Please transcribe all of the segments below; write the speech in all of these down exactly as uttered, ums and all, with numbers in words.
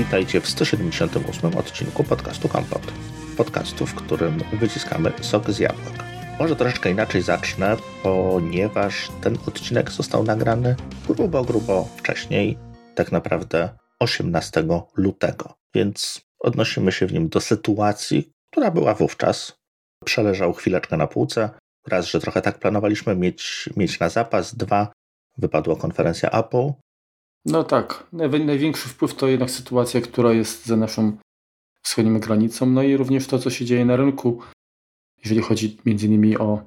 Witajcie w sto siedemdziesiątym ósmym odcinku podcastu Kompot. Podcastu, w którym wyciskamy sok z jabłek. Może troszeczkę inaczej zacznę, ponieważ ten odcinek został nagrany grubo, grubo wcześniej, tak naprawdę osiemnastego lutego. Więc odnosimy się w nim do sytuacji, która była wówczas. Przeleżał chwileczkę na półce. Raz, że trochę tak planowaliśmy mieć, mieć na zapas. Dwa, wypadła konferencja Apple. No tak, największy wpływ to jednak sytuacja, która jest za naszą wschodnią granicą, no i również to, co się dzieje na rynku, jeżeli chodzi między innymi o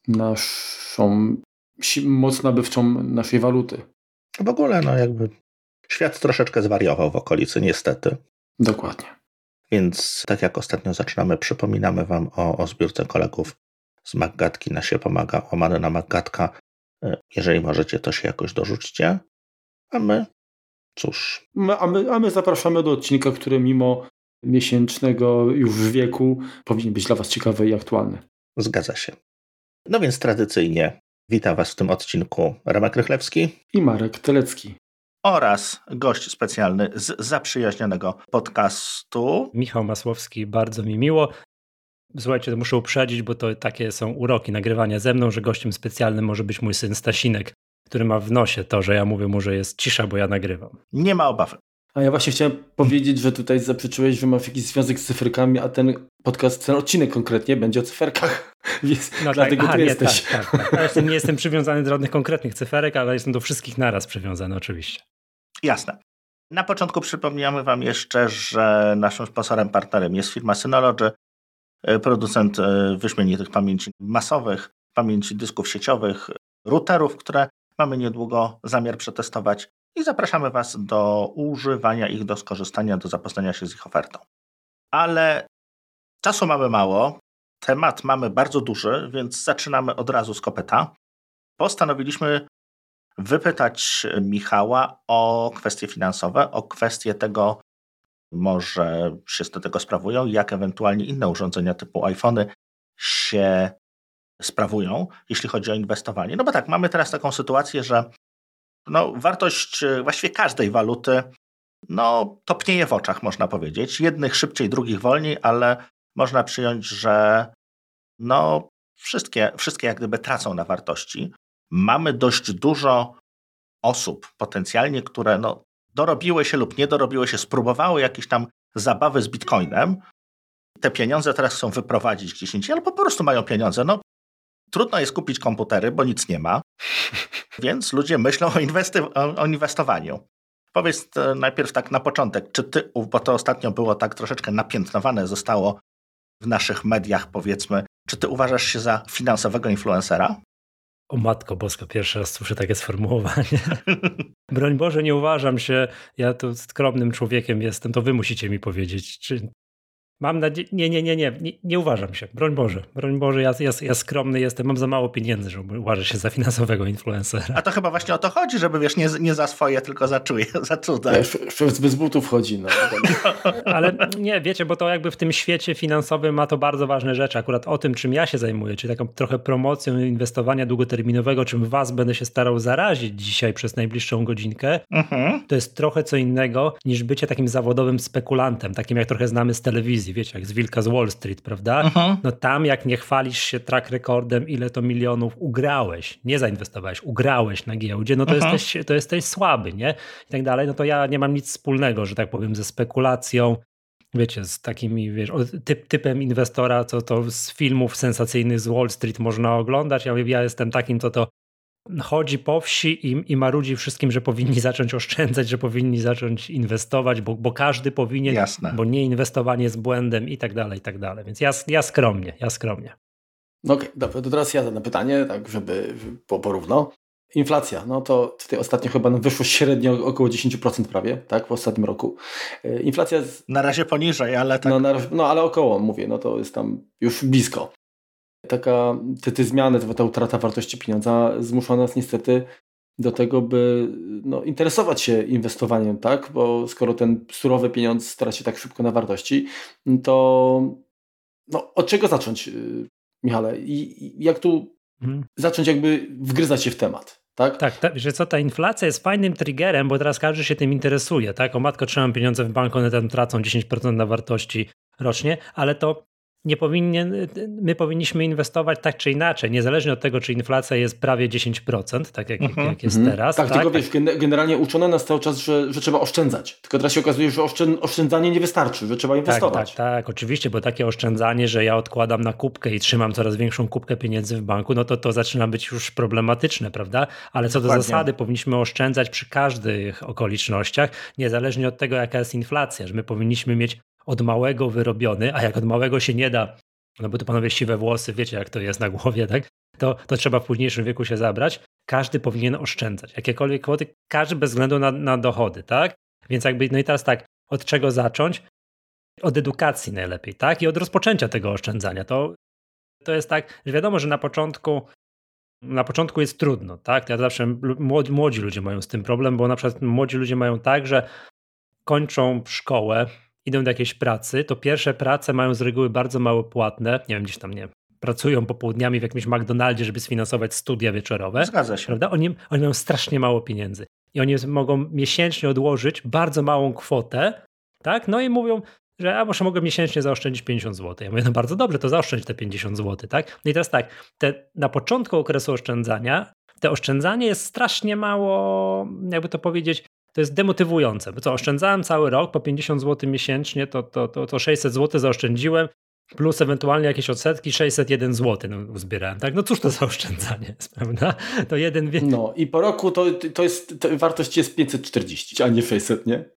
naszą moc nabywczą naszej waluty. W ogóle, no jakby świat troszeczkę zwariował w okolicy, niestety. Dokładnie. Więc tak jak ostatnio zaczynamy, przypominamy Wam o, o zbiórce kolegów z Maggatki na się pomaga, łamane na Maggatka. Jeżeli możecie, to się jakoś dorzućcie. A my, cóż. My, a, my, a my zapraszamy do odcinka, który mimo miesięcznego już wieku powinien być dla Was ciekawy i aktualny. Zgadza się. No więc tradycyjnie witam Was w tym odcinku Remek Rychlewski i Marek Telecki. Oraz gość specjalny z zaprzyjaźnionego podcastu Michał Masłowski, bardzo mi miło. Słuchajcie, to muszę uprzedzić, bo to takie są uroki nagrywania ze mną, że gościem specjalnym może być mój syn Stasinek, który ma w nosie to, że ja mówię mu, że jest cisza, bo ja nagrywam. Nie ma obawy. A ja właśnie chciałem powiedzieć, że tutaj zaprzeczyłeś, że masz jakiś związek z cyferkami, a ten podcast, ten odcinek konkretnie będzie o cyferkach. Więc no dlatego tak, aha, tu nie, jesteś. Tak, tak, tak. Ja jestem, nie jestem przywiązany do żadnych konkretnych cyferek, ale jestem do wszystkich naraz przywiązany oczywiście. Jasne. Na początku przypomniamy Wam jeszcze, że naszym sponsorem, partnerem jest firma Synology, producent wyśmienitych pamięci masowych, pamięci dysków sieciowych, routerów, które mamy niedługo zamiar przetestować i zapraszamy Was do używania ich, do skorzystania, do zapoznania się z ich ofertą. Ale czasu mamy mało, temat mamy bardzo duży, więc zaczynamy od razu z kopyta. Postanowiliśmy wypytać Michała o kwestie finansowe, o kwestie tego, może się z tego sprawują, jak ewentualnie inne urządzenia typu iPhony się sprawują, jeśli chodzi o inwestowanie. No bo tak, mamy teraz taką sytuację, że no, wartość właściwie każdej waluty no, topnieje w oczach, można powiedzieć. Jednych szybciej, drugich wolniej, ale można przyjąć, że no, wszystkie, wszystkie jak gdyby tracą na wartości. Mamy dość dużo osób potencjalnie, które no, dorobiły się lub nie dorobiły się, spróbowały jakieś tam zabawy z Bitcoinem. Te pieniądze teraz chcą wyprowadzić gdzieś indziej, ale po prostu mają pieniądze. No, trudno jest kupić komputery, bo nic nie ma, więc ludzie myślą o, inwesty- o inwestowaniu. Powiedz najpierw tak na początek, czy ty, bo to ostatnio było tak troszeczkę napiętnowane zostało w naszych mediach, powiedzmy, czy ty uważasz się za finansowego influencera? O matko boska, pierwszy raz słyszę takie sformułowanie. Broń Boże, nie uważam się, ja tu skromnym człowiekiem jestem, to wy musicie mi powiedzieć, czy... Mam nadzieję, nie, nie, nie, nie, nie, nie uważam się, broń Boże, broń Boże, ja, ja, ja skromny jestem, mam za mało pieniędzy, żeby uważać się za finansowego influencera. A to chyba właśnie o to chodzi, żeby wiesz, nie, nie za swoje, tylko za czuje, za cudze. Szef bez butów chodzi. No. Ale nie, wiecie, bo to jakby w tym świecie finansowym ma to bardzo ważne rzeczy, akurat o tym, czym ja się zajmuję, czyli taką trochę promocją inwestowania długoterminowego, czym was będę się starał zarazić dzisiaj przez najbliższą godzinkę, mhm. To jest trochę co innego niż bycie takim zawodowym spekulantem, takim jak trochę znamy z telewizji. Wiecie, jak z Wilka z Wall Street, prawda? Uh-huh. No tam jak nie chwalisz się track recordem, ile to milionów ugrałeś, nie zainwestowałeś, ugrałeś na giełdzie, no to, uh-huh. jesteś, to jesteś słaby, nie? I tak dalej, no to ja nie mam nic wspólnego, że tak powiem, ze spekulacją, wiecie, z takimi, wiesz, typ, typem inwestora, co to z filmów sensacyjnych z Wall Street można oglądać. Ja mówię, ja jestem takim, co to chodzi po wsi i, i marudzi wszystkim, że powinni zacząć oszczędzać, że powinni zacząć inwestować, bo, bo każdy powinien, Jasne. Bo nieinwestowanie jest błędem i tak dalej, i tak dalej. Więc ja, ja skromnie, ja skromnie. No okej, okay, dobrze, to teraz ja zadam pytanie, tak żeby po, porówno. Inflacja, no to tutaj ostatnio chyba nam wyszło średnio około dziesięć procent prawie, tak, w ostatnim roku. Inflacja... Z... Na razie poniżej, ale tak... No, na, no ale około, mówię, no to jest tam już blisko. Taka, te, te zmiany, ta utrata wartości pieniądza zmusza nas niestety do tego, by no, interesować się inwestowaniem, tak? Bo skoro ten surowy pieniądz traci tak szybko na wartości, to no, od czego zacząć, Michale? I, i jak tu hmm. zacząć jakby wgryzać się w temat? Tak, tak, tak, że co, ta inflacja jest fajnym triggerem, bo teraz każdy się tym interesuje, tak? O matko, trzymam pieniądze w banku, one tam tracą dziesięć procent na wartości rocznie, ale to nie powinien, my powinniśmy inwestować tak czy inaczej, niezależnie od tego, czy inflacja jest prawie dziesięć procent, tak jak, uh-huh. jak jest uh-huh. teraz. Tak, tak, tylko tak. wiesz, generalnie uczono nas cały czas, że, że trzeba oszczędzać. Tylko teraz się okazuje, że oszczę- oszczędzanie nie wystarczy, że trzeba inwestować. Tak, tak, tak, oczywiście, bo takie oszczędzanie, że ja odkładam na kubkę i trzymam coraz większą kubkę pieniędzy w banku, no to to zaczyna być już problematyczne, prawda? Ale co do Dokładnie. zasady powinniśmy oszczędzać przy każdych okolicznościach, niezależnie od tego, jaka jest inflacja, że my powinniśmy mieć od małego wyrobiony, a jak od małego się nie da, no bo to panowie siwe włosy, wiecie jak to jest na głowie, tak? To, to trzeba w późniejszym wieku się zabrać. Każdy powinien oszczędzać. Jakiekolwiek kwoty, każdy bez względu na, na dochody, tak? Więc jakby, no i teraz tak, od czego zacząć? Od edukacji najlepiej, tak? I od rozpoczęcia tego oszczędzania. To, to jest tak, że wiadomo, że na początku na początku jest trudno, tak? Ja zawsze, młodzi, młodzi ludzie mają z tym problem, bo na przykład młodzi ludzie mają tak, że kończą szkołę, idą do jakiejś pracy, to pierwsze prace mają z reguły bardzo mało płatne, nie wiem, gdzieś tam, nie pracują popołudniami w jakimś McDonaldzie, żeby sfinansować studia wieczorowe. Zgadza się. Prawda? Oni, oni mają strasznie mało pieniędzy i oni mogą miesięcznie odłożyć bardzo małą kwotę, tak? No i mówią, że a może mogę miesięcznie zaoszczędzić pięćdziesiąt złotych. Ja mówię, no bardzo dobrze, to zaoszczędź te pięćdziesiąt złotych, tak? No i teraz tak, te, na początku okresu oszczędzania, te oszczędzanie jest strasznie mało, jakby to powiedzieć, to jest demotywujące, bo co, oszczędzałem cały rok po pięćdziesiąt złotych miesięcznie, to, to, to, to sześćset złotych zaoszczędziłem, plus ewentualnie jakieś odsetki, sześćset jeden złotych no, uzbierałem, tak? No cóż to za oszczędzanie jest, prawda? To jeden... Wie... No i po roku to, to jest, to wartość jest pięćset czterdzieści, a nie sześćset, nie?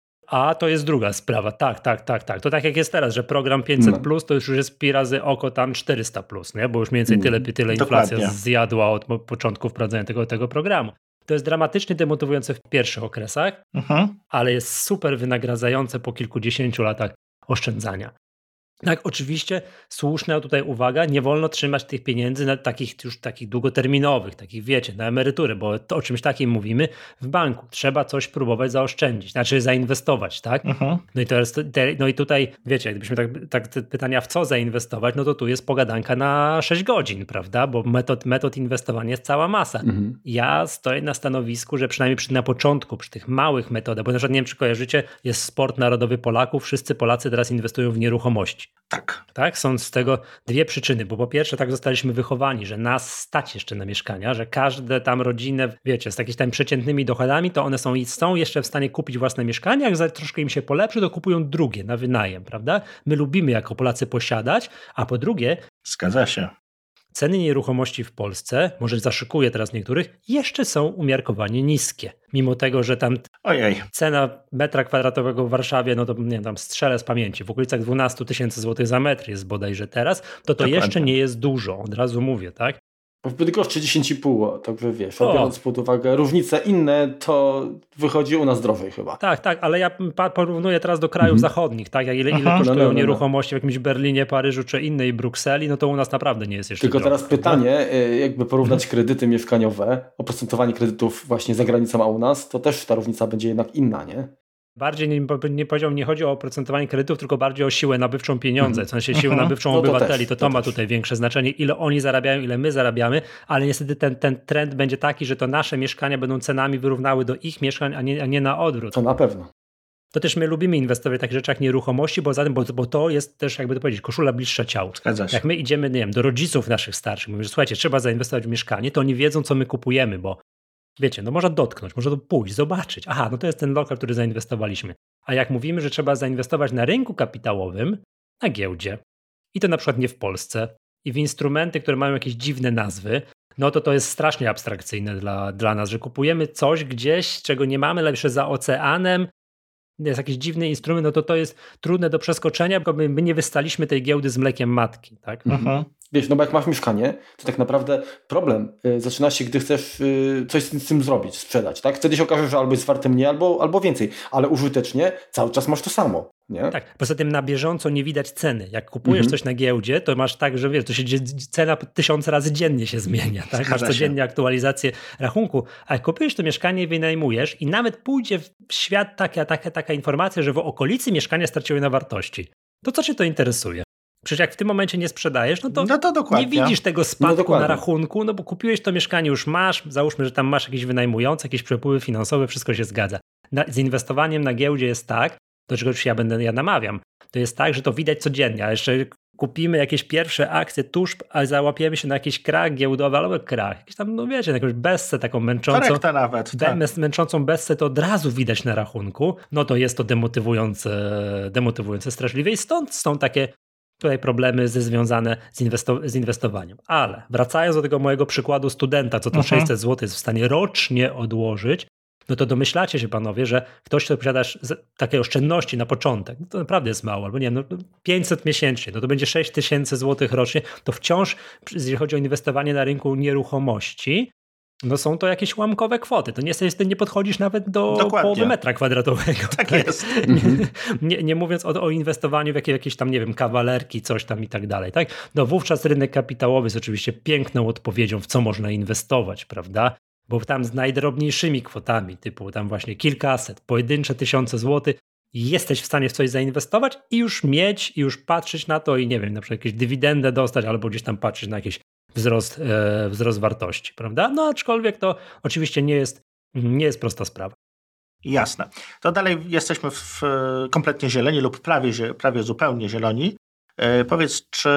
A to jest druga sprawa, tak, tak, tak, tak. To tak jak jest teraz, że program pięćset no. plus to już jest pi razy oko tam czterysta plus, nie? Bo już mniej więcej tyle, tyle inflacja Dokładnie. zjadła od początku wprowadzenia tego, tego programu. To jest dramatycznie demotywujące w pierwszych okresach, uh-huh. ale jest super wynagradzające po kilkudziesięciu latach oszczędzania. Tak, oczywiście słuszna tutaj uwaga, nie wolno trzymać tych pieniędzy na takich już takich długoterminowych, takich wiecie, na emerytury, bo to o czymś takim mówimy w banku. Trzeba coś próbować zaoszczędzić, znaczy zainwestować, tak? Uh-huh. No i teraz, no i tutaj, wiecie, gdybyśmy tak, tak te pytania w co zainwestować, no to tu jest pogadanka na sześć godzin, prawda? Bo metod, metod inwestowania jest cała masa. Uh-huh. Ja stoję na stanowisku, że przynajmniej przy, na początku, przy tych małych metodach, bo na przykład nie wiem, czy kojarzycie, jest sport narodowy Polaków, wszyscy Polacy teraz inwestują w nieruchomości. Tak. Tak, są z tego dwie przyczyny, bo po pierwsze tak zostaliśmy wychowani, że nas stać jeszcze na mieszkania, że każde tam rodzinę, wiecie, z jakimiś tam przeciętnymi dochodami, to one są, są jeszcze w stanie kupić własne mieszkanie, jak za troszkę im się polepszy, to kupują drugie na wynajem, prawda? My lubimy jako Polacy posiadać, a po drugie... Zgadza się. Ceny nieruchomości w Polsce, może zaszykuję teraz niektórych, jeszcze są umiarkowanie niskie. Mimo tego, że tam Ojej. cena metra kwadratowego w Warszawie, no to nie wiem, tam strzelę z pamięci, w okolicach dwanaście tysięcy złotych za metr jest bodajże teraz, to to Dokładnie. Jeszcze nie jest dużo, od razu mówię, tak? W Bydgoszczy dziesięć i pół, także wiesz, biorąc pod uwagę różnice inne, to wychodzi u nas drożej chyba. Tak, tak, ale ja porównuję teraz do krajów mhm. zachodnich, tak, jak ile, ile Aha, kosztują no, no, no, nieruchomości w jakimś Berlinie, Paryżu czy innej Brukseli, no to u nas naprawdę nie jest jeszcze Tylko drogo, teraz pytanie, jakby porównać mhm. kredyty mieszkaniowe, oprocentowanie kredytów właśnie za granicą, a u nas, to też ta różnica będzie jednak inna, nie? Bardziej nie, nie powiedział, nie chodzi o oprocentowanie kredytów, tylko bardziej o siłę nabywczą pieniądze, w sensie siłę nabywczą no obywateli, to, też, to, to ma też. Tutaj większe znaczenie, ile oni zarabiają, ile my zarabiamy, ale niestety ten, ten trend będzie taki, że to nasze mieszkania będą cenami wyrównały do ich mieszkań, a nie, a nie na odwrót. To na pewno. To też my lubimy inwestować w takich rzeczach nieruchomości, bo, zatem, bo, bo to jest też, jakby to powiedzieć, koszula bliższa ciału. Zgadza się. Jak my idziemy, nie wiem, do rodziców naszych starszych, mówimy, że słuchajcie, trzeba zainwestować w mieszkanie, to oni wiedzą, co my kupujemy, bo wiecie, no można dotknąć, można to pójść, zobaczyć. Aha, no to jest ten lokal, który zainwestowaliśmy. A jak mówimy, że trzeba zainwestować na rynku kapitałowym, na giełdzie, i to na przykład nie w Polsce, i w instrumenty, które mają jakieś dziwne nazwy, no to to jest strasznie abstrakcyjne dla, dla nas, że kupujemy coś gdzieś, czego nie mamy, lepsze za oceanem, jest jakiś dziwny instrument, no to to jest trudne do przeskoczenia, bo my nie wystaliśmy tej giełdy z mlekiem matki, tak? Mhm. Wiesz, no bo jak masz mieszkanie, to tak naprawdę problem y, zaczyna się, gdy chcesz y, coś z tym zrobić, sprzedać, tak? Wtedy się okaże, że albo jest warte mniej, albo, albo więcej, ale użytecznie cały czas masz to samo, nie? Tak, poza tym na bieżąco nie widać ceny. Jak kupujesz mhm. coś na giełdzie, to masz tak, że wiesz, to się cena tysiąc razy dziennie się zmienia, tak? Masz codziennie aktualizację rachunku, a jak kupujesz to mieszkanie i wynajmujesz i nawet pójdzie w świat taka, taka, taka informacja, że w okolicy mieszkania straciły na wartości, to co cię to interesuje? Przecież jak w tym momencie nie sprzedajesz, no to, no to nie widzisz tego spadku no na rachunku, no bo kupiłeś to mieszkanie, już masz, załóżmy, że tam masz jakieś wynajmujące, jakieś przepływy finansowe, wszystko się zgadza. Na, z inwestowaniem na giełdzie jest tak, do czego już ja będę, ja namawiam, to jest tak, że to widać codziennie, a jeszcze kupimy jakieś pierwsze akcje tuż, a załapiemy się na jakiś krach giełdowy albo krach, jakiś tam, no wiecie, na jakąś bessę taką męczącą, nawet, be, tak. męczącą bessę, to od razu widać na rachunku, no to jest to demotywujące, demotywujące straszliwie i stąd są takie tutaj problemy ze związane z, inwesto- z inwestowaniem. Ale wracając do tego mojego przykładu studenta, co to uh-huh. sześćset złotych jest w stanie rocznie odłożyć, no to domyślacie się panowie, że ktoś, kto posiada takie oszczędności na początek, no to naprawdę jest mało, albo nie wiem, no pięćset miesięcznie, no to będzie sześć tysięcy złotych rocznie, to wciąż, jeżeli chodzi o inwestowanie na rynku nieruchomości, no są to jakieś ułamkowe kwoty. To niestety nie podchodzisz nawet do Dokładnie. połowy metra kwadratowego. Tak, tak jest. Nie, nie, nie mówiąc o, o inwestowaniu w jakieś, jakieś tam, nie wiem, kawalerki, coś tam i tak dalej. Tak? No wówczas rynek kapitałowy jest oczywiście piękną odpowiedzią, w co można inwestować, prawda? Bo tam z najdrobniejszymi kwotami, typu tam właśnie kilkaset, pojedyncze tysiące złotych, jesteś w stanie w coś zainwestować i już mieć, i już patrzeć na to i nie wiem, na przykład jakieś dywidendę dostać albo gdzieś tam patrzeć na jakieś wzrost, e, wzrost wartości, prawda? No aczkolwiek to oczywiście nie jest, nie jest prosta sprawa. Jasne. To dalej jesteśmy w kompletnie zieleni lub prawie, prawie zupełnie zieloni. E, powiedz, czy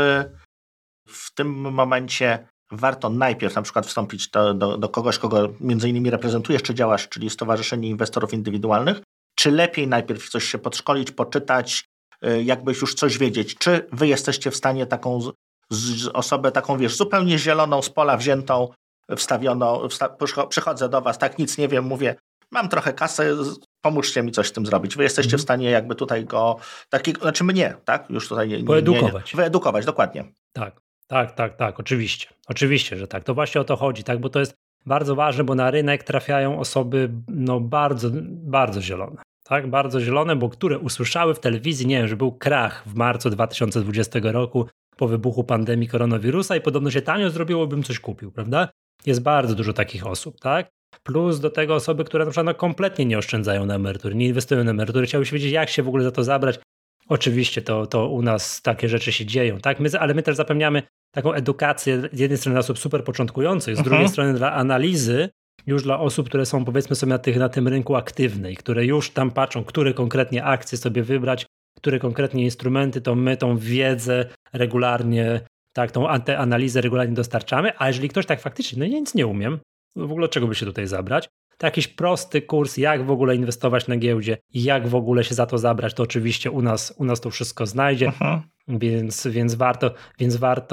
w tym momencie warto najpierw na przykład wstąpić do, do, do kogoś, kogo między innymi reprezentujesz, czy działasz, czyli Stowarzyszenie Inwestorów Indywidualnych, czy lepiej najpierw coś się podszkolić, poczytać, jakbyś już coś wiedzieć, czy wy jesteście w stanie taką z, z osobę, taką wiesz, zupełnie zieloną, z pola wziętą, wstawioną, wsta przychodzę do was, tak nic nie wiem, mówię, mam trochę kasy, pomóżcie mi coś z tym zrobić. Wy jesteście mhm. w stanie jakby tutaj go, takiego, znaczy mnie, tak? Już tutaj nie, Poedukować. Nie, wyedukować, dokładnie. Tak. Tak, tak, tak, oczywiście. Oczywiście, że tak. To właśnie o to chodzi, tak, bo to jest bardzo ważne, bo na rynek trafiają osoby no bardzo, bardzo zielone. Tak, bardzo zielone, bo które usłyszały w telewizji, nie wiem, że był krach w marcu dwa tysiące dwudziestego roku po wybuchu pandemii koronawirusa i podobno się tanio zrobiło, bym coś kupił, prawda? Jest bardzo dużo takich osób, tak? Plus do tego osoby, które na przykład no, kompletnie nie oszczędzają na emerytury, nie inwestują na emerytury, chciały się wiedzieć, jak się w ogóle za to zabrać. Oczywiście to, to u nas takie rzeczy się dzieją, tak? My, ale my też zapewniamy taką edukację z jednej strony dla osób super początkujących, z uh-huh. drugiej strony dla analizy, już dla osób, które są powiedzmy sobie na, tych, na tym rynku aktywnej, które już tam patrzą, które konkretnie akcje sobie wybrać, które konkretnie instrumenty, to my tą wiedzę regularnie, tak, tą tę analizę regularnie dostarczamy, a jeżeli ktoś tak faktycznie, no ja nic nie umiem, no w ogóle czego by się tutaj zabrać, to jakiś prosty kurs, jak w ogóle inwestować na giełdzie i jak w ogóle się za to zabrać, to oczywiście u nas, u nas to wszystko znajdzie, uh-huh. więc, więc, warto, więc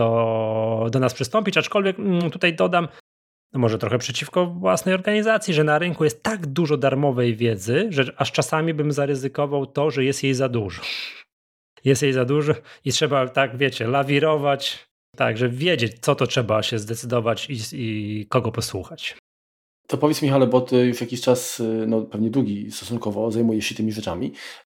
warto do nas przystąpić, aczkolwiek tutaj dodam, no może trochę przeciwko własnej organizacji, że na rynku jest tak dużo darmowej wiedzy, że aż czasami bym zaryzykował to, że jest jej za dużo. Jest jej za dużo i trzeba, tak wiecie, lawirować, tak, że wiedzieć, co to trzeba się zdecydować i, i kogo posłuchać. To powiedz, Michale, bo ty już jakiś czas, no pewnie długi stosunkowo, zajmujesz się tymi rzeczami.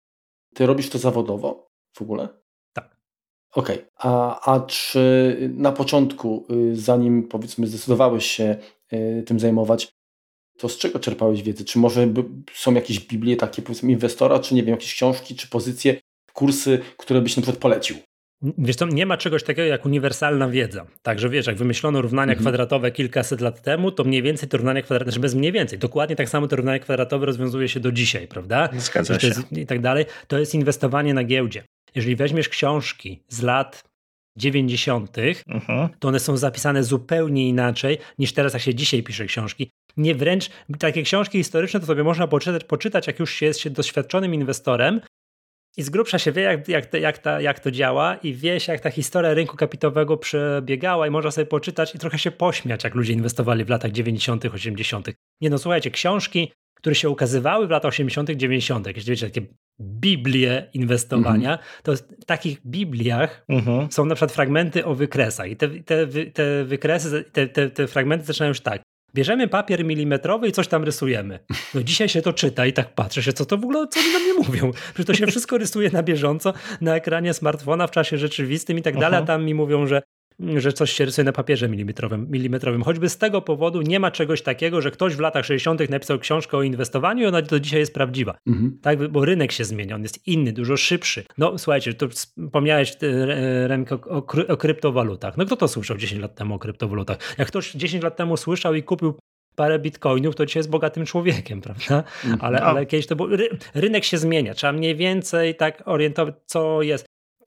Ty robisz to zawodowo w ogóle? Tak. Okej. Okay. A, a czy na początku, zanim powiedzmy zdecydowałeś się tym zajmować, to z czego czerpałeś wiedzę? Czy może są jakieś Biblie takie, powiedzmy, inwestora, czy nie wiem, jakieś książki, czy pozycje, kursy, które byś na przykład polecił? Wiesz co, nie ma czegoś takiego jak uniwersalna wiedza. Także wiesz, jak wymyślono równania mhm. kwadratowe kilkaset lat temu, to mniej więcej to równanie kwadratowe, znaczy bez mniej więcej, dokładnie tak samo to równanie kwadratowe rozwiązuje się do dzisiaj, prawda? Zgadza się. Jest, i tak dalej. To jest inwestowanie na giełdzie. Jeżeli weźmiesz książki z lat dziewięćdziesiątych, mhm. to one są zapisane zupełnie inaczej niż teraz, jak się dzisiaj pisze książki. Nie wręcz, takie książki historyczne to sobie można poczytać, poczytać jak już się jest się doświadczonym inwestorem, i z grubsza się wie, jak, jak, jak, ta, jak to działa i wie się, jak ta historia rynku kapitałowego przebiegała i można sobie poczytać i trochę się pośmiać, jak ludzie inwestowali w latach dziewięćdziesiątych, osiemdziesiątych. Nie no, słuchajcie, książki, które się ukazywały w latach osiemdziesiątych, dziewięćdziesiątych, jeśli wiecie, takie Biblie inwestowania, mm-hmm. to w takich Bibliach mm-hmm. są na przykład fragmenty o wykresach i te, te, te wykresy, te, te, te fragmenty zaczynają już tak. Bierzemy papier milimetrowy i coś tam rysujemy. No dzisiaj się to czyta i tak patrzę się, co to w ogóle, co oni na mnie mówią. Że to się wszystko rysuje na bieżąco, na ekranie smartfona, w czasie rzeczywistym i tak dalej, a tam mi mówią, że że coś się rysuje na papierze milimetrowym, milimetrowym. Choćby z tego powodu nie ma czegoś takiego, że ktoś w latach sześćdziesiątych napisał książkę o inwestowaniu i ona do dzisiaj jest prawdziwa. Mhm. Tak, bo rynek się zmienia, on jest inny, dużo szybszy. No słuchajcie, tu wspomniałeś Remik, o, o, o kryptowalutach. No kto to słyszał dziesięć lat temu o kryptowalutach? Jak ktoś dziesięć lat temu słyszał i kupił parę bitcoinów, to dzisiaj jest bogatym człowiekiem, prawda? Ale, no. ale kiedyś to było... Ry, rynek się zmienia, trzeba mniej więcej tak orientować, co jest,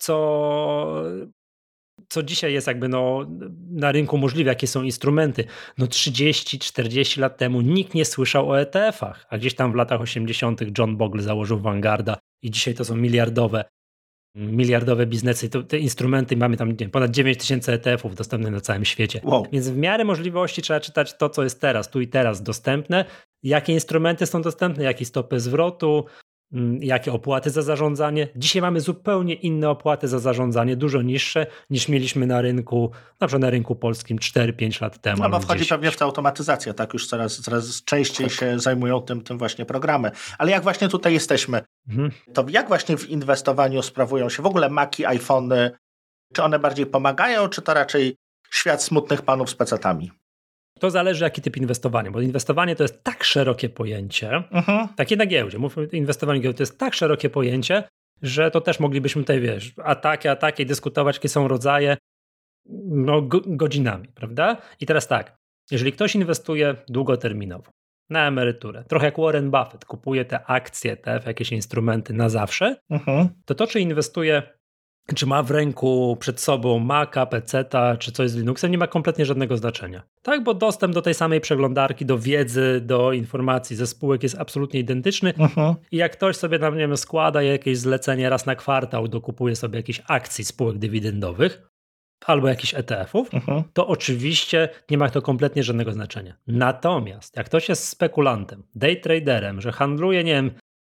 co... co dzisiaj jest jakby no, na rynku możliwe, jakie są instrumenty. No trzydzieści czterdzieści lat temu nikt nie słyszał o E T F-ach, a gdzieś tam w latach osiemdziesiątych John Bogle założył Vanguarda i dzisiaj to są miliardowe miliardowe biznesy, to, te instrumenty, mamy tam nie wiem, ponad dziewięć tysięcy E T F-ów dostępnych na całym świecie. Wow. Więc w miarę możliwości trzeba czytać to, co jest teraz, tu i teraz dostępne, jakie instrumenty są dostępne, jakie stopy zwrotu, jakie opłaty za zarządzanie. Dzisiaj mamy zupełnie inne opłaty za zarządzanie, dużo niższe niż mieliśmy na rynku, na przykład na rynku polskim cztery pięć lat temu. No bo wchodzi dziesięć. Pewnie w tę automatyzację, tak już coraz, coraz częściej tak. się zajmują tym, tym właśnie programy. Ale jak właśnie tutaj jesteśmy, mhm. to jak właśnie w inwestowaniu sprawują się w ogóle Maki, iPhony? Czy one bardziej pomagają, czy to raczej świat smutnych panów z pecetami? To zależy, jaki typ inwestowania, bo inwestowanie to jest tak szerokie pojęcie, uh-huh. takie na giełdzie, mówmy, inwestowanie giełdzie to jest tak szerokie pojęcie, że to też moglibyśmy tutaj, wiesz, ataki, ataki, dyskutować, jakie są rodzaje, no go, godzinami, prawda? I teraz tak, jeżeli ktoś inwestuje długoterminowo, na emeryturę, trochę jak Warren Buffett, kupuje te akcje, te jakieś instrumenty na zawsze, uh-huh. to to, czy inwestuje czy ma w ręku przed sobą Maca, peceta, czy coś z Linuxem, nie ma kompletnie żadnego znaczenia. Tak, bo dostęp do tej samej przeglądarki, do wiedzy, do informacji ze spółek jest absolutnie identyczny uh-huh. i jak ktoś sobie tam, nie wiem, składa jakieś zlecenie raz na kwartał, dokupuje sobie jakieś akcji spółek dywidendowych albo jakichś E T F-ów, uh-huh. to oczywiście nie ma to kompletnie żadnego znaczenia. Natomiast jak ktoś jest spekulantem, day traderem, że handluje, nie wiem,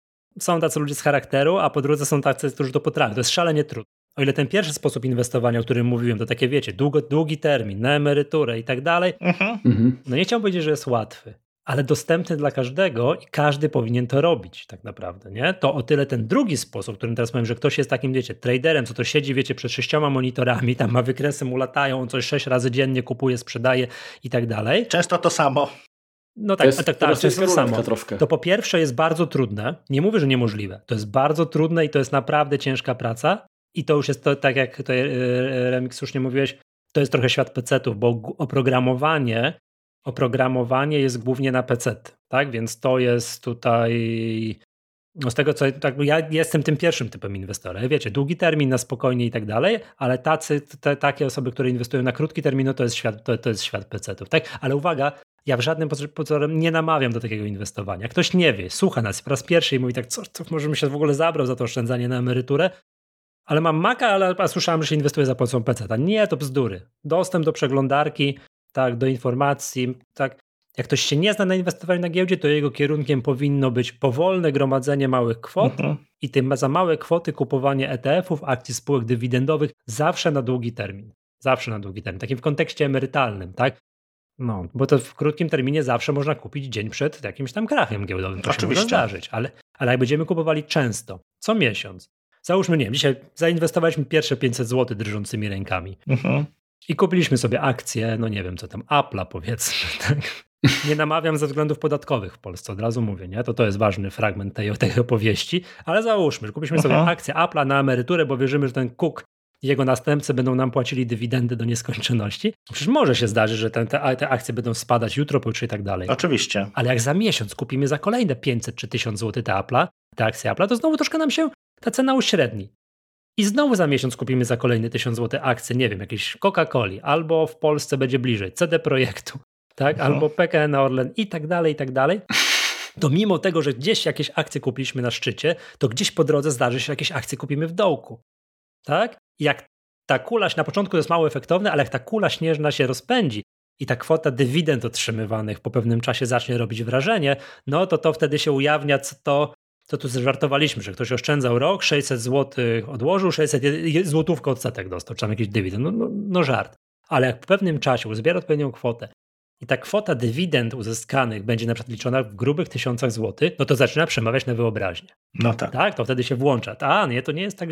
są tacy ludzie z charakteru, a po drodze są tacy, którzy to potrafią. To jest szalenie trudne. O ile ten pierwszy sposób inwestowania, o którym mówiłem, to takie wiecie, długo, długi termin, na emeryturę i tak dalej, uh-huh. no nie chciałbym powiedzieć, że jest łatwy, ale dostępny dla każdego i każdy powinien to robić tak naprawdę, nie? To o tyle ten drugi sposób, którym teraz powiem, że ktoś jest takim, wiecie, traderem, co to siedzi, wiecie, przed sześcioma monitorami, tam ma wykresy, mu latają, on coś sześć razy dziennie kupuje, sprzedaje i tak dalej. Często to samo. No tak, jest, tak, tak, to jest to samo. Troszkę. To po pierwsze jest bardzo trudne, nie mówię, że niemożliwe, to jest bardzo trudne i to jest naprawdę ciężka praca i to już jest to, tak jak tutaj Remik słusznie mówiłeś, to jest trochę świat pecetów, bo oprogramowanie, oprogramowanie jest głównie na pecety, tak, więc to jest tutaj, no z tego co, tak, ja jestem tym pierwszym typem inwestora, wiecie, długi termin na spokojnie i tak dalej, ale tacy, te, takie osoby, które inwestują na krótki termin, no to jest świat, to, to jest świat pecetów, tak, ale uwaga, ja w żadnym pozorem nie namawiam do takiego inwestowania. Ktoś nie wie, słucha nas po raz pierwszy i mówi tak, co, co może bym się w ogóle zabrał za to oszczędzanie na emeryturę, ale mam Maca, ale a słyszałem, że się inwestuje za pomocą peceta. Nie, to bzdury. Dostęp do przeglądarki, tak, do informacji, tak. Jak ktoś się nie zna na inwestowaniu na giełdzie, to jego kierunkiem powinno być powolne gromadzenie małych kwot uh-huh. i tym za małe kwoty kupowanie E T F-ów, akcji spółek dywidendowych zawsze na długi termin. Zawsze na długi termin. Takim w kontekście emerytalnym, tak? No, bo to w krótkim terminie zawsze można kupić dzień przed jakimś tam krachem giełdowym. To się może zdarzyć, ale, ale jak będziemy kupowali często, co miesiąc, załóżmy, nie wiem, dzisiaj zainwestowaliśmy pierwsze pięćset złotych drżącymi rękami uh-huh. i kupiliśmy sobie akcje, no nie wiem, co tam, Apple'a powiedzmy, tak? Nie namawiam ze względów podatkowych w Polsce, od razu mówię, nie? To to jest ważny fragment tej, tej opowieści, ale załóżmy, że kupiliśmy uh-huh. sobie akcję Apple'a na emeryturę, bo wierzymy, że ten Cook i jego następcy będą nam płacili dywidendy do nieskończoności. Przecież może się zdarzyć, że ten, te, te akcje będą spadać jutro, pojutrze i tak dalej. Oczywiście. Ale jak za miesiąc kupimy za kolejne pięćset czy tysiąc złotych te Apple'a, te akcje Apple'a, to znowu troszkę nam się ta cena uśredni. I znowu za miesiąc kupimy za kolejny tysiąc złotych akcje, nie wiem, jakiejś Coca-Coli, albo w Polsce będzie bliżej C D Projektu, tak, uh-huh. albo P K N Orlen i tak dalej, i tak dalej. To mimo tego, że gdzieś jakieś akcje kupiliśmy na szczycie, to gdzieś po drodze zdarzy się, że jakieś akcje kupimy w dołku. Tak? Jak ta kula, na początku to jest mało efektowne, ale jak ta kula śnieżna się rozpędzi i ta kwota dywidend otrzymywanych po pewnym czasie zacznie robić wrażenie, no to to wtedy się ujawnia to, co tu żartowaliśmy, że ktoś oszczędzał rok, sześćset złotych odłożył, sześćset złotówkę odsetek dostał, czy tam jakiś dywidend, no, no, no żart. Ale jak po pewnym czasie uzbiera odpowiednią kwotę i ta kwota dywidend uzyskanych będzie na przykład liczona w grubych tysiącach złotych, no to zaczyna przemawiać na wyobraźnię. No tak. Tak, to wtedy się włącza. A, nie, to nie jest tak źle.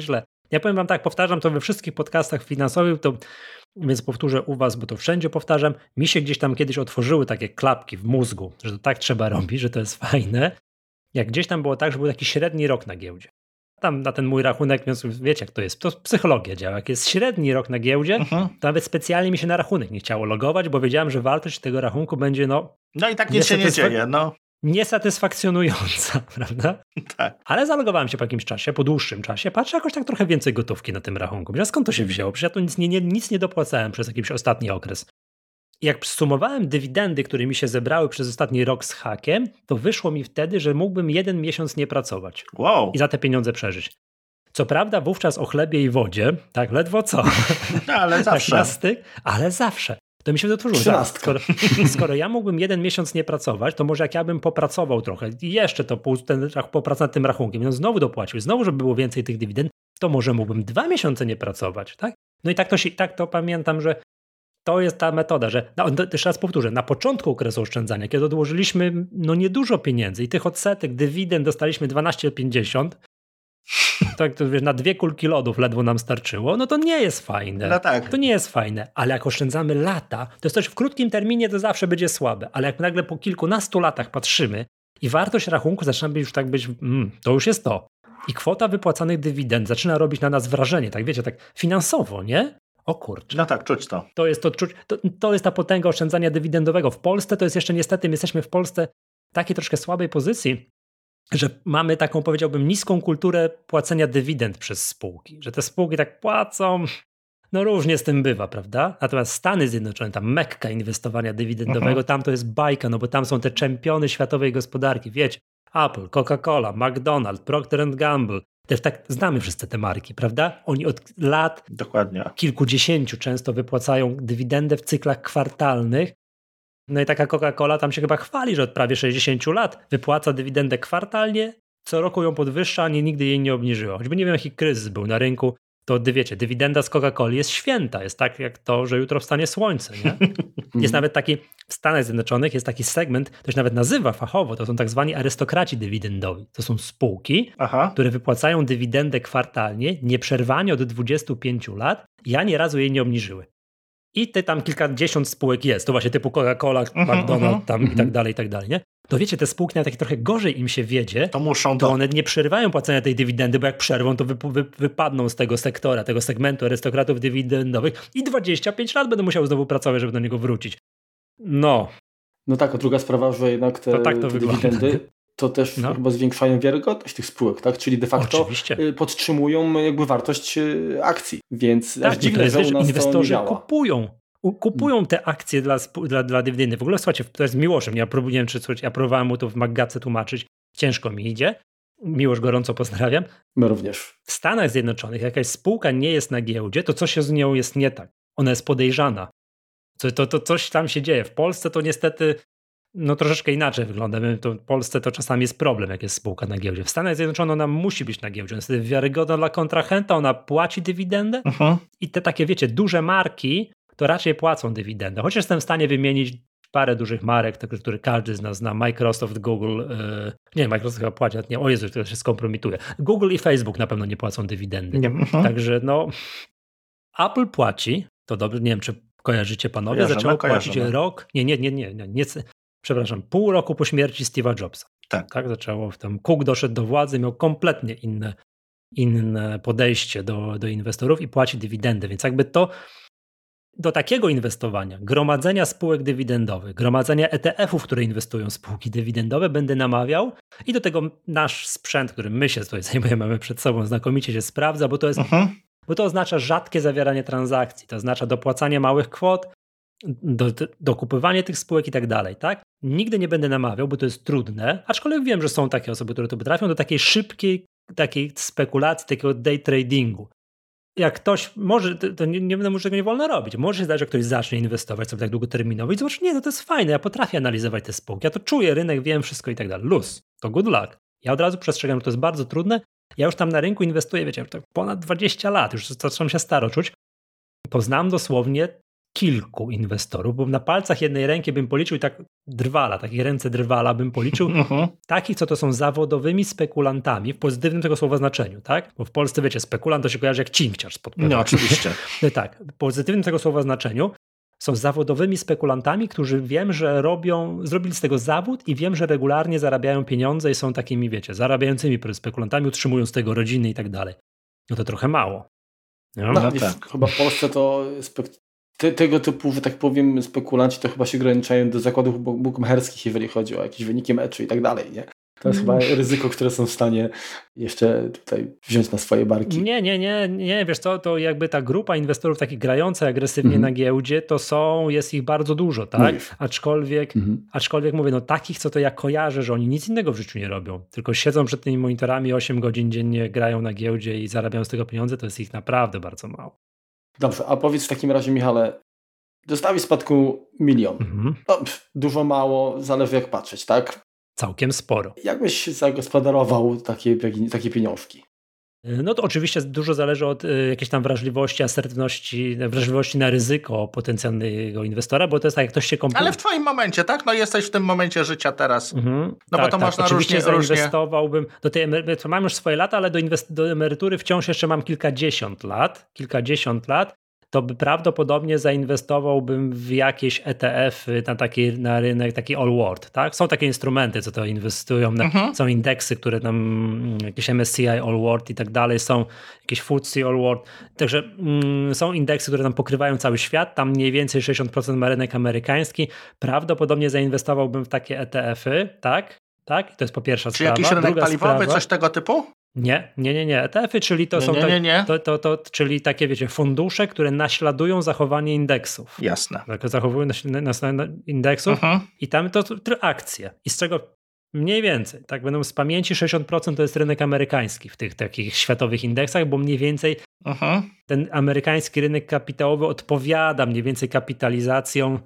Ja powiem wam tak, powtarzam to we wszystkich podcastach finansowych, to więc powtórzę u was, bo to wszędzie powtarzam, mi się gdzieś tam kiedyś otworzyły takie klapki w mózgu, że to tak trzeba robić, że to jest fajne. Jak gdzieś tam było tak, że był taki średni rok na giełdzie. Tam na ten mój rachunek, więc wiecie jak to jest, to psychologia działa. Jak jest średni rok na giełdzie, uh-huh. to nawet specjalnie mi się na rachunek nie chciało logować, bo wiedziałem, że wartość tego rachunku będzie no... No i tak nic się nie dzieje, no. Niesatysfakcjonująca, prawda? Tak. Ale zalogowałem się po jakimś czasie, po dłuższym czasie, patrzę jakoś tak trochę więcej gotówki na tym rachunku. Że skąd to się wzięło? Przecież ja tu nic nie, nie, nic nie dopłacałem przez jakiś ostatni okres. I jak sumowałem dywidendy, które mi się zebrały przez ostatni rok z hakiem, to wyszło mi wtedy, że mógłbym jeden miesiąc nie pracować. Wow. I za te pieniądze przeżyć. Co prawda wówczas o chlebie i wodzie, tak ledwo co. No, ale zawsze. Tak na styk, ale zawsze. To mi się dotworzyło. Skoro, skoro ja mógłbym jeden miesiąc nie pracować, to może jak ja bym popracował trochę i jeszcze to ten, popracował nad tym rachunkiem, no znowu dopłacił, znowu, żeby było więcej tych dywidend, to może mógłbym dwa miesiące nie pracować, tak? No i tak to, się, tak to pamiętam, że to jest ta metoda, że, no, jeszcze raz powtórzę, na początku okresu oszczędzania, kiedy odłożyliśmy no niedużo pieniędzy i tych odsetek, dywidend dostaliśmy dwanaście pięćdziesiąt, tak to wiesz, na dwie kulki lodów ledwo nam starczyło, no to nie jest fajne. No tak. To nie jest fajne, ale jak oszczędzamy lata, to jest też w krótkim terminie to zawsze będzie słabe, ale jak nagle po kilkunastu latach patrzymy i wartość rachunku zaczyna być już tak być, mm, to już jest to. I kwota wypłacanych dywidend zaczyna robić na nas wrażenie, tak wiecie, tak finansowo, nie? O kurczę. No tak, czuć to. To jest, to, czuć, to, to jest ta potęga oszczędzania dywidendowego. W Polsce to jest jeszcze niestety, my jesteśmy w Polsce w takiej troszkę słabej pozycji, że mamy taką, powiedziałbym, niską kulturę płacenia dywidend przez spółki. Że te spółki tak płacą, no różnie z tym bywa, prawda? Natomiast Stany Zjednoczone, tam Mekka inwestowania dywidendowego, uh-huh. tam to jest bajka, no bo tam są te czempiony światowej gospodarki, wiecie, Apple, Coca-Cola, McDonald's, Procter and Gamble, te, tak, znamy wszyscy te marki, prawda? Oni od lat, dokładnie, kilkudziesięciu często wypłacają dywidendę w cyklach kwartalnych. No i taka Coca-Cola tam się chyba chwali, że od prawie sześćdziesięciu lat wypłaca dywidendę kwartalnie, co roku ją podwyższa, a nie nigdy jej nie obniżyła. Choćby nie wiem jaki kryzys był na rynku, to wiecie, dywidenda z Coca-Coli jest święta, jest tak jak to, że jutro wstanie słońce, nie? Jest nawet taki, w Stanach Zjednoczonych jest taki segment, to się nawet nazywa fachowo, to są tak zwani arystokraci dywidendowi. To są spółki, Aha. które wypłacają dywidendę kwartalnie, nieprzerwanie od dwudziestu pięciu lat i ani razu jej nie obniżyły. I te tam kilkadziesiąt spółek jest, to właśnie typu Coca-Cola, uh-huh, McDonald's tam uh-huh. i tak dalej, i tak dalej, nie? To wiecie, te spółki nawet takie trochę gorzej im się wiedzie, to muszą to one nie przerywają płacenia tej dywidendy, bo jak przerwą, to wy, wy, wypadną z tego sektora, tego segmentu arystokratów dywidendowych i dwadzieścia pięć lat będą musiały znowu pracować, żeby do niego wrócić. No. No tak, a druga sprawa, że jednak te, to tak to te dywidendy to też no. chyba zwiększają wiarygodność tych spółek, tak? Czyli de facto Oczywiście. podtrzymują jakby wartość akcji, więc tak, aż dziwne, jest, że u nas inwestorzy to nie działa. kupują. Kupują te akcje dla, dla, dla dywidendy. W ogóle słuchajcie, to jest Miłoszem. Ja próbowałem, czy słuchajcie, ja próbowałem mu to w Maggace tłumaczyć. Ciężko mi idzie. Miłosz gorąco pozdrawiam. My również. W Stanach Zjednoczonych jakaś spółka nie jest na giełdzie, to coś z nią jest nie tak. Ona jest podejrzana. To, to, to coś tam się dzieje. W Polsce to niestety no troszeczkę inaczej wygląda. To w Polsce to czasami jest problem, jak jest spółka na giełdzie. W Stanach Zjednoczonych ona musi być na giełdzie. Ona jest wiarygodna dla kontrahenta, ona płaci dywidendę uh-huh. i te takie, wiecie, duże marki to raczej płacą dywidendę. Chociaż jestem w stanie wymienić parę dużych marek, takie, które każdy z nas zna. Microsoft, Google, yy, nie, Microsoft chyba płaci, nie, o Jezu, to się skompromituje. Google i Facebook na pewno nie płacą dywidendy. Nie, uh-huh. Także no, Apple płaci, to dobrze, nie wiem, czy kojarzycie panowie, kojarzymy, zaczęło kojarzymy. płacić rok, nie, nie, nie, nie, nie, nie, przepraszam, pół roku po śmierci Steve'a Jobsa. Tak. tak zaczęło, w tym Cook doszedł do władzy, miał kompletnie inne, inne podejście do, do inwestorów i płaci dywidendy, więc jakby to do takiego inwestowania, gromadzenia spółek dywidendowych, gromadzenia E T F-ów, które inwestują w spółki dywidendowe, będę namawiał i do tego nasz sprzęt, którym my się tutaj zajmujemy, mamy przed sobą, znakomicie się sprawdza, bo to jest, uh-huh. bo to oznacza rzadkie zawieranie transakcji, to oznacza dopłacanie małych kwot, do, do, dokupywanie tych spółek i tak dalej, tak? Nigdy nie będę namawiał, bo to jest trudne, aczkolwiek wiem, że są takie osoby, które to potrafią, do takiej szybkiej takiej spekulacji, takiego day tradingu. Jak ktoś może, to nie, nie będę, może tego nie wolno robić. Może się zdać, że ktoś zacznie inwestować sobie tak długoterminowo i zobacz, nie, no to jest fajne, ja potrafię analizować te spółki, ja to czuję, rynek, wiem wszystko i tak dalej. Luz, to good luck. Ja od razu przestrzegam, że to jest bardzo trudne. Ja już tam na rynku inwestuję, wiecie, ponad dwadzieścia lat, już zaczynam się staro czuć. Poznałem dosłownie kilku inwestorów, bo na palcach jednej ręki bym policzył i tak drwala, takie ręce drwala bym policzył, uh-huh. takich, co to są zawodowymi spekulantami w pozytywnym tego słowa znaczeniu, tak? Bo w Polsce, wiecie, spekulant to się kojarzy jak cinkciarz spod pewa. No, oczywiście. No tak, w pozytywnym tego słowa znaczeniu są zawodowymi spekulantami, którzy wiem, że robią, zrobili z tego zawód i wiem, że regularnie zarabiają pieniądze i są takimi, wiecie, zarabiającymi spekulantami, utrzymują z tego rodziny i tak dalej. No to trochę mało. No, no tak. Chyba w Polsce to spek- te, tego typu, że tak powiem, spekulanci to chyba się ograniczają do zakładów bukmacherskich, jeżeli chodzi o jakieś wyniki meczu i tak dalej, nie? To jest chyba ryzyko, które są w stanie jeszcze tutaj wziąć na swoje barki. Nie, nie, nie, nie, wiesz co, to jakby ta grupa inwestorów takich grających agresywnie mm. na giełdzie, to są, jest ich bardzo dużo, tak? No aczkolwiek, mm. aczkolwiek mówię, no takich, co to ja kojarzę, że oni nic innego w życiu nie robią, tylko siedzą przed tymi monitorami osiem godzin dziennie, grają na giełdzie i zarabiają z tego pieniądze, to jest ich naprawdę bardzo mało. Dobrze, a powiedz w takim razie, Michale, dostałeś w spadku milion. Mm-hmm. No, pff, dużo, mało, zależy jak patrzeć, tak? Całkiem sporo. Jak byś zagospodarował takie, takie pieniążki? No to oczywiście dużo zależy od y, jakiejś tam wrażliwości, asertywności, wrażliwości na ryzyko potencjalnego inwestora, bo to jest tak, jak ktoś się kompletnie... Ale w twoim momencie, tak? No jesteś w tym momencie życia teraz. Mhm. No tak, bo to tak, można oczywiście różnie... zainwestowałbym, do tej emery... mam już swoje lata, ale do, inwest... do emerytury wciąż jeszcze mam kilkadziesiąt lat, kilkadziesiąt lat, to by prawdopodobnie zainwestowałbym w jakieś E T F-y na taki na rynek, taki all world, tak? Są takie instrumenty, co to inwestują, na, mhm. są indeksy, które tam, jakieś M S C I All World i tak dalej, są jakieś F T S E All World, także mm, są indeksy, które tam pokrywają cały świat, tam mniej więcej sześćdziesiąt procent ma rynek amerykański, prawdopodobnie zainwestowałbym w takie E T F-y, tak? Tak? To jest po pierwsza Czy sprawa. Czy jakiś rynek Druga paliwowy, sprawa, coś tego typu? Nie, nie, nie, nie. E T F-y, czyli to nie, są nie, nie, nie. To, to, to, czyli takie, wiecie, fundusze, które naśladują zachowanie indeksów. Jasne. Tak, zachowują na, na, na indeksów uh-huh. i tam to, to, to akcje. I z czego mniej więcej, tak będą z pamięci sześćdziesiąt procent to jest rynek amerykański w tych takich światowych indeksach, bo mniej więcej uh-huh. ten amerykański rynek kapitałowy odpowiada mniej więcej kapitalizacją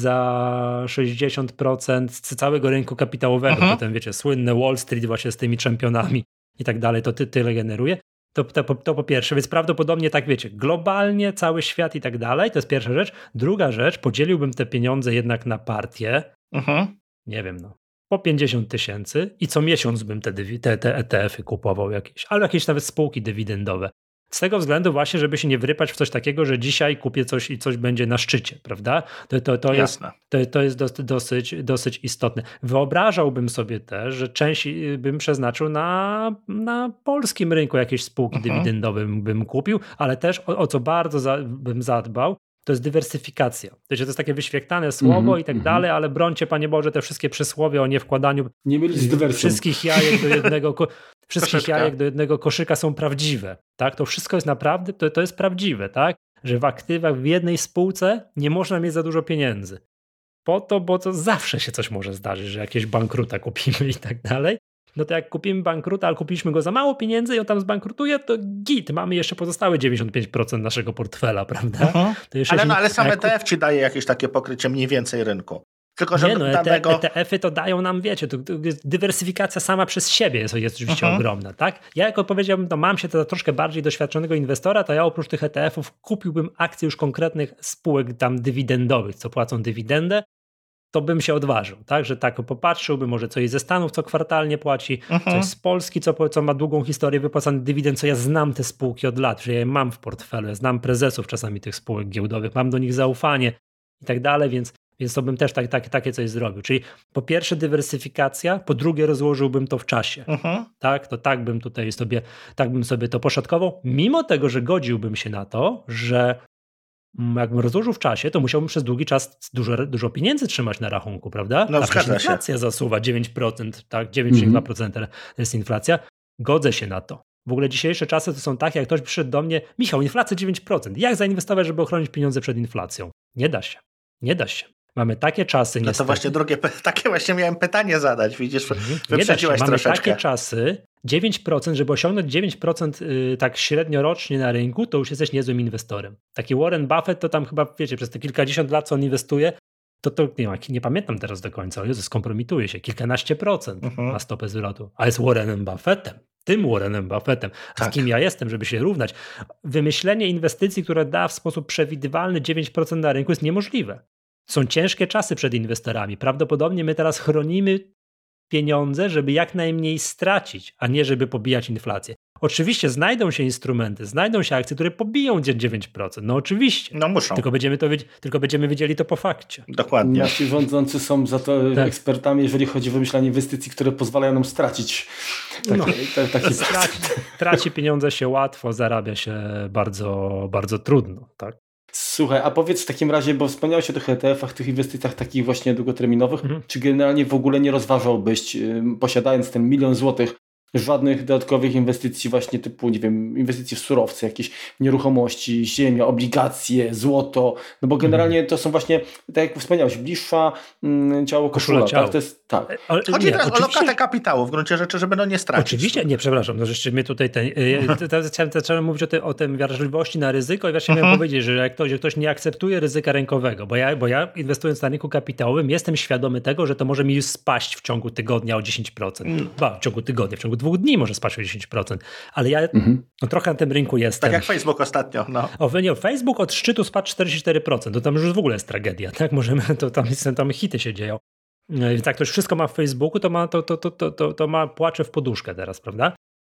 za sześćdziesiąt procent z całego rynku kapitałowego. Uh-huh. Potem wiecie, słynne Wall Street właśnie z tymi czempionami i tak dalej, to ty, tyle generuje. To, to, to po pierwsze, więc prawdopodobnie tak wiecie, globalnie cały świat i tak dalej, to jest pierwsza rzecz. Druga rzecz, podzieliłbym te pieniądze jednak na partie, uh-huh. nie wiem, no, po pięćdziesiąt tysięcy i co miesiąc bym te, te, te E T F-y kupował jakieś, albo jakieś nawet spółki dywidendowe. Z tego względu właśnie, żeby się nie wrypać w coś takiego, że dzisiaj kupię coś i coś będzie na szczycie, prawda? To, to, to, jest, to, to jest dos, dosyć, dosyć istotne. Wyobrażałbym sobie też, że część bym przeznaczył na, na polskim rynku jakieś spółki uh-huh. dywidendowe bym kupił, ale też o, o co bardzo za, bym zadbał, to jest dywersyfikacja. To jest takie wyświechtane słowo mm-hmm, i tak mm-hmm. dalej, ale brońcie, Panie Boże, te wszystkie przysłowie o niewkładaniu nie mylić z dywersją. Wszystkich jajek do jednego ko- wszystkich jajek do jednego koszyka są prawdziwe. Tak? To wszystko jest naprawdę, to, to jest prawdziwe, tak? Że w aktywach w jednej spółce nie można mieć za dużo pieniędzy. Po to, bo to zawsze się coś może zdarzyć, że jakieś bankruta kupimy i tak dalej. No to jak kupimy bankruta, ale kupiliśmy go za mało pieniędzy i on tam zbankrutuje, to git, mamy jeszcze pozostałe dziewięćdziesiąt pięć procent naszego portfela, prawda? Uh-huh. To ale, no, się... ale sam E T F ci daje jakieś takie pokrycie mniej więcej rynku. Tylko, że nie, no, danego... E T F-y to dają nam, wiecie, to, to jest dywersyfikacja sama przez siebie jest, jest oczywiście uh-huh. ogromna, tak? Ja jak odpowiedziałbym, to mam się to troszkę bardziej doświadczonego inwestora, to ja oprócz tych E T F-ów kupiłbym akcje już konkretnych spółek tam dywidendowych, co płacą dywidendę, to bym się odważył, tak, że tak popatrzyłbym, może coś ze Stanów, co kwartalnie płaci, uh-huh. coś z Polski, co, co ma długą historię wypłacanych dywidend, co ja znam te spółki od lat, że ja je mam w portfelu, ja znam prezesów czasami tych spółek giełdowych, mam do nich zaufanie i tak dalej, więc, więc to bym też tak, tak, takie coś zrobił. Czyli po pierwsze dywersyfikacja, po drugie rozłożyłbym to w czasie, uh-huh. tak, to tak bym tutaj sobie, tak bym sobie to poszatkował, mimo tego, że godziłbym się na to, że jakbym rozłożył w czasie, to musiałbym przez długi czas dużo, dużo pieniędzy trzymać na rachunku, prawda? No, a przecież inflacja się. zasuwa dziewięć procent, tak? dziewięć przecinek dwa procent mm-hmm. to jest inflacja. Godzę się na to. W ogóle dzisiejsze czasy to są takie, jak ktoś przyszedł do mnie, Michał, inflacja dziewięć procent. Jak zainwestować, żeby ochronić pieniądze przed inflacją? Nie da się. Nie da się. Mamy takie czasy. No niestety. to właśnie drugie, takie właśnie miałem pytanie zadać, widzisz, wyprzedziłeś Mamy troszeczkę. takie czasy, dziewięć procent, żeby osiągnąć dziewięć procent yy, tak średnio rocznie na rynku, to już jesteś niezłym inwestorem. Taki Warren Buffett to tam chyba, wiecie, przez te kilkadziesiąt lat, co on inwestuje, to, to nie, ma, nie pamiętam teraz do końca, o Jezu, skompromituje się, kilkanaście procent uh-huh. ma stopę zwrotu, a jest Warrenem Buffettem. tym Warrenem Buffettem, a tak. z kim ja jestem, żeby się równać. Wymyślenie inwestycji, która da w sposób przewidywalny dziewięć procent na rynku jest niemożliwe. Są ciężkie czasy przed inwestorami. Prawdopodobnie my teraz chronimy pieniądze, żeby jak najmniej stracić, a nie żeby pobijać inflację. Oczywiście znajdą się instrumenty, znajdą się akcje, które pobiją dziewięć procent. No oczywiście. No muszą. Tylko będziemy, to, tylko będziemy wiedzieli to po fakcie. Dokładnie. Nasi rządzący są za to tak. ekspertami, jeżeli chodzi o wymyślanie inwestycji, które pozwalają nam stracić. Takie, no. tak, takie traci, traci pieniądze się łatwo, zarabia się bardzo, bardzo trudno. Tak? Słuchaj, a powiedz w takim razie, bo wspomniałeś o tych E T F-ach, tych inwestycjach takich właśnie długoterminowych, mhm. czy generalnie w ogóle nie rozważałbyś, yy, posiadając ten milion złotych, żadnych dodatkowych inwestycji właśnie typu, nie wiem, inwestycje w surowce, jakieś nieruchomości, ziemia, obligacje, złoto, no bo generalnie to są właśnie, tak jak wspomniałeś, bliższa mm, ciało koszula, koszula tak? To jest, tak. Ale, Chodzi nie, teraz oczywiście... o lokatę kapitału w gruncie rzeczy, żeby no nie stracić. Oczywiście, nie, przepraszam, no rzeczywiście mnie tutaj ten, chciałem, chciałem mówić o, tej, o tym wrażliwości na ryzyko i właśnie uh-huh. miałem powiedzieć, że jak ktoś, że ktoś nie akceptuje ryzyka rynkowego, bo ja, bo ja inwestując na rynku kapitałowym jestem świadomy tego, że to może mi spaść w ciągu tygodnia o dziesięć procent. Mm. Ba, w ciągu tygodnia, w ciągu dwóch dni może spaść o dziesięć procent, ale ja mhm. no, trochę na tym rynku jestem. Tak jak Facebook ostatnio. No. O, nie, Facebook od szczytu spadł czterdzieści cztery procent, to tam już w ogóle jest tragedia, tak? Możemy, to tam, tam hity się dzieją. Więc jak ktoś wszystko ma w Facebooku, to ma, to, to, to, to, to, to ma płacze w poduszkę teraz, prawda?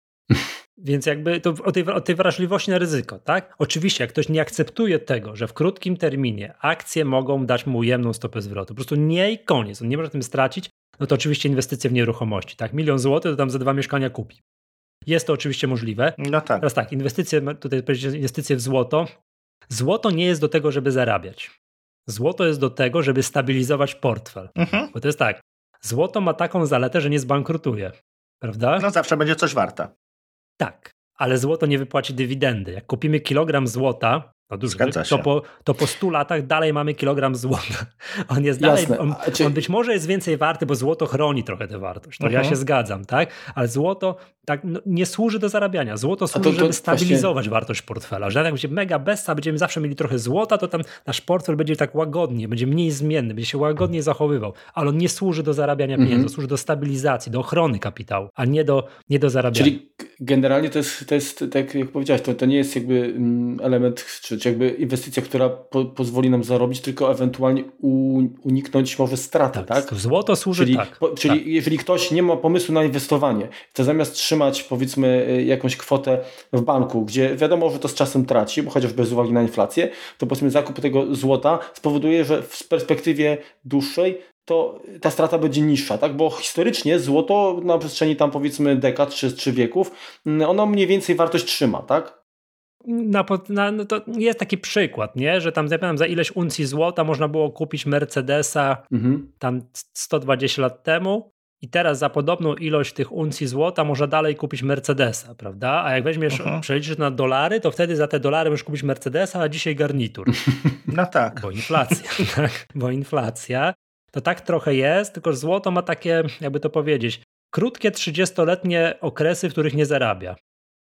Więc jakby to o tej, o tej wrażliwości na ryzyko, tak? Oczywiście, jak ktoś nie akceptuje tego, że w krótkim terminie akcje mogą dać mu ujemną stopę zwrotu, po prostu nie i koniec, on nie może tym stracić, no to oczywiście inwestycje w nieruchomości, tak? Milion złotych to tam za dwa mieszkania kupi. Jest to oczywiście możliwe. No tak. Teraz tak, inwestycje, tutaj inwestycje w złoto. Złoto nie jest do tego, żeby zarabiać. Złoto jest do tego, żeby stabilizować portfel. Mhm. Bo to jest tak, złoto ma taką zaletę, że nie zbankrutuje, prawda? No zawsze będzie coś warte. Tak, ale złoto nie wypłaci dywidendy. Jak kupimy kilogram złota, no dużo, to, po, to po stu latach dalej mamy kilogram złota. On jest dalej, on, on być może jest więcej warty, bo złoto chroni trochę tę wartość. To uh-huh. ja się zgadzam, tak? Ale złoto tak, no, nie służy do zarabiania. Złoto służy, to, to żeby stabilizować właśnie... wartość portfela. Że jak będzie mega bessa, będziemy zawsze mieli trochę złota, to tam nasz portfel będzie tak łagodnie, będzie mniej zmienny, będzie się łagodnie zachowywał. Ale on nie służy do zarabiania uh-huh. pieniędzy, służy do stabilizacji, do ochrony kapitału, a nie do, nie do zarabiania. Czyli generalnie to jest, to jest tak jak powiedziałeś, to, to nie jest jakby element, czy, czy jakby inwestycja, która po, pozwoli nam zarobić, tylko ewentualnie u, uniknąć może straty, tak? tak? Złoto służy czyli, tak. Po, czyli tak. jeżeli ktoś nie ma pomysłu na inwestowanie, to zamiast trzymać powiedzmy jakąś kwotę w banku, gdzie wiadomo, że to z czasem traci, bo chociażby z uwagi na inflację, to powiedzmy zakup tego złota spowoduje, że w perspektywie dłuższej to ta strata będzie niższa, tak? Bo historycznie złoto na przestrzeni tam powiedzmy dekad czy, czy wieków, ono mniej więcej wartość trzyma, tak? Na, na, no to jest taki przykład, nie? Że tam zapewne za ileś uncji złota można było kupić Mercedesa mhm. tam sto dwadzieścia lat temu i teraz za podobną ilość tych uncji złota można dalej kupić Mercedesa, prawda? A jak weźmiesz, uh-huh. przeliczysz na dolary, to wtedy za te dolary możesz kupić Mercedesa, a dzisiaj garnitur. No tak. Bo inflacja, tak? Bo inflacja. To tak trochę jest, tylko złoto ma takie, jakby to powiedzieć, krótkie trzydziestoletnie okresy, w których nie zarabia.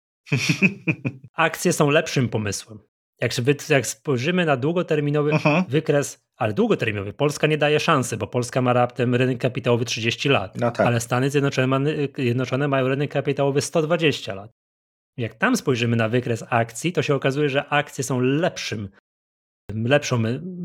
Akcje są lepszym pomysłem. Jak, jak spojrzymy na długoterminowy uh-huh. wykres, ale długoterminowy, Polska nie daje szansy, bo Polska ma raptem rynek kapitałowy trzydzieści lat, no tak. ale Stany Zjednoczone, ma, Zjednoczone mają rynek kapitałowy sto dwadzieścia lat. Jak tam spojrzymy na wykres akcji, to się okazuje, że akcje są lepszym, lepszą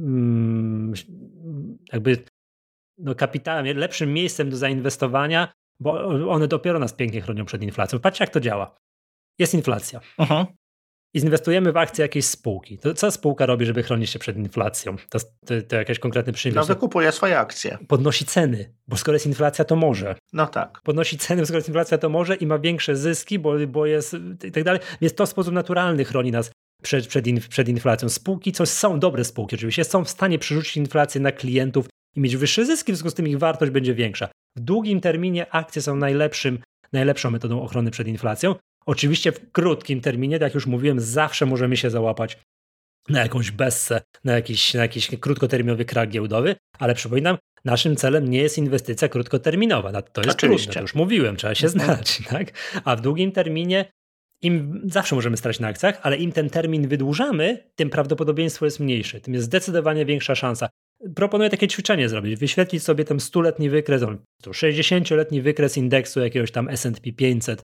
jakby no kapitałem, lepszym miejscem do zainwestowania, bo one dopiero nas pięknie chronią przed inflacją. Patrzcie, jak to działa. Jest inflacja. Uh-huh. I inwestujemy w akcje jakiejś spółki. To co spółka robi, żeby chronić się przed inflacją? To, to, to jakiś konkretny przykład. No wykupuje swoje akcje. Podnosi ceny, bo skoro jest inflacja, to może. No tak. Podnosi ceny, skoro jest inflacja, to może i ma większe zyski, bo, bo jest i tak dalej. Więc to w sposób naturalny chroni nas przed, przed, in, przed inflacją. Spółki, co są dobre spółki oczywiście, są w stanie przerzucić inflację na klientów i mieć wyższe zyski, w związku z tym ich wartość będzie większa. W długim terminie akcje są najlepszym, najlepszą metodą ochrony przed inflacją. Oczywiście w krótkim terminie, jak już mówiłem, zawsze możemy się załapać na jakąś bessę, na jakiś, na jakiś krótkoterminowy krach giełdowy, ale przypominam, naszym celem nie jest inwestycja krótkoterminowa. To jest Oczywiście. trudne, to już mówiłem, trzeba się znać. Tak? A w długim terminie im zawsze możemy stracić na akcjach, ale im ten termin wydłużamy, tym prawdopodobieństwo jest mniejsze, tym jest zdecydowanie większa szansa. Proponuję takie ćwiczenie zrobić, wyświetlić sobie ten stuletni wykres, sześćdziesięcioletni wykres indeksu jakiegoś tam S and P pięćset,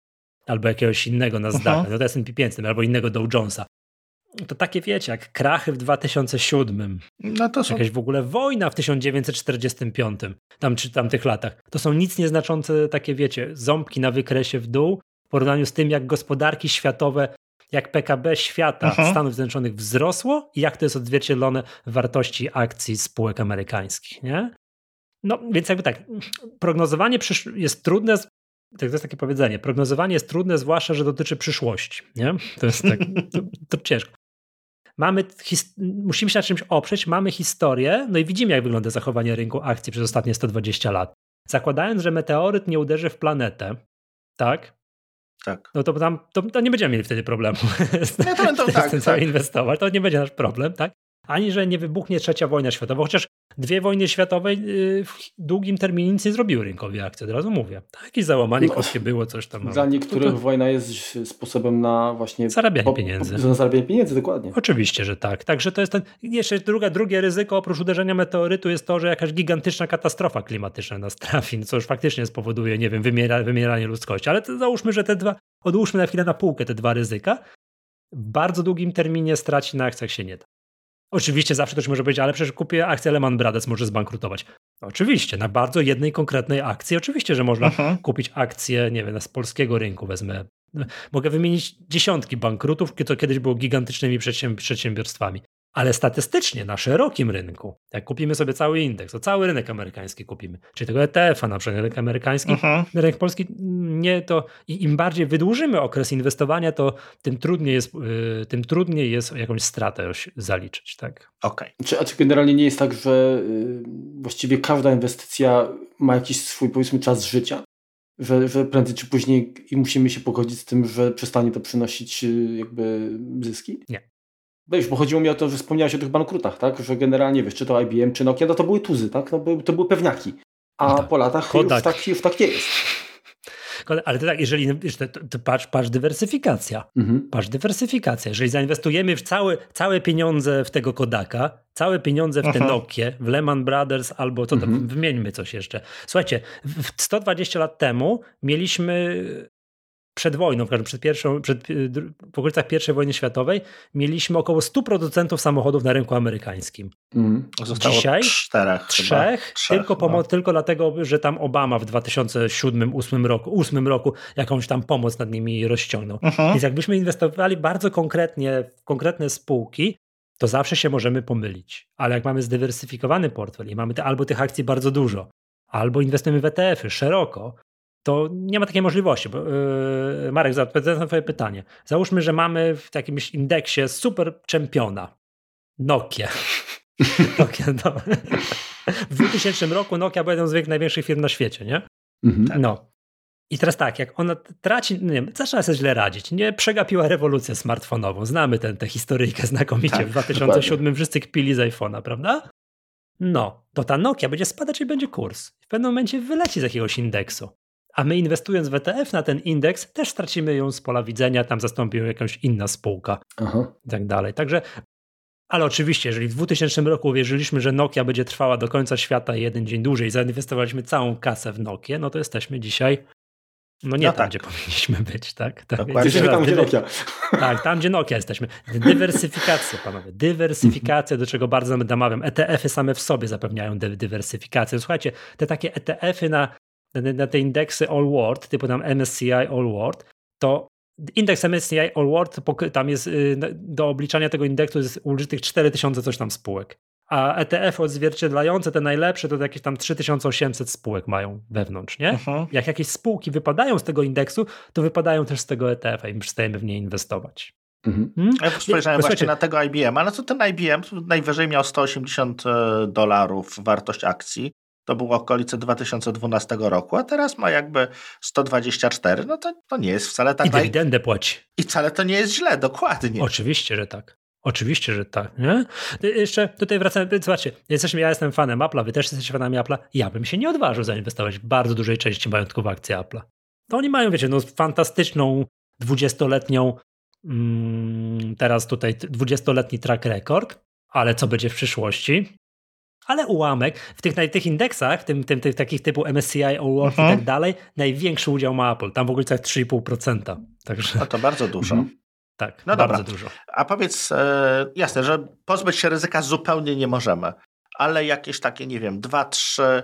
albo jakiegoś innego Nasdaqa, uh-huh. no to S and P pięćset, albo innego Dow Jonesa. To takie wiecie, jak krachy w dwa tysiące siódmym, no to są... jakaś w ogóle wojna w tysiąc dziewięćset czterdziestym piątym, tam czy tamtych latach. To są nic nieznaczące takie, wiecie, ząbki na wykresie w dół w porównaniu z tym, jak gospodarki światowe, jak P K B świata uh-huh. Stanów Zjednoczonych wzrosło i jak to jest odzwierciedlone w wartości akcji spółek amerykańskich, nie? No, więc jakby tak, prognozowanie przysz- jest trudne, to jest takie powiedzenie, prognozowanie jest trudne, zwłaszcza, że dotyczy przyszłości, nie? To jest tak, to, to ciężko. Mamy his- musimy się na czymś oprzeć, mamy historię, no i widzimy, jak wygląda zachowanie rynku akcji przez ostatnie sto dwadzieścia lat. Zakładając, że meteoryt nie uderzy w planetę, tak? Tak. No to tam to, to nie będziemy mieli wtedy problemu Nie, to, to, tak, tak. inwestować, to nie będzie nasz problem, tak? Ani, że nie wybuchnie trzecia wojna światowa, chociaż dwie wojny światowe w długim terminie nic nie zrobiły rynkowi akcji, od razu mówię. Tak, jakieś załamanie no, kostkie było, coś tam. Dla niektórych to, to... wojna jest sposobem na właśnie... Zarabianie po, pieniędzy. Po, na zarabianie pieniędzy, dokładnie. Oczywiście, że tak. Także to jest ten... Jeszcze druga, drugie ryzyko oprócz uderzenia meteorytu jest to, że jakaś gigantyczna katastrofa klimatyczna nas trafi, co już faktycznie spowoduje, nie wiem, wymiera, wymieranie ludzkości. Ale to załóżmy, że te dwa... Odłóżmy na chwilę na półkę te dwa ryzyka. W bardzo długim terminie stracić na akcjach się nie da. Oczywiście zawsze ktoś może powiedzieć, ale przecież kupię akcję Lehman Brothers, może zbankrutować. Oczywiście, na bardzo jednej konkretnej akcji, oczywiście, że można uh-huh. kupić akcję, nie wiem, z polskiego rynku wezmę. Mogę wymienić dziesiątki bankrutów, to kiedyś było gigantycznymi przedsiębiorstwami. Ale statystycznie na szerokim rynku, jak kupimy sobie cały indeks, to cały rynek amerykański kupimy, czyli tego E T F a na przykład rynek amerykański, uh-huh. rynek polski, nie to i im bardziej wydłużymy okres inwestowania, to tym trudniej jest, yy, tym trudniej jest jakąś stratę zaliczyć. Tak? Okay. Czy, a czy generalnie nie jest tak, że yy, właściwie każda inwestycja ma jakiś swój, powiedzmy, czas życia? Że, że prędzej czy później i musimy się pogodzić z tym, że przestanie to przynosić yy, jakby zyski? Nie. Wiesz, bo chodziło mi o to, że wspomniałeś o tych bankrutach, tak? Że generalnie, wiesz, czy to I B M, czy Nokia, no to były tuzy, tak? No, były, to były pewniaki. A no tak. po latach już tak, już tak nie jest. Ale to tak, jeżeli to, to patrz, patrz dywersyfikacja. Mhm. Patrz dywersyfikacja. Jeżeli zainwestujemy w całe, całe pieniądze w tego Kodaka, całe pieniądze w te uh-huh. Nokie, w Lehman Brothers albo co to, mhm. wymieńmy coś jeszcze. Słuchajcie, sto dwadzieścia lat temu mieliśmy... Przed wojną, przed pierwszą, przed, w okolicach pierwszej wojny światowej mieliśmy około stu producentów samochodów na rynku amerykańskim. Mm. Zostało Dzisiaj czterech, trzech, trzech tylko, pomo- no. tylko dlatego, że tam Obama w dwa tysiące siódmym, ósmym roku, ósmym roku jakąś tam pomoc nad nimi rozciągnął. Uh-huh. Więc jakbyśmy inwestowali bardzo konkretnie w konkretne spółki, to zawsze się możemy pomylić. Ale jak mamy zdywersyfikowany portfel i mamy te, albo tych akcji bardzo dużo, albo inwestujemy w E T F y szeroko, to nie ma takiej możliwości. Bo, yy, Marek, odpowiadając na twoje pytanie. Załóżmy, że mamy w jakimś indeksie super czempiona. Nokia. Nokia no. W dwutysięcznym roku Nokia była jedną z największych firm na świecie, nie? Mhm. No. I teraz tak, jak ona traci, nie wiem, zaczyna sobie źle radzić, nie przegapiła rewolucję smartfonową. Znamy tę, tę historyjkę znakomicie. Tak, w dwa tysiące siódmym wszyscy kpili z iPhone'a, prawda? No, to ta Nokia będzie spadać i będzie kurs. W pewnym momencie wyleci z jakiegoś indeksu. A my inwestując w E T F na ten indeks, też stracimy ją z pola widzenia, tam zastąpi ją jakaś inna spółka. Aha. I tak dalej. Także, ale oczywiście, jeżeli w dwutysięcznym roku uwierzyliśmy, że Nokia będzie trwała do końca świata jeden dzień dłużej i zainwestowaliśmy całą kasę w Nokię, no to jesteśmy dzisiaj, no nie no tam, tak. gdzie powinniśmy być. Tak, tak. Jesteśmy tam, gdzie Nokia. Tak, tam, gdzie Nokia jesteśmy. Dywersyfikacja, panowie. Dywersyfikacja, do czego bardzo namawiam. E T F y same w sobie zapewniają dy- dywersyfikację. Słuchajcie, te takie E T F y na na te indeksy All World, typu tam M S C I All World, to indeks M S C I All World, tam jest do obliczania tego indeksu jest użytych cztery tysiące coś tam spółek. A E T F odzwierciedlające te najlepsze to jakieś tam trzy tysiące osiemset spółek mają wewnątrz, nie? Uh-huh. Jak jakieś spółki wypadają z tego indeksu, to wypadają też z tego E T F a i przestajemy w nie inwestować. Mhm. Hmm? Ja spojrzałem właśnie słuchajcie, na tego I B M, ale co ten I B M najwyżej miał sto osiemdziesiąt dolarów wartość akcji. To było okolice dwa tysiące dwunastego roku, a teraz ma jakby sto dwadzieścia cztery, no to, to nie jest wcale tak... I dywidendę naj... płaci. I wcale to nie jest źle, dokładnie. Oczywiście, że tak. Oczywiście, że tak. Nie? Jeszcze tutaj wracamy, zobaczcie, jesteśmy, ja jestem fanem Apple'a, wy też jesteście fanami Apple'a, ja bym się nie odważył zainwestować w bardzo dużej części majątku w akcje Apple'a. To oni mają, wiecie, no fantastyczną dwudziestoletnią mm, teraz tutaj dwudziestoletni track record, ale co będzie w przyszłości? ale ułamek w tych, na tych indeksach, tym, tym, tych takich typu M S C I, All World mhm. i tak dalej, największy udział ma Apple, tam w okolicach trzy i pół procent. Także... No to bardzo dużo. Mhm. Tak, no bardzo dobra. dużo. A powiedz, e, jasne, że pozbyć się ryzyka zupełnie nie możemy, ale jakieś takie, nie wiem, dwa, trzy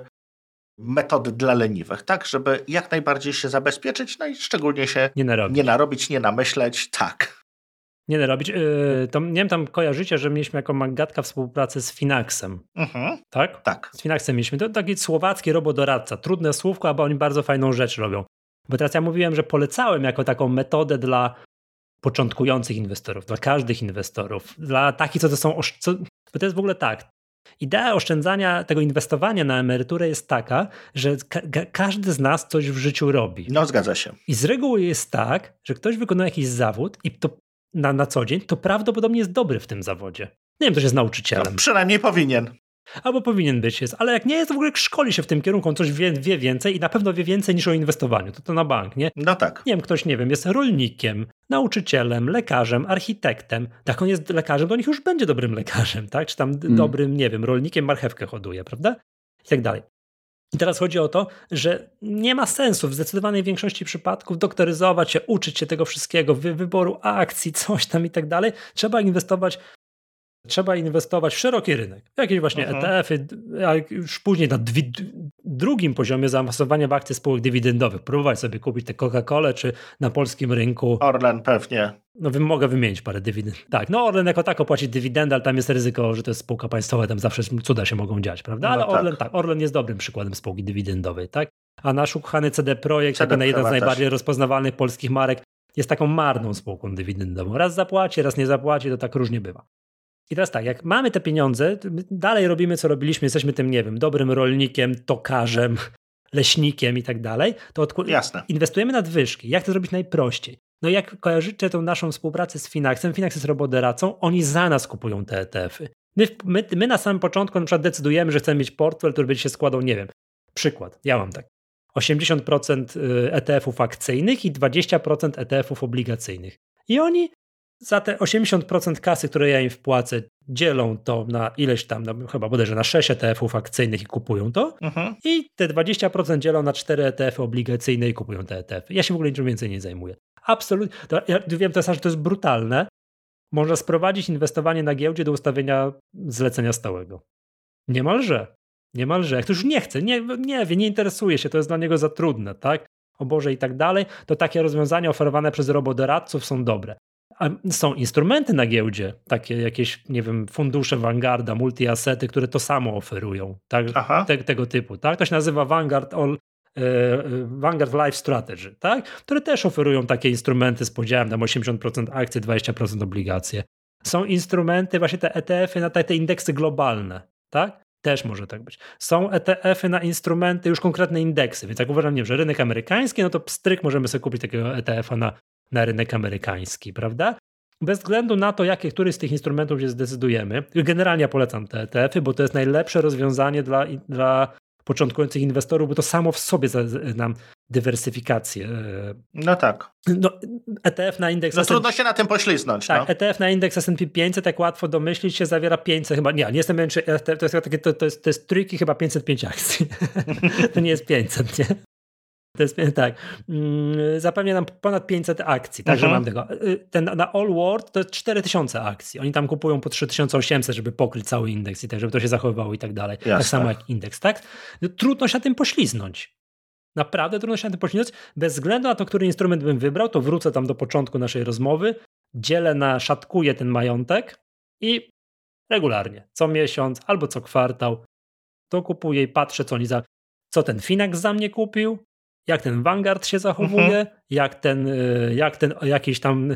metody dla leniwych, tak, żeby jak najbardziej się zabezpieczyć, no i szczególnie się nie narobić, nie, narobić, nie namyśleć, tak. Nie narobić. Yy, to, nie wiem, tam kojarzycie, że mieliśmy jako Magatka współpracę z Finaxem, mhm. tak? Tak. Z Finaxem mieliśmy. To taki słowacki robodoradca. Trudne słówko, ale oni bardzo fajną rzecz robią. Bo teraz ja mówiłem, że polecałem jako taką metodę dla początkujących inwestorów, dla każdych inwestorów, dla takich, co to są... Co, bo to jest w ogóle tak. Idea oszczędzania, tego inwestowania na emeryturę jest taka, że ka- każdy z nas coś w życiu robi. No, zgadza się. I z reguły jest tak, że ktoś wykonuje jakiś zawód i to na, na co dzień, to prawdopodobnie jest dobry w tym zawodzie. Nie wiem, ktoś jest nauczycielem. No, przynajmniej powinien. Albo powinien być, jest, ale jak nie jest, to w ogóle szkoli się w tym kierunku, on coś wie, wie więcej i na pewno wie więcej niż o inwestowaniu. To to na bank, nie? No tak. Nie wiem, ktoś, nie wiem, jest rolnikiem, nauczycielem, lekarzem, architektem. Tak, on jest lekarzem, to niech już będzie dobrym lekarzem, tak? Czy tam mm. dobrym, nie wiem, rolnikiem marchewkę hoduje, prawda? I tak dalej. I teraz chodzi o to, że nie ma sensu w zdecydowanej większości przypadków doktoryzować się, uczyć się tego wszystkiego, wy, wyboru akcji, coś tam i tak dalej. Trzeba inwestować Trzeba inwestować w szeroki rynek. Jakieś właśnie mhm. E T F-y, a już później na dwi, drugim poziomie zaawansowania w akcje spółek dywidendowych. Próbować sobie kupić te Coca-Colę, czy na polskim rynku. Orlen pewnie. No mogę wymienić parę dywidend. Tak, no Orlen jako tako płaci dywidendę, ale tam jest ryzyko, że to jest spółka państwowa, tam zawsze cuda się mogą dziać, prawda? Ale no tak. Orlen tak, Orlen jest dobrym przykładem spółki dywidendowej, tak? A nasz ukochany C D Projekt, jako na jeden z najbardziej też. rozpoznawalnych polskich marek, jest taką marną spółką dywidendową. Raz zapłaci, raz nie zapłaci, to tak różnie bywa. I teraz tak, jak mamy te pieniądze, dalej robimy, co robiliśmy, jesteśmy tym, nie wiem, dobrym rolnikiem, tokarzem, leśnikiem i tak dalej, to odku- Jasne. inwestujemy nadwyżki. Jak to zrobić najprościej? No jak kojarzycie tą naszą współpracę z Finaxem, Finax jest robodoradcą, oni za nas kupują te E T F-y. My, my, my na samym początku na przykład decydujemy, że chcemy mieć portfel, który będzie się składał, nie wiem, przykład, ja mam tak, osiemdziesiąt procent E T F-ów akcyjnych i dwadzieścia procent E T F-ów obligacyjnych. I oni za te osiemdziesiąt procent kasy, które ja im wpłacę, dzielą to na ileś tam, no, chyba bodajże na sześć E T F-ów akcyjnych i kupują to. Mhm. I te dwadzieścia procent dzielą na cztery E T F-y obligacyjne i kupują te E T F-y. Ja się w ogóle niczym więcej nie zajmuję. Absolutnie. To, ja wiem też, że to jest brutalne. Można sprowadzić inwestowanie na giełdzie do ustawienia zlecenia stałego. Niemalże. Niemalże. Jak to już nie chce, nie, nie wie, nie interesuje się, to jest dla niego za trudne, tak? O Boże i tak dalej. To takie rozwiązania oferowane przez robodoradców są dobre. A są instrumenty na giełdzie, takie jakieś, nie wiem, fundusze Vanguarda, multi-asety, które to samo oferują, tak? Te, tego typu, tak? To się nazywa Vanguard, All, e, Vanguard Life Strategy, tak? Które też oferują takie instrumenty z podziałem tam osiemdziesiąt procent akcje, dwadzieścia procent obligacje. Są instrumenty, właśnie te E T F-y na te, te indeksy globalne, tak? Też może tak być. Są E T F-y na instrumenty, już konkretne indeksy, więc jak uważam, nie wiem, że rynek amerykański, no to pstryk możemy sobie kupić takiego E T F-a na na rynek amerykański, prawda? Bez względu na to, jakie, który z tych instrumentów się zdecydujemy. Generalnie ja polecam te E T F-y, bo to jest najlepsze rozwiązanie dla, dla początkujących inwestorów, bo to samo w sobie nam dywersyfikację. No tak. No, E T F na indeks... No trudno się na tym pośliznąć. Tak, no. E T F na indeks S and P pięćset, tak łatwo domyślić się, zawiera pięćset chyba, nie, nie jestem pewien, czy to jest takie, to, to jest, to jest trójki chyba pięćset pięć akcji. To nie jest pięćset, nie? To jest, tak, zapewnia nam ponad pięćset akcji, także mhm. mam tego. Ten, na All World to jest cztery tysiące akcji. Oni tam kupują po trzy tysiące osiemset, żeby pokryć cały indeks i tak, żeby to się zachowywało i tak dalej. Jasne. Tak samo jak indeks, tak? Trudno się na tym pośliznąć. Naprawdę trudno się na tym pośliznąć. Bez względu na to, który instrument bym wybrał, to wrócę tam do początku naszej rozmowy, dzielę na, szatkuję ten majątek i regularnie, co miesiąc albo co kwartał, to kupuję i patrzę, co oni za, co ten Finax za mnie kupił, jak ten Vanguard się zachowuje, mhm. jak ten, jak ten jakiś tam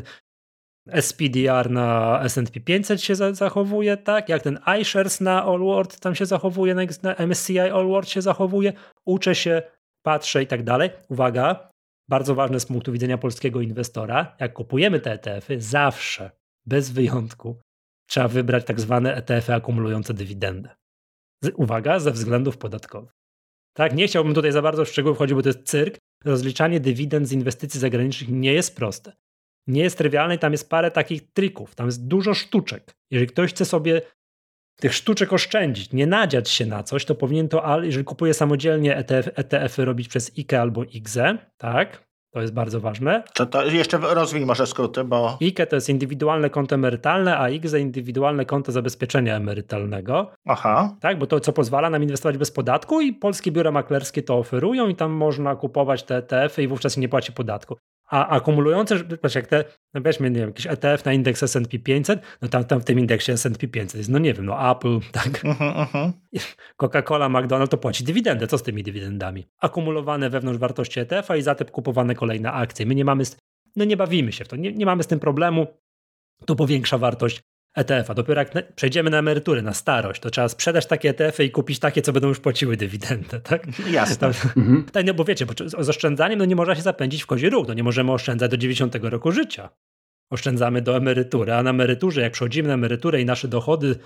S P D R na S and P pięćset się za, zachowuje, tak? Jak ten iShares na All World tam się zachowuje, na, na M S C I All World się zachowuje, uczę się, patrzę i tak dalej. Uwaga, bardzo ważne z punktu widzenia polskiego inwestora, jak kupujemy te E T F-y, zawsze, bez wyjątku, trzeba wybrać tak zwane E T F-y akumulujące dywidendę. Uwaga, ze względów podatkowych. Tak, nie chciałbym tutaj za bardzo w szczegóły wchodzić, bo to jest cyrk. Rozliczanie dywidend z inwestycji zagranicznych nie jest proste. Nie jest trywialne i tam jest parę takich trików. Tam jest dużo sztuczek. Jeżeli ktoś chce sobie tych sztuczek oszczędzić, nie nadziać się na coś, to powinien to, jeżeli kupuję samodzielnie E T F, E T F-y robić przez I K E albo I G Z E, tak? To jest bardzo ważne. To, to jeszcze rozwij może skróty, bo... I K E to jest indywidualne konto emerytalne, a I G Z E indywidualne konto zabezpieczenia emerytalnego. Aha. Tak, bo to co pozwala nam inwestować bez podatku i polskie biura maklerskie to oferują i tam można kupować te E T F-y i wówczas nie płaci podatku. A akumulujące, jak te, no weźmy, nie wiem, jakiś E T F na indeks S and P pięćset, no tam, tam w tym indeksie S and P pięćset jest, no nie wiem, no Apple, tak, uh-huh, uh-huh. Coca-Cola, McDonald's to płaci dywidendę, co z tymi dywidendami? Akumulowane wewnątrz wartości E T F-a i za te kupowane kolejne akcje. My nie mamy, no nie bawimy się w to, nie, nie mamy z tym problemu, to powiększa wartość E T F-a. Dopiero jak na, przejdziemy na emeryturę, na starość, to trzeba sprzedać takie E T F-y i kupić takie, co będą już płaciły dywidendę, tak? Jasne. Mhm. Tak, no bo wiecie, bo z oszczędzaniem no nie można się zapędzić w kozi róg, no nie możemy oszczędzać do dziewięćdziesiątego roku życia. Oszczędzamy do emerytury, a na emeryturze, jak przechodzimy na emeryturę i nasze dochody,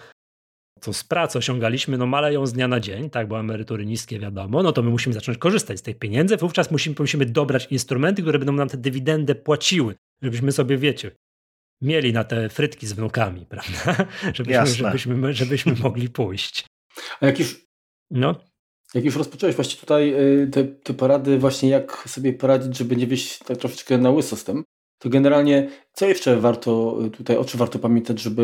co z pracy osiągaliśmy, no maleją z dnia na dzień, tak, bo emerytury niskie wiadomo, no to my musimy zacząć korzystać z tych pieniędzy, wówczas musimy, musimy dobrać instrumenty, które będą nam tę dywidendę płaciły, żebyśmy sobie, wiecie, mieli na te frytki z wnukami, prawda? Żebyśmy, żebyśmy, żebyśmy mogli pójść. A jak już, no. jak już rozpocząłeś właśnie tutaj te, te porady właśnie jak sobie poradzić, żeby nie wyjść tak troszeczkę na łyso z tym, to generalnie co jeszcze warto tutaj, o czym warto pamiętać, żeby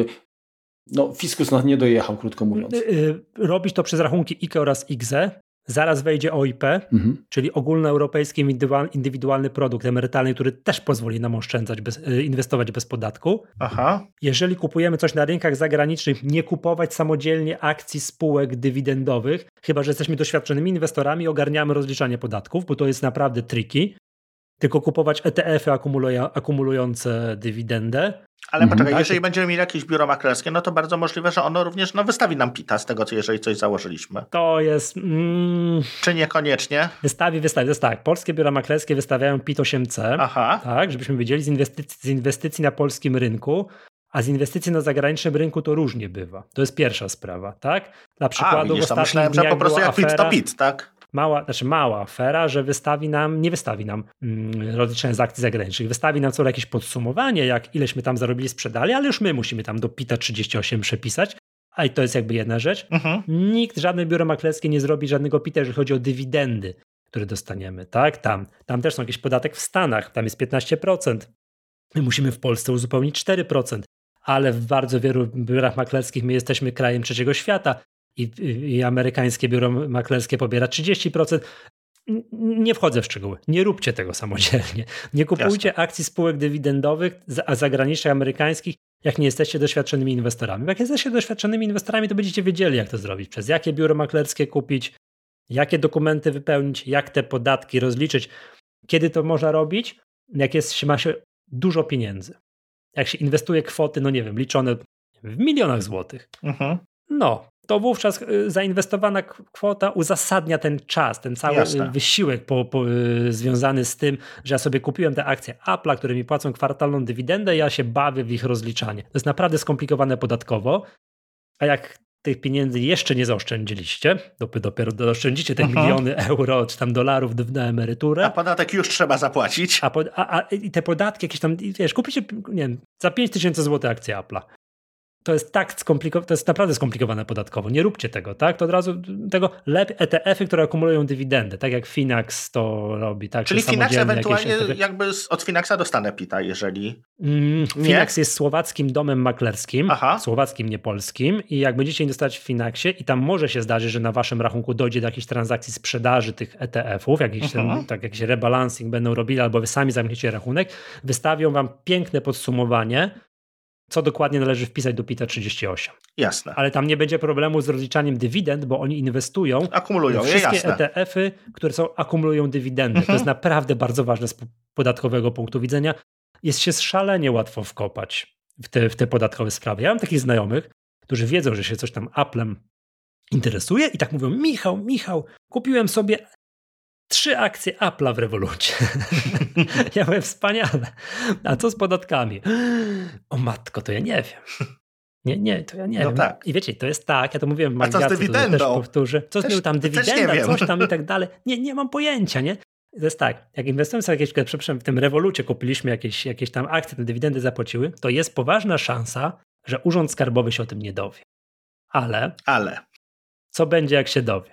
no, fiskus nas nie dojechał, krótko mówiąc. Robić to przez rachunki I K E oraz I G Z E. Zaraz wejdzie O I P, mhm. czyli ogólnoeuropejski indywidualny produkt emerytalny, który też pozwoli nam oszczędzać, bez, inwestować bez podatku. Aha. Jeżeli kupujemy coś na rynkach zagranicznych, nie kupować samodzielnie akcji spółek dywidendowych, chyba że jesteśmy doświadczonymi inwestorami i ogarniamy rozliczanie podatków, bo to jest naprawdę tricky. Tylko kupować E T F-y akumuluja, akumulujące dywidendę. Ale mhm, poczekaj, tak? Jeżeli będziemy mieli jakieś biuro maklerskie, no to bardzo możliwe, że ono również no, wystawi nam pita z tego, co jeżeli coś założyliśmy. To jest... Mm, Czy niekoniecznie? Wystawi, wystawi. To jest tak, polskie biura maklerskie wystawiają pit osiem C, Aha. tak, żebyśmy wiedzieli z inwestycji, z inwestycji na polskim rynku, a z inwestycji na zagranicznym rynku to różnie bywa. To jest pierwsza sprawa, tak? Dla przykładu a, widzisz, w ostatnich myślałem, że po prostu jak pit to pit, tak? Mała, znaczy mała afera, że wystawi nam, nie wystawi nam mm, rozliczenia z akcji zagranicznych, wystawi nam co jakieś podsumowanie, jak ileśmy tam zarobili, sprzedali, ale już my musimy tam do pita trzydzieści osiem przepisać, a i to jest jakby jedna rzecz. Mhm. Nikt, żadne biuro maklerskie nie zrobi żadnego pita, jeżeli chodzi o dywidendy, które dostaniemy, tak? Tam, tam też są jakieś podatek w Stanach, tam jest piętnaście procent. My musimy w Polsce uzupełnić cztery procent, ale w bardzo wielu biurach maklerskich my jesteśmy krajem trzeciego świata, I, i amerykańskie biuro maklerskie pobiera trzydzieści procent. Nie wchodzę w szczegóły. Nie róbcie tego samodzielnie. Nie kupujcie Jasne. akcji spółek dywidendowych, a zagranicznych, amerykańskich, jak nie jesteście doświadczonymi inwestorami. Bo jak jesteście doświadczonymi inwestorami, to będziecie wiedzieli, jak to zrobić. Przez jakie biuro maklerskie kupić, jakie dokumenty wypełnić, jak te podatki rozliczyć. Kiedy to można robić? Jak jest, ma się dużo pieniędzy. Jak się inwestuje kwoty, no nie wiem, liczone w milionach złotych. Mhm. No, to wówczas zainwestowana kwota uzasadnia ten czas, ten cały Jasne. wysiłek po, po, związany z tym, że ja sobie kupiłem te akcje Apple'a, które mi płacą kwartalną dywidendę i ja się bawię w ich rozliczanie. To jest naprawdę skomplikowane podatkowo, a jak tych pieniędzy jeszcze nie zaoszczędziliście, dopiero zaoszczędzicie te Aha. miliony euro czy tam dolarów na emeryturę. A podatek już trzeba zapłacić. A, po, a, a i te podatki jakieś tam, wiesz, kupicie nie wiem, za pięć tysięcy złotych akcje Apple'a. To jest tak skomplikowane, to jest naprawdę skomplikowane podatkowo. Nie róbcie tego, tak? To od razu tego lepiej E T F-y, które akumulują dywidendy, tak jak Finax to robi. Tak? Czyli Finax ewentualnie jakieś... jakby od Finaxa dostanę pita, jeżeli... Mm, Finax jest słowackim domem maklerskim, Aha. słowackim, nie polskim i jak będziecie inwestować w Finaxie i tam może się zdarzyć, że na waszym rachunku dojdzie do jakichś transakcji sprzedaży tych E T F-ów, jakiś, ten, tak, jakiś rebalancing będą robili albo wy sami zamkniecie rachunek, wystawią wam piękne podsumowanie, co dokładnie należy wpisać do pita trzydzieści osiem. Jasne. Ale tam nie będzie problemu z rozliczaniem dywidend, bo oni inwestują akumulują w wszystkie je, jasne. E T F-y, które są, akumulują dywidendy. Mhm. To jest naprawdę bardzo ważne z podatkowego punktu widzenia. Jest się szalenie łatwo wkopać w te, w te podatkowe sprawy. Ja mam takich znajomych, którzy wiedzą, że się coś tam Apple'em interesuje i tak mówią, Michał, Michał, kupiłem sobie trzy akcje Apple'a w Revolucie. Ja mówię, wspaniale. A co z podatkami? O matko, to ja nie wiem. Nie, nie, to ja nie no wiem. Tak. I wiecie, to jest tak, ja to mówiłem w Magdiace, A co z dywidendą? To też powtórzę. Co z tam dywidenda, coś tam i tak dalej. Nie, nie mam pojęcia, nie? To jest tak, jak inwestujemy sobie jakieś, przepraszam, w tym Revolucie kupiliśmy jakieś, jakieś tam akcje, te dywidendy zapłaciły, to jest poważna szansa, że Urząd Skarbowy się o tym nie dowie. Ale, Ale. co będzie, jak się dowie?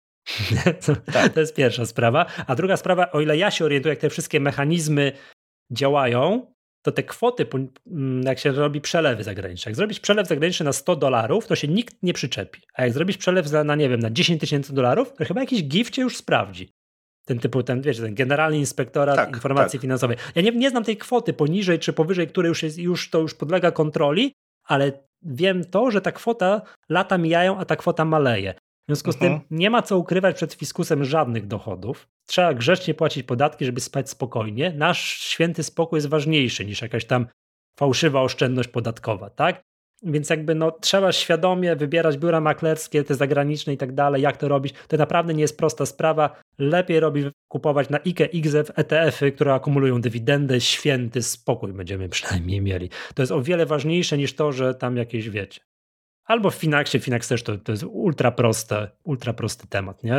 Tak. To jest pierwsza sprawa. A druga sprawa, o ile ja się orientuję, jak te wszystkie mechanizmy działają, to te kwoty, jak się robi przelewy zagraniczne, jak zrobić przelew zagraniczny na sto dolarów, to się nikt nie przyczepi. A jak zrobisz przelew na, na nie wiem, na dziesięć tysięcy dolarów, to chyba jakiś gif cię już sprawdzi. Ten typu, ten, wiecie, ten Generalny Inspektorat tak, Informacji tak. Finansowej. Ja nie, nie znam tej kwoty poniżej czy powyżej, której już, jest, już to już podlega kontroli, ale wiem to, że ta kwota, lata mijają, a ta kwota maleje. W związku z Mhm. tym nie ma co ukrywać przed fiskusem żadnych dochodów. Trzeba grzecznie płacić podatki, żeby spać spokojnie. Nasz święty spokój jest ważniejszy niż jakaś tam fałszywa oszczędność podatkowa, tak? Więc jakby no, trzeba świadomie wybierać biura maklerskie, te zagraniczne i tak dalej, jak to robić. To naprawdę nie jest prosta sprawa. Lepiej robić kupować na I K E, I K Z E W, E T F y, które akumulują dywidendę, święty spokój będziemy przynajmniej mieli. To jest o wiele ważniejsze niż to, że tam jakieś wiecie. Albo w Finaxie, Finax też to, to jest ultra proste, ultra prosty temat, nie?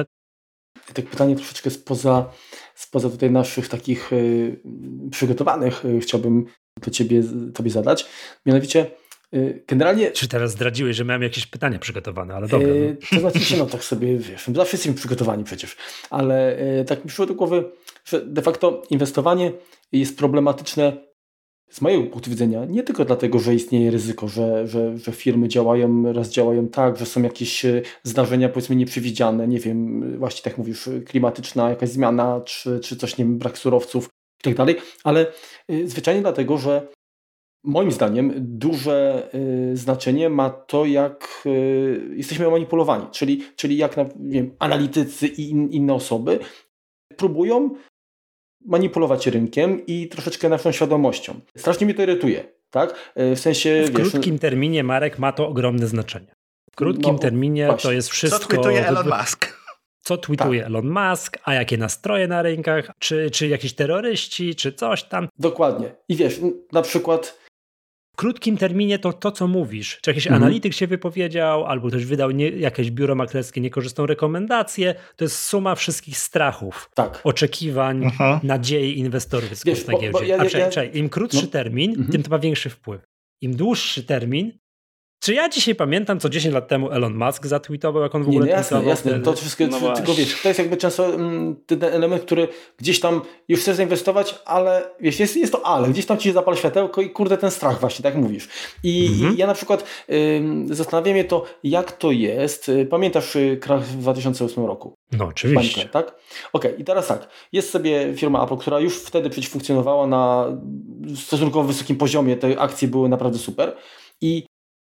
Tak pytanie troszeczkę spoza, spoza tutaj naszych takich y, przygotowanych y, chciałbym do ciebie, tobie zadać. Mianowicie y, generalnie... Czy teraz zdradziłeś, że miałem jakieś pytania przygotowane, ale dobra. Y, to znaczy się, no tak sobie, wiesz, zawsze jesteśmy przygotowani przecież, ale y, tak mi przyszło do głowy, że de facto inwestowanie jest problematyczne z mojego punktu widzenia, nie tylko dlatego, że istnieje ryzyko, że, że, że firmy działają, raz działają tak, że są jakieś zdarzenia powiedzmy nieprzewidziane, nie wiem, właśnie tak mówisz, klimatyczna jakaś zmiana, czy, czy coś, nie wiem, brak surowców i tak dalej, ale y, zwyczajnie dlatego, że moim zdaniem duże y, znaczenie ma to, jak y, jesteśmy manipulowani, czyli, czyli jak na, nie wiem, analitycy i in, inne osoby próbują manipulować rynkiem i troszeczkę naszą świadomością. Strasznie mnie to irytuje, tak? W sensie... W wiesz, krótkim terminie, Marek, ma to ogromne znaczenie. W krótkim no, terminie właśnie. to jest wszystko... Co tweetuje Elon Musk? Co tweetuje tak. Elon Musk, a jakie nastroje na rynkach, czy, czy jakiś terroryści, czy coś tam. Dokładnie. I wiesz, na przykład... W krótkim terminie to, to co mówisz, czy jakiś mhm. analityk się wypowiedział, albo ktoś wydał nie, jakieś biuro maklerskie niekorzystną rekomendację, to jest suma wszystkich strachów, tak. oczekiwań, uh-huh. nadziei inwestorów wiesz, na giełdzie. Ja, ja, a czekaj, ja... czekaj, im krótszy no. termin, uh-huh. tym to ma większy wpływ. Im dłuższy termin, czy ja dzisiaj pamiętam, co dziesięć lat temu Elon Musk zatweetował, jak on w nie, ogóle nie, jasne, tweetował? jasne, to wszystko, no tylko wiesz, to jest jakby często mm, ten element, który gdzieś tam już chcesz zainwestować, ale wiesz, jest, jest to ale, gdzieś tam ci się zapala światełko i kurde ten strach właśnie, tak jak mówisz. I, mhm. i ja na przykład ym, zastanawiam mnie to, jak to jest. Pamiętasz krach w dwa tysiące ósmym roku? No oczywiście. Bańkę, tak? Okej, okay, i teraz tak, jest sobie firma Apple, która już wtedy przecież funkcjonowała na stosunkowo wysokim poziomie, te akcje były naprawdę super i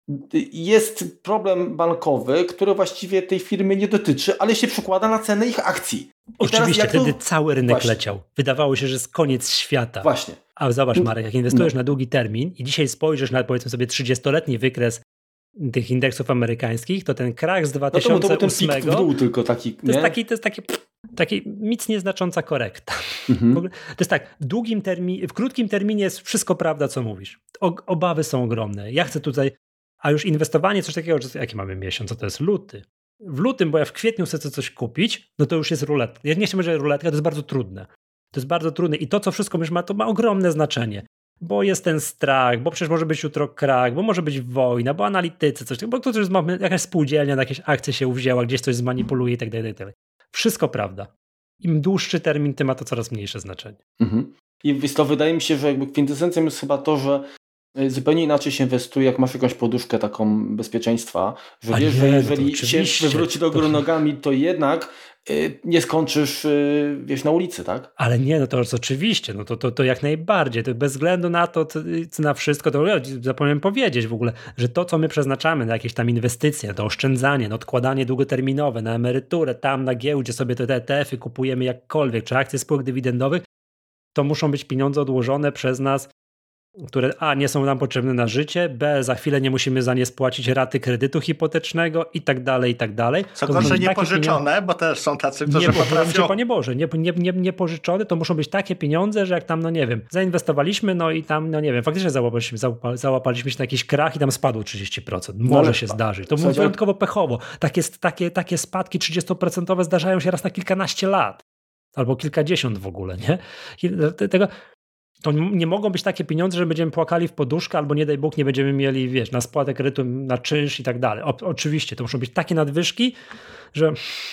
jest problem bankowy, który właściwie tej firmy nie dotyczy, ale się przekłada na cenę ich akcji. I oczywiście, teraz wtedy to... cały rynek Właśnie. leciał. Wydawało się, że jest koniec świata. Właśnie. A zobacz, Marek, jak inwestujesz no. na długi termin i dzisiaj spojrzysz na, powiedzmy sobie, trzydziestoletni wykres tych indeksów amerykańskich, to ten krach z dwa tysiące ósmego... No to, to był ten pik w dół tylko taki, To jest taki, to jest taki, taki nic nieznacząca korekta. Mhm. W ogóle, to jest tak, w, długim terminie, w krótkim terminie jest wszystko prawda, co mówisz. O, obawy są ogromne. Ja chcę tutaj... A już inwestowanie, coś takiego, że jaki mamy miesiąc, co to jest luty. W lutym, bo ja w kwietniu chcę coś kupić, no to już jest ruletka. Ja nie chcę, że ruletka to jest bardzo trudne. To jest bardzo trudne i to, co wszystko już ma, to ma ogromne znaczenie. Bo jest ten strach, bo przecież może być jutro krach, bo może być wojna, bo analitycy, coś takiego, bo ktoś już ma jakaś spółdzielnia, na jakieś akcje się uwzięła, gdzieś coś zmanipuluje i tak dalej, i tak dalej. Wszystko prawda. Im dłuższy termin, tym ma to coraz mniejsze znaczenie. Mhm. I wiesz, to wydaje mi się, że jakby kwintesencją jest chyba to, że zupełnie inaczej się inwestuje, jak masz jakąś poduszkę taką bezpieczeństwa, że wiesz, że jeżeli no się wywróci do góry nogami, to jednak y, nie skończysz y, wiesz, na ulicy, tak? Ale nie, no to jest oczywiście, no to, to, to jak najbardziej, to bez względu na to, to, na wszystko, to ja zapomniałem powiedzieć w ogóle, że to, co my przeznaczamy na jakieś tam inwestycje, to oszczędzanie, no odkładanie długoterminowe, na emeryturę, tam na giełdzie sobie te E T F y kupujemy jakkolwiek, czy akcje spółek dywidendowych, to muszą być pieniądze odłożone przez nas, które a, nie są nam potrzebne na życie, b, za chwilę nie musimy za nie spłacić raty kredytu hipotecznego i tak dalej, i tak dalej. Co gorsze, nie pożyczone, pieniądze... bo też są tacy, którzy nie potrafią... Panie Boże, nie, nie, nie, nie pożyczone, to muszą być takie pieniądze, że jak tam, no nie wiem, zainwestowaliśmy, no i tam, no nie wiem, faktycznie załapaliśmy, załapaliśmy się na jakiś krach i tam spadło trzydzieści procent. Może no, się pa. zdarzyć. To było wyjątkowo pechowo. Takie, takie, takie spadki trzydziestoprocentowe zdarzają się raz na kilkanaście lat. Albo kilkadziesiąt w ogóle, nie? I tego... to nie mogą być takie pieniądze, że będziemy płakali w poduszkę albo nie daj Bóg nie będziemy mieli, wiesz, na spłatę kredytu, na czynsz i tak dalej. O, oczywiście, to muszą być takie nadwyżki, że...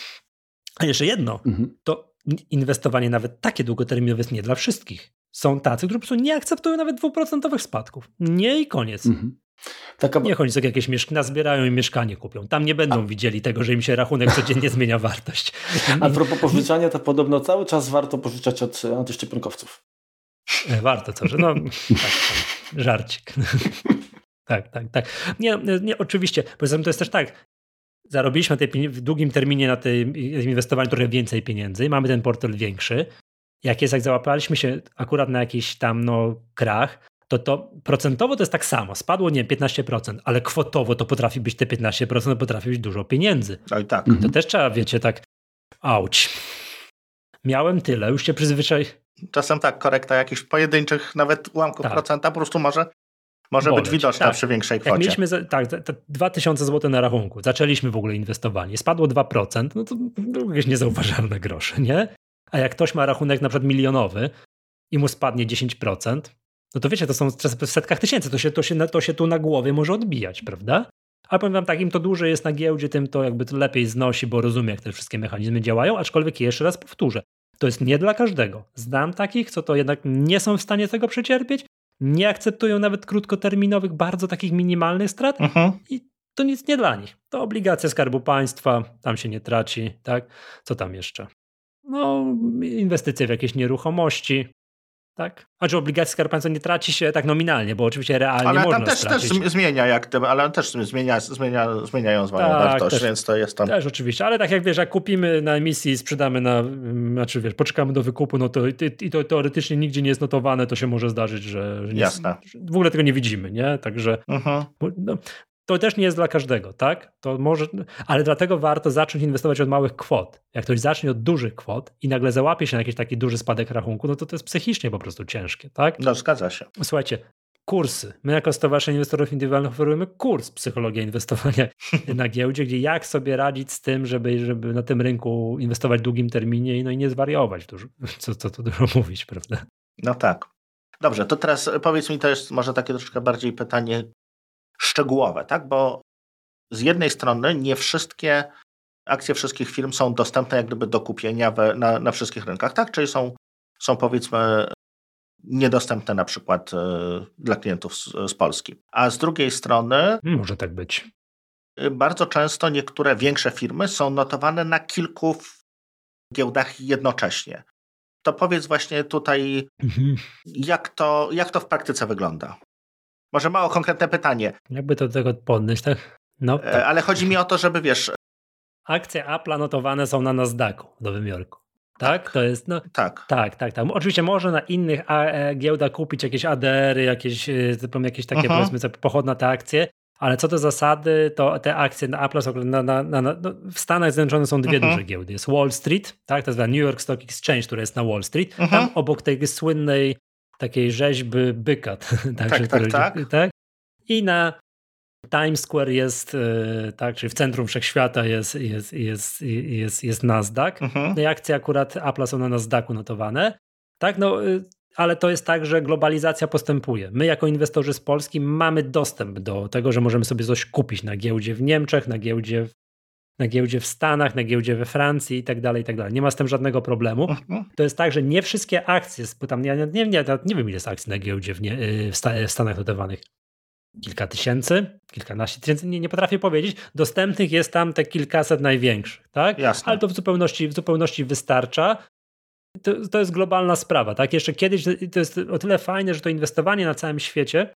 A jeszcze jedno, mhm. to inwestowanie nawet takie długoterminowe jest nie dla wszystkich. Są tacy, którzy po prostu nie akceptują nawet dwuprocentowych spadków. Nie i koniec. Mhm. Taka... Niech oni sobie jakieś mieszkania zbierają i mieszkanie kupią. Tam nie będą A... widzieli tego, że im się rachunek codziennie zmienia wartość. A propos pożyczania, to podobno cały czas warto pożyczać od antyszczepionkowców. Warto co, że no tak, tak, żarcik. tak, tak, tak. Nie, nie oczywiście, poza tym to jest też tak, zarobiliśmy tej, w długim terminie na tym inwestowaniu trochę więcej pieniędzy, mamy ten portfel większy. Jak jest, jak załapaliśmy się akurat na jakiś tam no krach, to to procentowo to jest tak samo. Spadło, nie wiem, piętnaście procent, ale kwotowo to potrafi być te piętnaście procent, potrafi być dużo pieniędzy. No i tak. To też trzeba, wiecie, tak auć. Miałem tyle, już się przyzwyczaj. Czasem tak, korekta jakichś pojedynczych nawet ułamków tak. procenta po prostu może, może być widoczna tak. przy większej kwocie. Jak mieliśmy za, tak, dwa tysiące złotych na rachunku, zaczęliśmy w ogóle inwestowanie, spadło dwa procent, no to jakieś niezauważalne grosze, nie? A jak ktoś ma rachunek na przykład milionowy i mu spadnie dziesięć procent, no to wiecie, to są czasem w setkach tysięcy, to się, to, się, to się tu na głowie może odbijać, prawda? Ale powiem wam tak, im to dłużej jest na giełdzie, tym to jakby to lepiej znosi, bo rozumie, jak te wszystkie mechanizmy działają, aczkolwiek jeszcze raz powtórzę, to jest nie dla każdego. Znam takich, co to jednak nie są w stanie tego przecierpieć, nie akceptują nawet krótkoterminowych, bardzo takich minimalnych strat uh-huh. i to nic nie dla nich. To obligacja Skarbu Państwa, tam się nie traci, tak? Co tam jeszcze? No, inwestycje w jakieś nieruchomości, tak? A czy obligacja Skarbu Państwa nie traci się tak nominalnie, bo oczywiście realnie ale można tam też, stracić. też zmienia, jak te, ale też zmienia, zmienia, zmieniają swoją tak, wartość, też, więc to jest tam... Też oczywiście, ale tak jak wiesz, jak kupimy na emisji i sprzedamy na, znaczy wiesz, poczekamy do wykupu, no to i, i to teoretycznie nigdzie nie jest notowane, to się może zdarzyć, że, że nie, Jasne. w ogóle tego nie widzimy, nie? Także uh-huh. no, to też nie jest dla każdego, tak? To może, ale dlatego warto zacząć inwestować od małych kwot. Jak ktoś zacznie od dużych kwot i nagle załapie się na jakiś taki duży spadek rachunku, no to to jest psychicznie po prostu ciężkie, tak? No, zgadza się. Słuchajcie, kursy. My jako Stowarzyszenie Inwestorów Indywidualnych oferujemy kurs Psychologia Inwestowania na giełdzie, gdzie jak sobie radzić z tym, żeby, żeby na tym rynku inwestować w długim terminie no i nie zwariować. Dużo, co, co tu dużo mówić, prawda? No tak. Dobrze, to teraz powiedz mi, to jest może takie troszkę bardziej pytanie szczegółowe, tak? Bo z jednej strony nie wszystkie akcje wszystkich firm są dostępne jak gdyby do kupienia we, na, na wszystkich rynkach, tak? Czyli są, są powiedzmy niedostępne na przykład y, dla klientów z, z Polski. A z drugiej strony może tak być. Y, bardzo często niektóre większe firmy są notowane na kilku giełdach jednocześnie. To powiedz właśnie tutaj, mhm. jak, to, jak to w praktyce wygląda? Może mało konkretne pytanie. Jakby to do tego podnieść, tak? No, tak. Ale chodzi mi o to, żeby wiesz... Akcje Apple'a notowane są na Nasdaqu w Nowym Jorku. Tak? tak? To jest, no, tak. tak, tak, tak. Oczywiście można na innych giełdach kupić jakieś A D R-y, jakieś, jakieś takie, uh-huh. powiedzmy, pochodne te akcje, ale co do zasady, to te akcje na Apple są na, na, na, na, no, w Stanach Zjednoczonych są dwie uh-huh. duże giełdy. Jest Wall Street, tak? To jest New York Stock Exchange, który jest na Wall Street. Uh-huh. Tam obok tej słynnej takiej rzeźby byka. tak, tak, tak, tak. tak? I na Times Square jest, tak, czyli w centrum wszechświata jest, jest, jest, jest, jest Nasdaq. Mhm. No i akcje akurat Apple'a są na Nasdaqu notowane. Tak, no, ale to jest tak, że globalizacja postępuje. My jako inwestorzy z Polski mamy dostęp do tego, że możemy sobie coś kupić na giełdzie w Niemczech, na giełdzie w, na giełdzie w Stanach, na giełdzie we Francji i tak dalej, i tak dalej. Nie ma z tym żadnego problemu. Mhm. To jest tak, że nie wszystkie akcje, tam, ja nie, nie, nie, nie wiem ile jest akcji na giełdzie w, nie, w Stanach notowanych. Kilka tysięcy, kilkanaście tysięcy, nie, nie potrafię powiedzieć. Dostępnych jest tam te kilkaset największych, tak? Jasne. Ale to w zupełności, w zupełności wystarcza. To, to jest globalna sprawa, tak? Jeszcze kiedyś to jest o tyle fajne, że to inwestowanie na całym świecie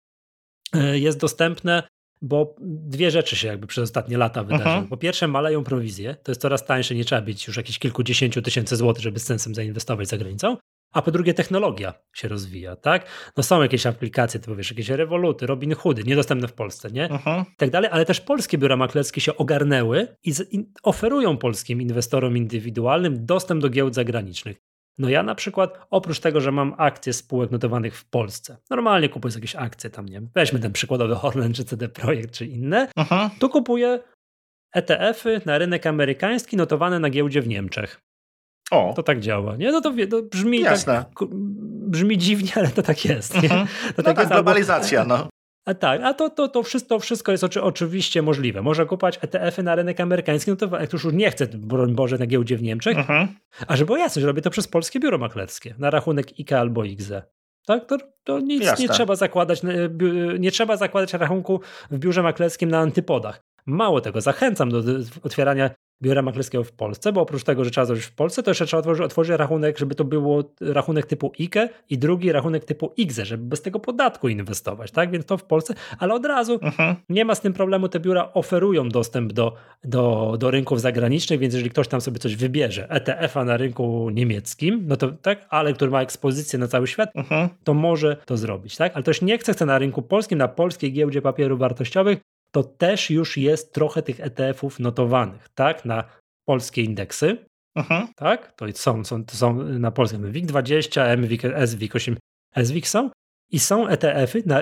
jest dostępne, bo dwie rzeczy się jakby przez ostatnie lata wydarzyły. Uh-huh. Po pierwsze maleją prowizje, to jest coraz tańsze, nie trzeba być już jakieś kilkudziesięciu tysięcy złotych, żeby z sensem zainwestować za granicą. A po drugie technologia się rozwija, tak? No są jakieś aplikacje, typu wiesz, jakieś Revoluty, Robinhoody, niedostępne w Polsce, nie? Uh-huh. I tak dalej, ale też polskie biura maklerskie się ogarnęły i, z, i oferują polskim inwestorom indywidualnym dostęp do giełd zagranicznych. No ja na przykład, oprócz tego, że mam akcje spółek notowanych w Polsce, normalnie kupuję jakieś akcje tam, nie wiem, weźmy ten przykładowy Orlen, czy C D Projekt, czy inne, uh-huh. tu kupuję E T F-y na rynek amerykański notowane na giełdzie w Niemczech. O. To tak działa. Nie? No to, to brzmi Jasne. tak, brzmi dziwnie, ale to tak jest. Nie? Mhm. To no tak, tak jest globalizacja. Albo, no. A tak, a to, to, to, wszystko, to wszystko jest oczy, oczywiście możliwe. Można kupować E T F-y na rynek amerykański, no to jak już nie chce, broń Boże, na giełdzie w Niemczech, mhm. a żeby było jasne, że robię to przez polskie biuro maklerskie, na rachunek I K E albo I G Z E. Tak, to, to nic Jasne. nie trzeba zakładać, nie trzeba zakładać rachunku w biurze maklerskim na antypodach. Mało tego, zachęcam do otwierania biura maklerskiego w Polsce, bo oprócz tego, że trzeba zrobić w Polsce, to jeszcze trzeba otworzyć, otworzyć rachunek, żeby to było rachunek typu I K E i drugi rachunek typu I G Z E, żeby bez tego podatku inwestować, tak? Więc to w Polsce, ale od razu uh-huh. nie ma z tym problemu, te biura oferują dostęp do, do, do rynków zagranicznych, więc jeżeli ktoś tam sobie coś wybierze, E T F-a na rynku niemieckim, no to tak, ale który ma ekspozycję na cały świat, uh-huh. to może to zrobić, tak? Ale ktoś nie chce, chce na rynku polskim, na polskiej giełdzie papierów wartościowych, to też już jest trochę tych E T F-ów notowanych, tak, na polskie indeksy, uh-huh. tak, to są, są, to są na polskim W I G dwadzieścia, M W I G, S W I G osiem, S W I G są i są E T F-y na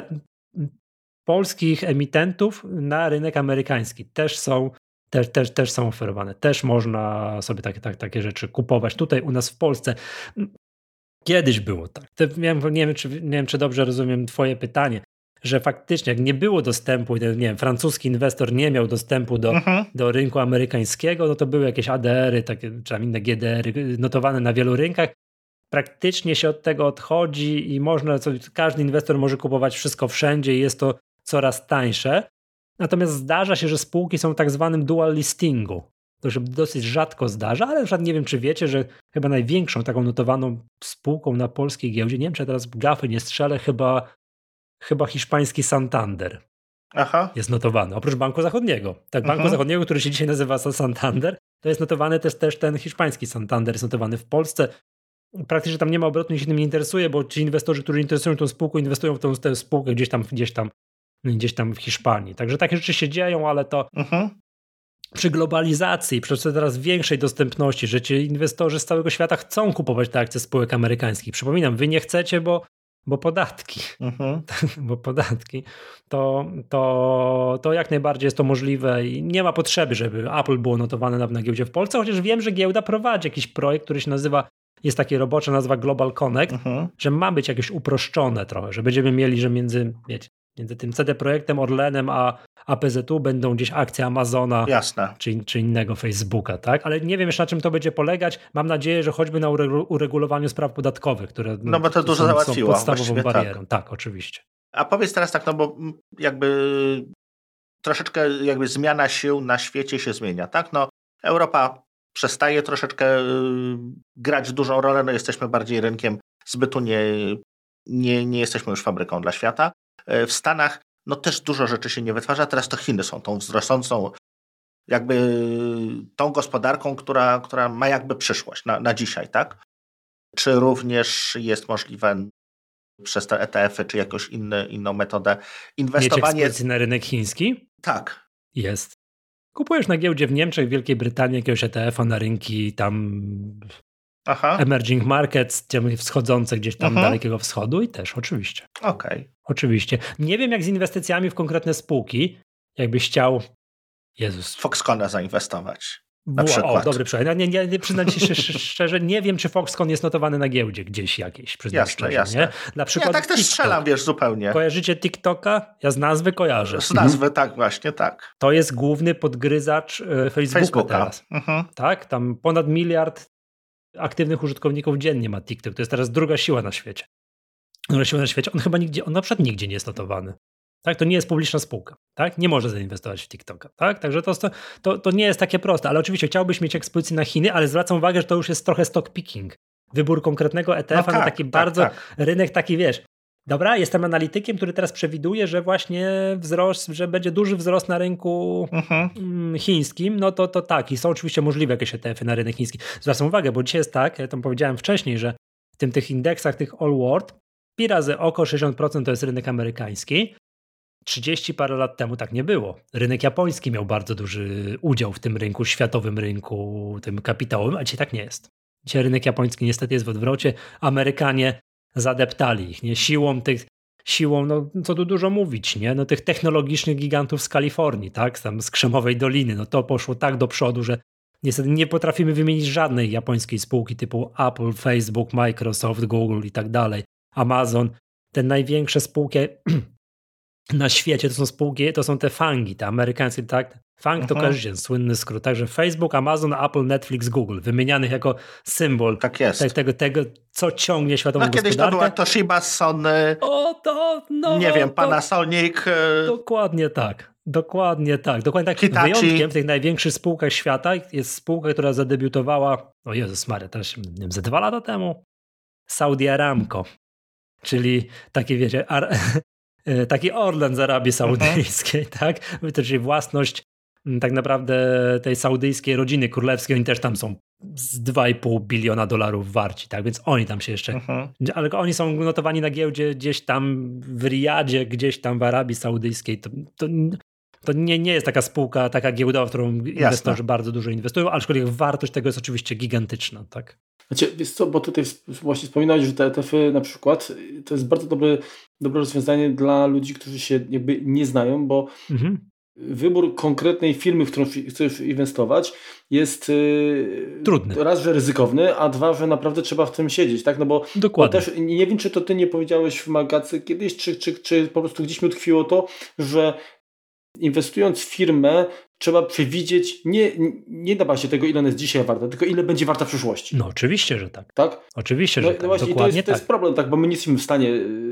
polskich emitentów na rynek amerykański, też są, też, też, też są oferowane, też można sobie takie, tak, takie rzeczy kupować tutaj u nas w Polsce. Kiedyś było tak, to, nie, wiem, czy, nie wiem, czy dobrze rozumiem twoje pytanie, że faktycznie jak nie było dostępu, nie wiem, francuski inwestor nie miał dostępu do, uh-huh. do rynku amerykańskiego, no to były jakieś A D R-y, takie, czy tam inne G D R-y notowane na wielu rynkach. Praktycznie się od tego odchodzi i można, każdy inwestor może kupować wszystko wszędzie i jest to coraz tańsze. Natomiast zdarza się, że spółki są w tak zwanym dual listingu. To się dosyć rzadko zdarza, ale na przykład nie wiem, czy wiecie, że chyba największą taką notowaną spółką na polskiej giełdzie, nie wiem, czy ja teraz gafy nie strzelę, chyba Chyba hiszpański Santander Aha. jest notowany, oprócz Banku Zachodniego. Tak, Banku Aha. Zachodniego, który się dzisiaj nazywa Santander, to jest notowany też, też ten hiszpański Santander, jest notowany w Polsce. Praktycznie tam nie ma obrotu, nikt się tym nie interesuje, bo ci inwestorzy, którzy interesują tą spółką, inwestują w tą, tę spółkę gdzieś tam, gdzieś tam, gdzieś tam w Hiszpanii. Także takie rzeczy się dzieją, ale to Aha. przy globalizacji, przy coraz większej dostępności, że ci inwestorzy z całego świata chcą kupować te akcje spółek amerykańskich. Przypominam, wy nie chcecie, bo Bo podatki, uh-huh. bo podatki, to, to, to jak najbardziej jest to możliwe i nie ma potrzeby, żeby Apple było notowane na, na giełdzie w Polsce, chociaż wiem, że giełda prowadzi jakiś projekt, który się nazywa, jest takie robocza nazwa Global Connect, uh-huh. że ma być jakieś uproszczone trochę, że będziemy mieli, że między, wiecie, między tym C D Projektem, Orlenem a A P Z U będą gdzieś akcje Amazona Jasne. Czy, czy innego Facebooka, tak? Ale nie wiem jeszcze na czym to będzie polegać. Mam nadzieję, że choćby na uregulowaniu spraw podatkowych, które no bo to dużo są, załatwiło, są podstawową barierą. Tak. tak, oczywiście. A powiedz teraz tak, no bo jakby troszeczkę jakby zmiana sił na świecie się zmienia, tak? No Europa przestaje troszeczkę grać dużą rolę, no jesteśmy bardziej rynkiem zbytu, nie, nie, nie jesteśmy już fabryką dla świata. W Stanach no też dużo rzeczy się nie wytwarza, teraz to Chiny są tą wzrosnącą jakby tą gospodarką, która, która ma jakby przyszłość na, na dzisiaj, tak? Czy również jest możliwe przez te E T F-y, czy jakąś inny, inną metodę inwestowanie... Mieć na rynek chiński? Tak. Jest. Kupujesz na giełdzie w Niemczech, w Wielkiej Brytanii jakiegoś E T F-a na rynki tam Aha. emerging markets, wschodzące gdzieś tam Aha. dalekiego wschodu i też oczywiście. Okej. Okay. Oczywiście. Nie wiem jak z inwestycjami w konkretne spółki, jakbyś chciał Jezus. Foxcona zainwestować. Na Wow, przykład. O, dobry przykład. Nie, nie, nie przyznam ci szczerze, nie wiem, czy Foxconn jest notowany na giełdzie gdzieś jakiejś. Jasne, szczerze, jasne. Nie? Dla przykładu ja tak też TikTok. strzelam, wiesz, zupełnie. Kojarzycie TikToka? Ja z nazwy kojarzę. Z nazwy, mhm. tak, właśnie, tak. To jest główny podgryzacz Facebooka, Facebooka. teraz. Mhm. Tak, tam ponad miliard aktywnych użytkowników dziennie ma TikTok. To jest teraz druga siła na świecie. Druga siła na świecie. On chyba nigdzie, on na przykład nigdzie nie jest notowany. Tak, to nie jest publiczna spółka, tak? Nie może zainwestować w TikToka, tak? Także to, to, to nie jest takie proste, ale oczywiście chciałbyś mieć ekspozycję na Chiny, ale zwracam uwagę, że to już jest trochę stock picking. Wybór konkretnego E T F-a no tak, na taki tak, bardzo tak. rynek taki, wiesz, dobra, jestem analitykiem, który teraz przewiduje, że właśnie wzrost, że będzie duży wzrost na rynku uh-huh. chińskim, no to, to tak i są oczywiście możliwe jakieś E T F-y na rynek chiński. Zwracam uwagę, bo dzisiaj jest tak, ja tam powiedziałem wcześniej, że w tym tych indeksach, tych all world, pi razy oko sześćdziesiąt procent to jest rynek amerykański. trzydzieści parę lat temu tak nie było. Rynek japoński miał bardzo duży udział w tym rynku, światowym rynku, tym kapitałowym, a dzisiaj tak nie jest. Dzisiaj rynek japoński niestety jest w odwrocie. Amerykanie zadeptali ich, nie? Siłą tych, siłą, no co tu dużo mówić, nie? No tych technologicznych gigantów z Kalifornii, tak? Tam z Krzemowej Doliny, no to poszło tak do przodu, że Niestety nie potrafimy wymienić żadnej japońskiej spółki typu Apple, Facebook, Microsoft, Google i tak dalej, Amazon. Te największe spółki na świecie to są spółki, to są te fangi, te amerykańskie, tak? Fang uh-huh. to kojarzycie, słynny skrót. Także Facebook, Amazon, Apple, Netflix, Google, wymienianych jako symbol tak jest. Te, tego, tego, co ciągnie światową no, gospodarkę. Kiedyś to była Toshiba, Sony, o, to, no, nie wiem, to, Panasonic. Dokładnie tak. Dokładnie tak. Dokładnie tak. Hitachi. Wyjątkiem w tych największych spółkach świata jest spółka, która zadebiutowała, o Jezus Maria, też nie wiem, ze dwa lata temu. Saudi Aramco. Czyli takie, wiecie, ar- taki Orlen z Arabii Saudyjskiej, uh-huh. tak? Czyli własność tak naprawdę tej saudyjskiej rodziny królewskiej, oni też tam są z dwa i pół biliona dolarów warci, tak? Więc oni tam się jeszcze, uh-huh. ale oni są notowani na giełdzie gdzieś tam w Riyadzie, gdzieś tam w Arabii Saudyjskiej. To, to, to nie, nie jest taka spółka, taka giełdowa, w którą inwestorzy Jasne. bardzo dużo inwestują, aczkolwiek wartość tego jest oczywiście gigantyczna, tak? Znaczy, wiesz co, bo tutaj właśnie wspominałeś, że te E T F-y na przykład to jest bardzo dobre, dobre rozwiązanie dla ludzi, którzy się jakby nie znają, bo mhm. wybór konkretnej firmy, w którą chcesz inwestować jest yy, trudny. Raz, że ryzykowny, a dwa, że naprawdę trzeba w tym siedzieć, tak? No bo, bo też nie wiem, czy to ty nie powiedziałeś w Magacy kiedyś, czy, czy, czy po prostu gdzieś mi utkwiło to, że inwestując w firmę trzeba przewidzieć nie, nie na bazie tego, ile ona jest dzisiaj warta, tylko ile będzie warta w przyszłości. No oczywiście, że tak. Tak? Oczywiście, no, że no tak. Właśnie, Dokładnie to jest, tak. to jest problem, tak, bo my nie jesteśmy w stanie...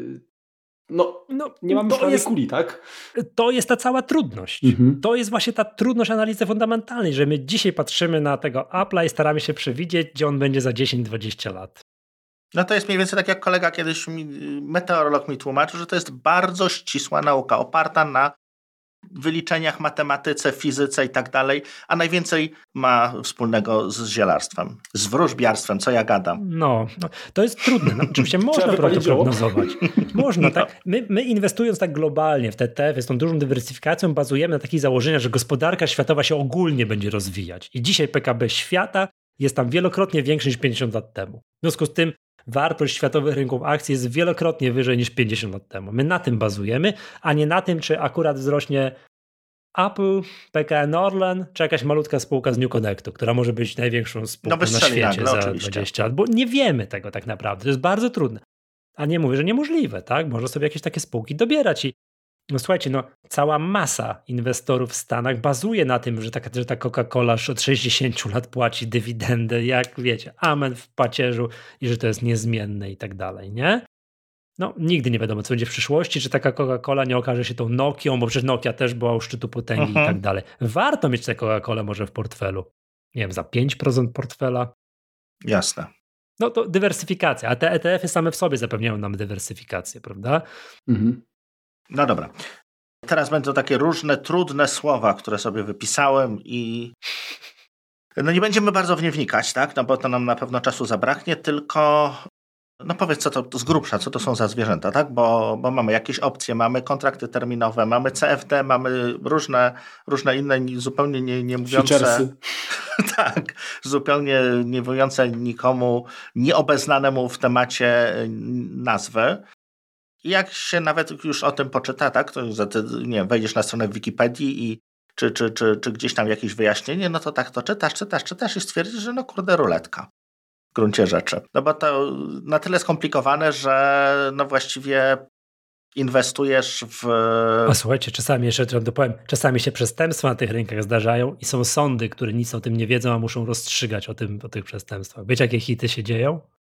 No, no nie mamy szklanej kuli, tak? To jest ta cała trudność. Mhm. To jest właśnie ta trudność analizy fundamentalnej, że my dzisiaj patrzymy na tego Apple'a i staramy się przewidzieć, gdzie on będzie za dziesięć dwadzieścia lat. No to jest mniej więcej tak, jak kolega kiedyś, mi, meteorolog mi tłumaczył, że to jest bardzo ścisła nauka, oparta na wyliczeniach, matematyce, fizyce i tak dalej, a najwięcej ma wspólnego z zielarstwem, z wróżbiarstwem, co ja gadam. No, no to jest trudne. No, oczywiście można to prognozować. Można, no. tak. My, my inwestując tak globalnie w te E T F y z tą dużą dywersyfikacją bazujemy na takich założeniach, że gospodarka światowa się ogólnie będzie rozwijać. I dzisiaj P K B świata jest tam wielokrotnie większy niż pięćdziesiąt lat temu. W związku z tym wartość światowych rynków akcji jest wielokrotnie wyżej niż pięćdziesiąt lat temu. My na tym bazujemy, a nie na tym, czy akurat wzrośnie Apple, P K N Orlen, czy jakaś malutka spółka z New Connectu, która może być największą spółką no na świecie nagle, za oczywiście. dwadzieścia lat, bo nie wiemy tego tak naprawdę. To jest bardzo trudne. A nie mówię, że niemożliwe, tak? Można sobie jakieś takie spółki dobierać i no słuchajcie, no cała masa inwestorów w Stanach bazuje na tym, że ta, że ta Coca-Cola od sześćdziesięciu lat płaci dywidendę, jak wiecie, amen w pacierzu i że to jest niezmienne i tak dalej, nie? No nigdy nie wiadomo, co będzie w przyszłości, czy taka Coca-Cola nie okaże się tą Nokią, bo przecież Nokia też była u szczytu potęgi uh-huh. i tak dalej. Warto mieć tę Coca-Colę może w portfelu. Nie wiem, za pięć procent portfela. Jasne. No to dywersyfikacja, a te E T F y same w sobie zapewniają nam dywersyfikację, prawda? Mhm. No dobra. Teraz będą takie różne, trudne słowa, które sobie wypisałem i no nie będziemy bardzo w nie wnikać, tak? No bo to nam na pewno czasu zabraknie, tylko no powiedz, co to z grubsza, co to są za zwierzęta, tak? Bo, bo mamy jakieś opcje, mamy kontrakty terminowe, mamy C F D, mamy różne, różne inne, zupełnie nie, nie mówiące... tak, zupełnie nie mówiące nikomu, nieobeznanemu w temacie nazwy. I jak się nawet już o tym poczyta, tak, to nie wiem, wejdziesz na stronę Wikipedii i czy, czy, czy, czy gdzieś tam jakieś wyjaśnienie, no to tak to czytasz, czytasz, czytasz i stwierdzisz, że no kurde, ruletka w gruncie rzeczy. No bo to na tyle skomplikowane, że no właściwie inwestujesz w... A słuchajcie, czasami jeszcze to dopowiem, czasami się przestępstwa na tych rynkach zdarzają i są sądy, które nic o tym nie wiedzą, a muszą rozstrzygać o tym, o tych przestępstwach. Wiecie, jakie hity się dzieją?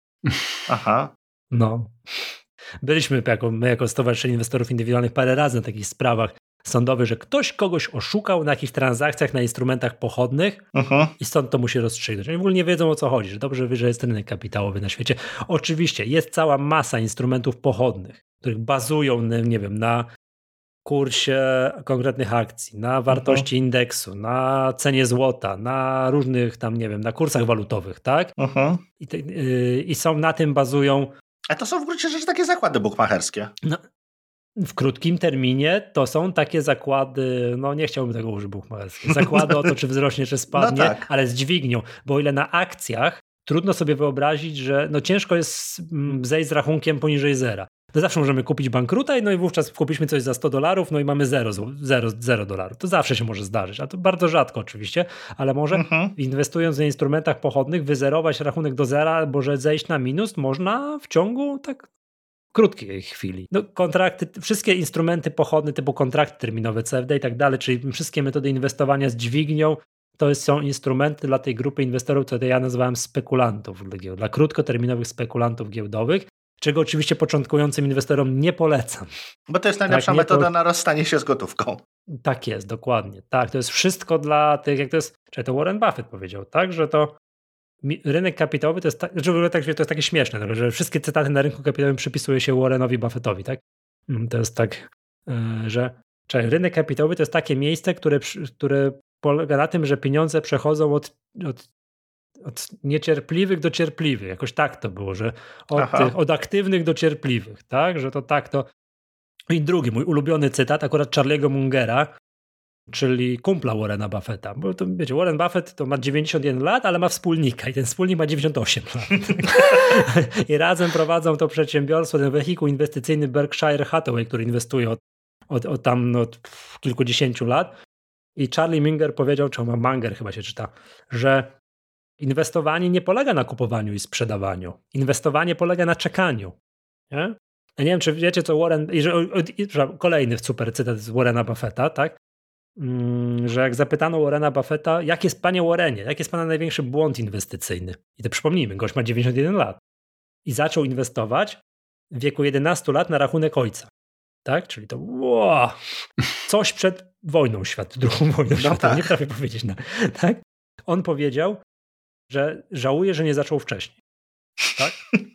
Aha. No. Byliśmy jako, my jako Stowarzyszenie Inwestorów Indywidualnych parę razy na takich sprawach sądowych, że ktoś kogoś oszukał na jakichś transakcjach na instrumentach pochodnych uh-huh. i stąd to musi rozstrzygnąć. Oni w ogóle nie wiedzą, o co chodzi, że dobrze wie, że jest rynek kapitałowy na świecie. Oczywiście jest cała masa instrumentów pochodnych, których bazują, nie wiem, na kursie konkretnych akcji, na wartości uh-huh. indeksu, na cenie złota, na różnych tam, nie wiem, na kursach walutowych, tak? Uh-huh. I, te, yy, I są na tym bazują. A to są w gruncie rzeczy takie zakłady bukmacherskie. No, w krótkim terminie to są takie zakłady, no nie chciałbym tego użyć bukmacherskie, zakłady o to, czy wzrośnie, czy spadnie, no tak. ale z dźwignią, bo o ile na akcjach trudno sobie wyobrazić, że no ciężko jest zejść z rachunkiem poniżej zera. No zawsze możemy kupić bankruta i no i wówczas kupiliśmy coś za sto dolarów, no i mamy zero, zero, zero dolarów. To zawsze się może zdarzyć, a to bardzo rzadko oczywiście, ale może mhm. inwestując w instrumentach pochodnych wyzerować rachunek do zera albo że zejść na minus można w ciągu tak krótkiej chwili. No kontrakty, wszystkie instrumenty pochodne typu kontrakty terminowe, C F D i tak dalej, czyli wszystkie metody inwestowania z dźwignią, to są instrumenty dla tej grupy inwestorów, które ja nazywałem spekulantów, dla krótkoterminowych spekulantów giełdowych, czego oczywiście początkującym inwestorom nie polecam. Bo to jest najlepsza tak, metoda po... na rozstanie się z gotówką. Tak jest, dokładnie. Tak, to jest wszystko dla tych, jak to jest, czy to Warren Buffett powiedział, tak, że to rynek kapitałowy to jest, tak, że w ogóle tak, to jest takie śmieszne, że wszystkie cytaty na rynku kapitałowym przypisuje się Warrenowi Buffettowi, tak? To jest tak, że czyli rynek kapitałowy to jest takie miejsce, które, które polega na tym, że pieniądze przechodzą od, od, od niecierpliwych do cierpliwych. Jakoś tak to było, że od, tych, od aktywnych do cierpliwych, tak? Że to tak to. I drugi, mój ulubiony cytat, akurat Charlie'ego Mungera, czyli kumpla Warrena Buffetta. Bo to wiecie, Warren Buffett to ma dziewięćdziesiąt jeden lat, ale ma wspólnika i ten wspólnik ma dziewięćdziesiąt osiem lat. I razem prowadzą to przedsiębiorstwo, ten wehikuł inwestycyjny Berkshire Hathaway, który inwestuje od, od, od tam od kilkudziesięciu lat. I Charlie Munger powiedział, czy on Munger chyba się czyta, że inwestowanie nie polega na kupowaniu i sprzedawaniu. Inwestowanie polega na czekaniu. Nie? Ja nie wiem, czy wiecie, co Warren... Kolejny super cytat z Warrena Buffetta, tak? Że jak zapytano Warrena Buffetta, jak jest, panie Warrenie, jaki jest pana największy błąd inwestycyjny? I to przypomnijmy, gość ma dziewięćdziesiąt jeden lat. I zaczął inwestować w wieku jedenastu lat na rachunek ojca. Tak? Czyli to wow, coś przed wojną światową, drugą wojną no światową, tak. Nie prawie powiedzieć. No, tak? On powiedział, że żałuje, że nie zaczął wcześniej. Tak?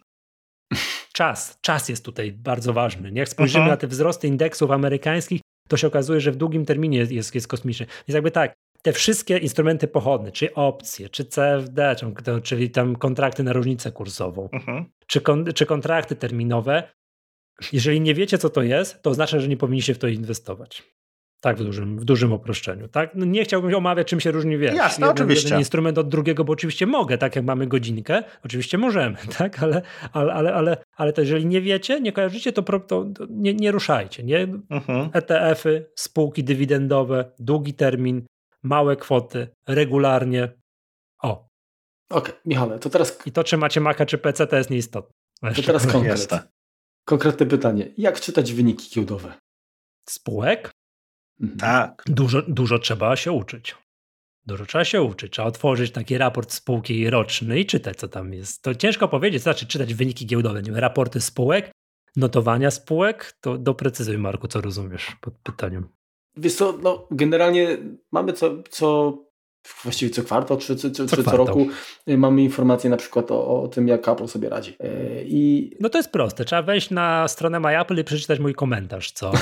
Czas, czas jest tutaj bardzo ważny. Jak spojrzymy uh-huh. na te wzrosty indeksów amerykańskich, to się okazuje, że w długim terminie jest, jest kosmiczny. Więc jakby tak, te wszystkie instrumenty pochodne, czy opcje, czy C F D, czyli tam kontrakty na różnicę kursową, uh-huh. czy, kon, czy kontrakty terminowe, jeżeli nie wiecie, co to jest, to oznacza, że nie powinniście w to inwestować. Tak, w dużym, w dużym uproszczeniu. Tak? No nie chciałbym omawiać, czym się różni wiesz. Jasne, jeden, oczywiście. Jeden instrument od drugiego, bo oczywiście mogę, tak jak mamy godzinkę, oczywiście możemy, tak? ale, ale, ale, ale, ale to jeżeli nie wiecie, nie kojarzycie, to, to, to nie, nie ruszajcie. Nie? Uh-huh. E T F-y, spółki dywidendowe, długi termin, małe kwoty, regularnie. O. Okej, okay, Michale, to teraz... I to, czy macie Maca, czy P C, to jest nieistotne. To teraz konkret. Konkretne pytanie. Jak czytać wyniki giełdowe? Spółek? Tak. Dużo, dużo trzeba się uczyć. Dużo trzeba się uczyć. Trzeba otworzyć taki raport spółki roczny i czytać, co tam jest. To ciężko powiedzieć, znaczy czytać wyniki giełdowe, nie wiem, raporty spółek, notowania spółek. To doprecyzuj, Marku, co rozumiesz pod pytaniem. Wiesz co, no generalnie mamy co, co właściwie co kwartał czy co, co, co, czy co roku mamy informacje na przykład o, o tym, jak Apple sobie radzi. I... No to jest proste. Trzeba wejść na stronę MyApple i przeczytać mój komentarz co,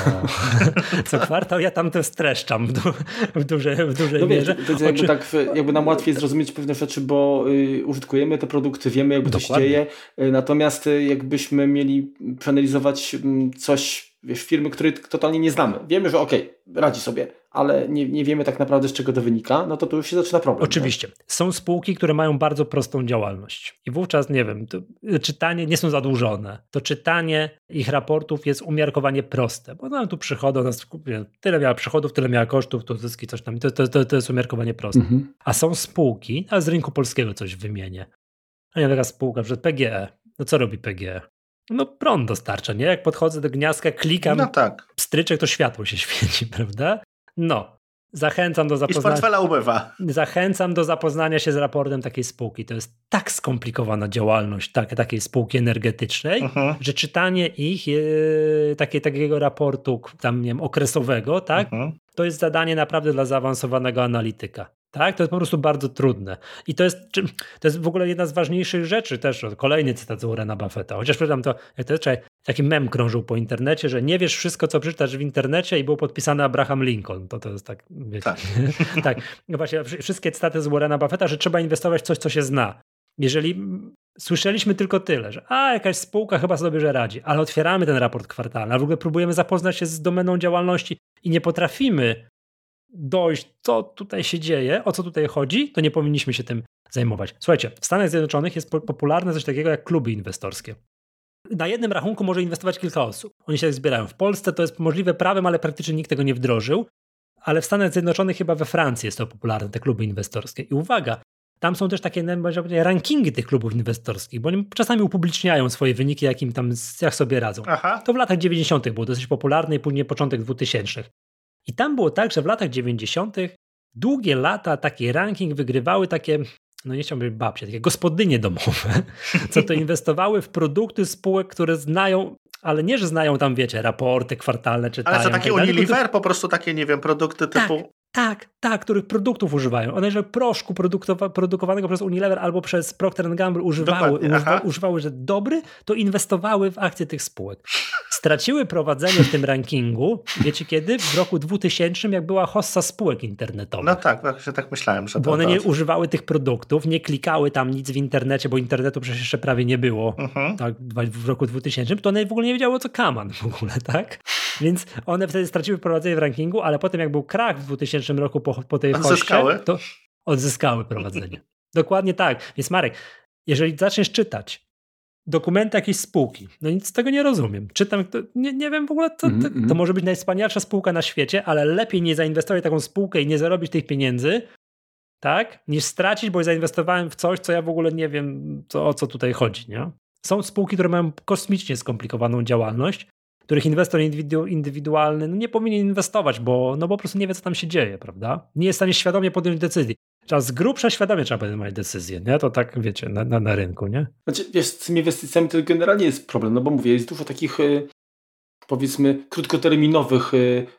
co kwartał. Ja tam to streszczam w, du, w, duże, w dużej no mierze. Wiesz, to jest jakby, tak, jakby nam łatwiej zrozumieć pewne rzeczy, bo y, użytkujemy te produkty, wiemy jakby to się dzieje. Y, natomiast y, jakbyśmy mieli przeanalizować y, coś, wiesz, firmy, której totalnie nie znamy. Wiemy, że okej, okay, radzi sobie, ale nie, nie wiemy tak naprawdę, z czego to wynika, no to tu już się zaczyna problem. Oczywiście. Tak? Są spółki, które mają bardzo prostą działalność i wówczas, nie wiem, to czytanie, nie są zadłużone, to czytanie ich raportów jest umiarkowanie proste, bo nam tu przychody, nas, tyle miała przychodów, tyle miała kosztów, to zyski, coś tam, to, to, to jest umiarkowanie proste. Mhm. A są spółki, a z rynku polskiego coś wymienię, a nie taka spółka, że P G E, no co robi P G E? No prąd dostarcza, nie? Jak podchodzę do gniazdka, klikam, no tak. pstryczek, to światło się świeci, prawda? No, zachęcam do zapoznania. I z portfela ubywa. Zachęcam do zapoznania się z raportem takiej spółki. To jest tak skomplikowana działalność tak, takiej spółki energetycznej, uh-huh. że czytanie ich, e, takie, takiego raportu tam, nie wiem, okresowego, tak, uh-huh. to jest zadanie naprawdę dla zaawansowanego analityka. Tak, to jest po prostu bardzo trudne. I to jest, to jest w ogóle jedna z ważniejszych rzeczy też, kolejny cytat z Warrena Buffetta. Chociaż pamiętam to, jak to jest, taki mem krążył po internecie, że nie wiesz wszystko, co przeczytasz w internecie i był podpisany Abraham Lincoln. To, to jest tak, wiecie. Tak. tak. No właśnie, wszystkie cytaty z Warrena Buffetta, że trzeba inwestować w coś, co się zna. Jeżeli słyszeliśmy tylko tyle, że a, jakaś spółka chyba sobie że radzi, ale otwieramy ten raport kwartalny, a w ogóle próbujemy zapoznać się z domeną działalności i nie potrafimy dojść, co tutaj się dzieje, o co tutaj chodzi, to nie powinniśmy się tym zajmować. Słuchajcie, w Stanach Zjednoczonych jest popularne coś takiego jak kluby inwestorskie. Na jednym rachunku może inwestować kilka osób. Oni się tak zbierają. W Polsce to jest możliwe prawem, ale praktycznie nikt tego nie wdrożył. Ale w Stanach Zjednoczonych, chyba we Francji jest to popularne, te kluby inwestorskie. I uwaga, tam są też takie rankingi tych klubów inwestorskich, bo oni czasami upubliczniają swoje wyniki, jakim tam, jak sobie radzą. Aha. To w latach dziewięćdziesiątych było dosyć popularne i później początek dwutysięcznych. I tam było tak, że w latach dziewięćdziesiątych długie lata taki ranking wygrywały takie, no nie chciałbym być babcie, takie gospodynie domowe, co to inwestowały w produkty spółek, które znają, ale nie, że znają tam, wiecie, raporty kwartalne, czytają. Ale co, takie tak Unilever? to... Po prostu takie, nie wiem, produkty typu... Tak. Tak, tak, których produktów używają. One, że proszku produkowanego przez Unilever albo przez Procter and Gamble używały, używa, używały, że dobry, to inwestowały w akcje tych spółek. Straciły prowadzenie w tym rankingu, wiecie kiedy? W roku dwutysięcznym, jak była hossa spółek internetowych. No tak, właśnie tak myślałem, że to... Bo one to... nie używały tych produktów, nie klikały tam nic w internecie, bo internetu przecież jeszcze prawie nie było uh-huh. tak, w roku dwutysięcznym, to one w ogóle nie wiedziały, o co kaman w ogóle, tak? Więc one wtedy straciły prowadzenie w rankingu, ale potem jak był krach w dwutysięcznym roku po, po tej hoście, to odzyskały prowadzenie. Dokładnie tak. Więc Marek, jeżeli zaczniesz czytać dokumenty jakiejś spółki, no nic z tego nie rozumiem. Czytam, to, nie, nie wiem w ogóle, to, to, to może być najwspanialsza spółka na świecie, ale lepiej nie zainwestować w taką spółkę i nie zarobić tych pieniędzy, tak, niż stracić, bo zainwestowałem w coś, co ja w ogóle nie wiem, co, o co tutaj chodzi. Nie? Są spółki, które mają kosmicznie skomplikowaną działalność, których inwestor indywidu- indywidualny no nie powinien inwestować, bo, no bo po prostu nie wie, co tam się dzieje, prawda? Nie jest w stanie świadomie podjąć decyzji. Trzeba z grubsza świadomie trzeba podejmować decyzje, nie? To tak, wiecie, na, na, na rynku, nie? Znaczy, wiesz, z tymi inwestycjami to generalnie jest problem, no bo mówię, jest dużo takich, powiedzmy, krótkoterminowych,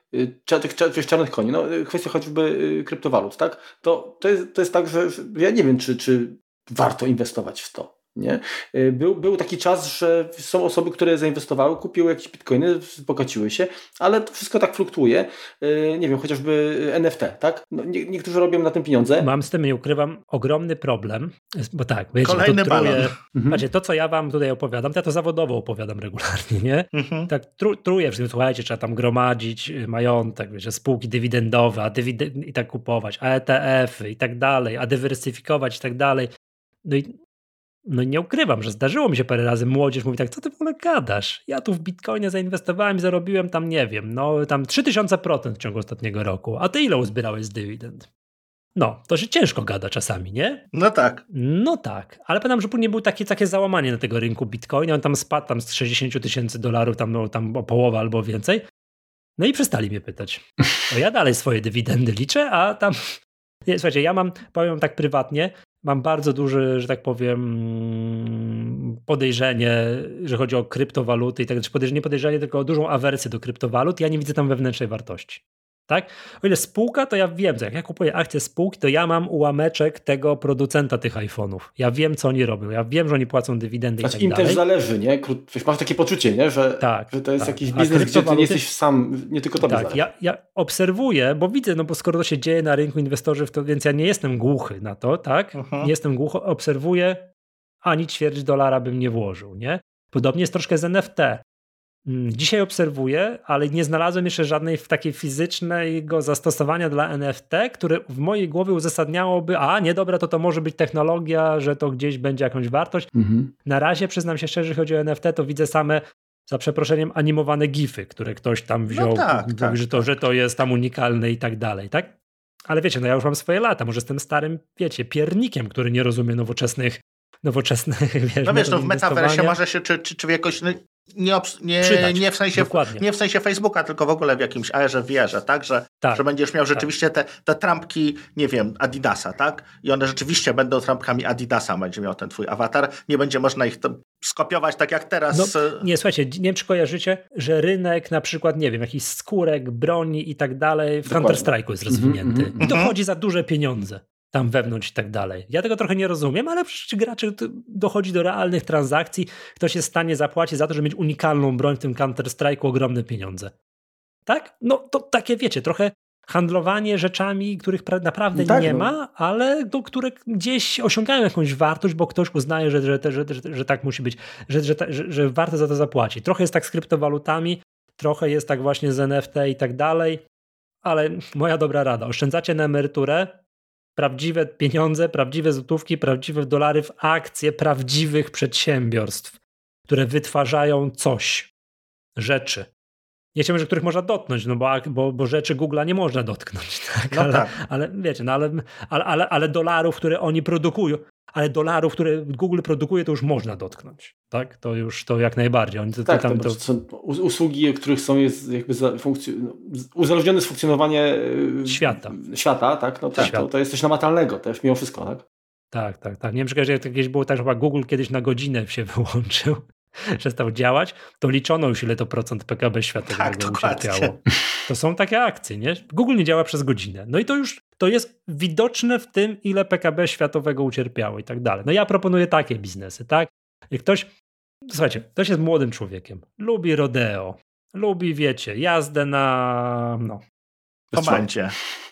tych czarnych koni. No, kwestia choćby kryptowalut, tak? To, to, jest, to jest tak, że ja nie wiem, czy, czy warto inwestować w to. Nie? Był, był taki czas, że są osoby, które zainwestowały, kupiły jakieś bitcoiny, wzbogaciły się, ale to wszystko tak fluktuuje. Nie wiem, chociażby N F T, tak? No, nie, niektórzy robią na tym pieniądze. Mam z tym, nie ukrywam, ogromny problem, bo tak, wiecie, kolejny to balon. Truje, mhm. Patrzcie, to co ja wam tutaj opowiadam, to ja to zawodowo opowiadam regularnie, nie? Mhm. Tak tru, truję wszystkim, słuchajcie, trzeba tam gromadzić majątek, wiecie, spółki dywidendowe, a dywidend, i tak kupować, a E T F-y i tak dalej, a dywersyfikować i tak dalej. No i No nie ukrywam, że zdarzyło mi się parę razy, młodzież mówi tak, co ty w ogóle gadasz? Ja tu w Bitcoinie zainwestowałem i zarobiłem tam, nie wiem, no tam trzy tysiące procent w ciągu ostatniego roku. A ty ile uzbierałeś z dywidend? No, to się ciężko gada czasami, nie? No tak. No tak, ale pamiętam, że później było takie, takie załamanie na tego rynku Bitcoina, on tam spadł tam z sześćdziesiąt tysięcy dolarów, tam, no, tam o połowę albo więcej. No i przestali mnie pytać. To ja dalej swoje dywidendy liczę, a tam... Nie, słuchajcie, ja mam, powiem tak prywatnie, mam bardzo duże, że tak powiem, podejrzenie, że chodzi o kryptowaluty i tak dalej. Nie podejrzenie, tylko dużą awersję do kryptowalut. Ja nie widzę tam wewnętrznej wartości. Tak? O ile spółka, to ja wiem, że jak ja kupuję akcje spółki, to ja mam ułameczek tego producenta tych iPhone'ów. Ja wiem, co oni robią. Ja wiem, że oni płacą dywidendy znaczy, i tak im dalej. Im też zależy, nie? Masz takie poczucie, nie? Że, tak, że to jest tak. jakiś biznes, gdzie ty nie jesteś sam, nie tylko tobie tak, zależy. Ja, ja obserwuję, bo widzę, no bo skoro to się dzieje na rynku inwestorzy, to, więc ja nie jestem głuchy na to, tak? Uh-huh. Nie jestem głuchy, obserwuję, ani ćwierć dolara bym nie włożył, nie? Podobnie jest troszkę z N F T. Dzisiaj obserwuję, ale nie znalazłem jeszcze żadnej takiej fizycznego zastosowania dla N F T, które w mojej głowie uzasadniałoby, a nie dobra, to to może być technologia, że to gdzieś będzie jakąś wartość. Mhm. Na razie, przyznam się szczerze, jeżeli chodzi o N F T, to widzę same, za przeproszeniem, animowane gify, które ktoś tam wziął, no tak, mówi, tak, że, to, że to jest tam unikalne i tak dalej, tak? Ale wiecie, no ja już mam swoje lata, może jestem starym, wiecie, piernikiem, który nie rozumie nowoczesnych nowoczesnych, wiesz, no wiesz, no w metaversie może się, czy, czy, czy jakoś... No... Nie, obs- nie, nie, w sensie, nie w sensie Facebooka, tylko w ogóle w jakimś A R-ze, V R-ze, tak? Że, tak, że będziesz miał rzeczywiście tak. te, te trampki, nie wiem, Adidasa, tak? I one rzeczywiście będą trampkami Adidasa, będzie miał ten twój awatar. Nie będzie można ich skopiować tak jak teraz. No, nie, słuchajcie, nie wiem, czy kojarzycie, że rynek na przykład, nie wiem, jakichś skórek, broni i tak dalej w Counter-Strike'u jest rozwinięty. Mm-hmm, I to mm-hmm. chodzi za duże pieniądze tam wewnątrz i tak dalej. Ja tego trochę nie rozumiem, ale przecież graczy dochodzi do realnych transakcji. Ktoś jest w stanie zapłacić za to, żeby mieć unikalną broń w tym Counter-Strike'u ogromne pieniądze. Tak? No to takie, wiecie, trochę handlowanie rzeczami, których pra- naprawdę tak, nie no. ma, ale do, które gdzieś osiągają jakąś wartość, bo ktoś uznaje, że, że, że, że, że tak musi być, że, że, że, że warto za to zapłacić. Trochę jest tak z kryptowalutami, trochę jest tak właśnie z N F T i tak dalej, ale moja dobra rada, oszczędzacie na emeryturę, prawdziwe pieniądze, prawdziwe złotówki, prawdziwe dolary w akcje prawdziwych przedsiębiorstw, które wytwarzają coś, rzeczy. Nie chciałbym, że których można dotknąć, no bo, bo, bo rzeczy Google'a nie można dotknąć. Tak? No ale, tak. ale wiecie, no ale, ale, ale, ale dolarów, które oni produkują, ale dolarów, które Google produkuje, to już można dotknąć. Tak? To już to jak najbardziej. Oni to, tak, tam, to, to... są usługi, których są jest jakby za funkcjo- uzależnione z funkcjonowania świata. Świata, tak? No to, tak. to, to jest coś namacalnego też mimo wszystko, tak? Tak, tak, tak. Nie wiem, że kiedyś było tak, że chyba Google kiedyś na godzinę się wyłączył, przestał działać, to liczono już ile to procent P K B światowego tak, ucierpiało. To są takie akcje, nie? Google nie działa przez godzinę. No i to już to jest widoczne w tym, ile P K B światowego ucierpiało i tak dalej. No ja proponuję takie biznesy, tak? Jak ktoś, słuchajcie, ktoś jest młodym człowiekiem, lubi rodeo, lubi, wiecie, jazdę na, no. Po bandzie.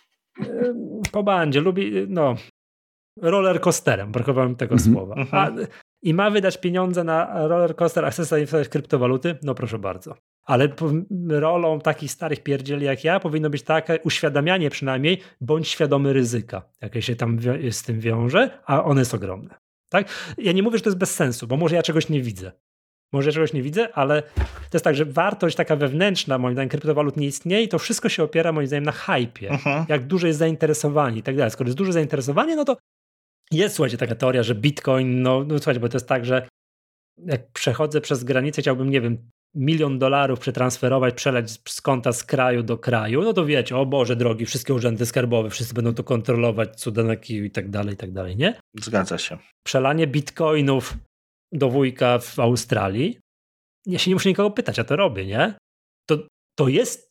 Po bandzie, lubi, no, roller coasterem, brakowałem tego mm-hmm. słowa. A, i ma wydać pieniądze na roller coaster, a chce sobie wydać kryptowaluty? No proszę bardzo. Ale rolą takich starych pierdzieli jak ja powinno być takie uświadamianie przynajmniej, bądź świadomy ryzyka, jakie się tam z tym wiąże, a one jest ogromne. Tak? Ja nie mówię, że to jest bez sensu, bo może ja czegoś nie widzę. Może ja czegoś nie widzę, ale to jest tak, że wartość taka wewnętrzna, moim zdaniem, kryptowalut nie istnieje i to wszystko się opiera, moim zdaniem, na hypie. Uh-huh. Jak duże jest zainteresowanie i tak dalej. Skoro jest duże zainteresowanie, no to jest, słuchajcie, taka teoria, że Bitcoin, no, no słuchajcie, bo to jest tak, że jak przechodzę przez granicę, chciałbym, nie wiem, milion dolarów przetransferować, przeleć z konta z kraju do kraju, no to wiecie, o Boże drogi, wszystkie urzędy skarbowe, wszyscy będą to kontrolować, cuda na kiju i tak dalej, i tak dalej, nie? Zgadza się. Przelanie bitcoinów do wujka w Australii, ja się nie muszę nikogo pytać, ja to robię, nie? To, to jest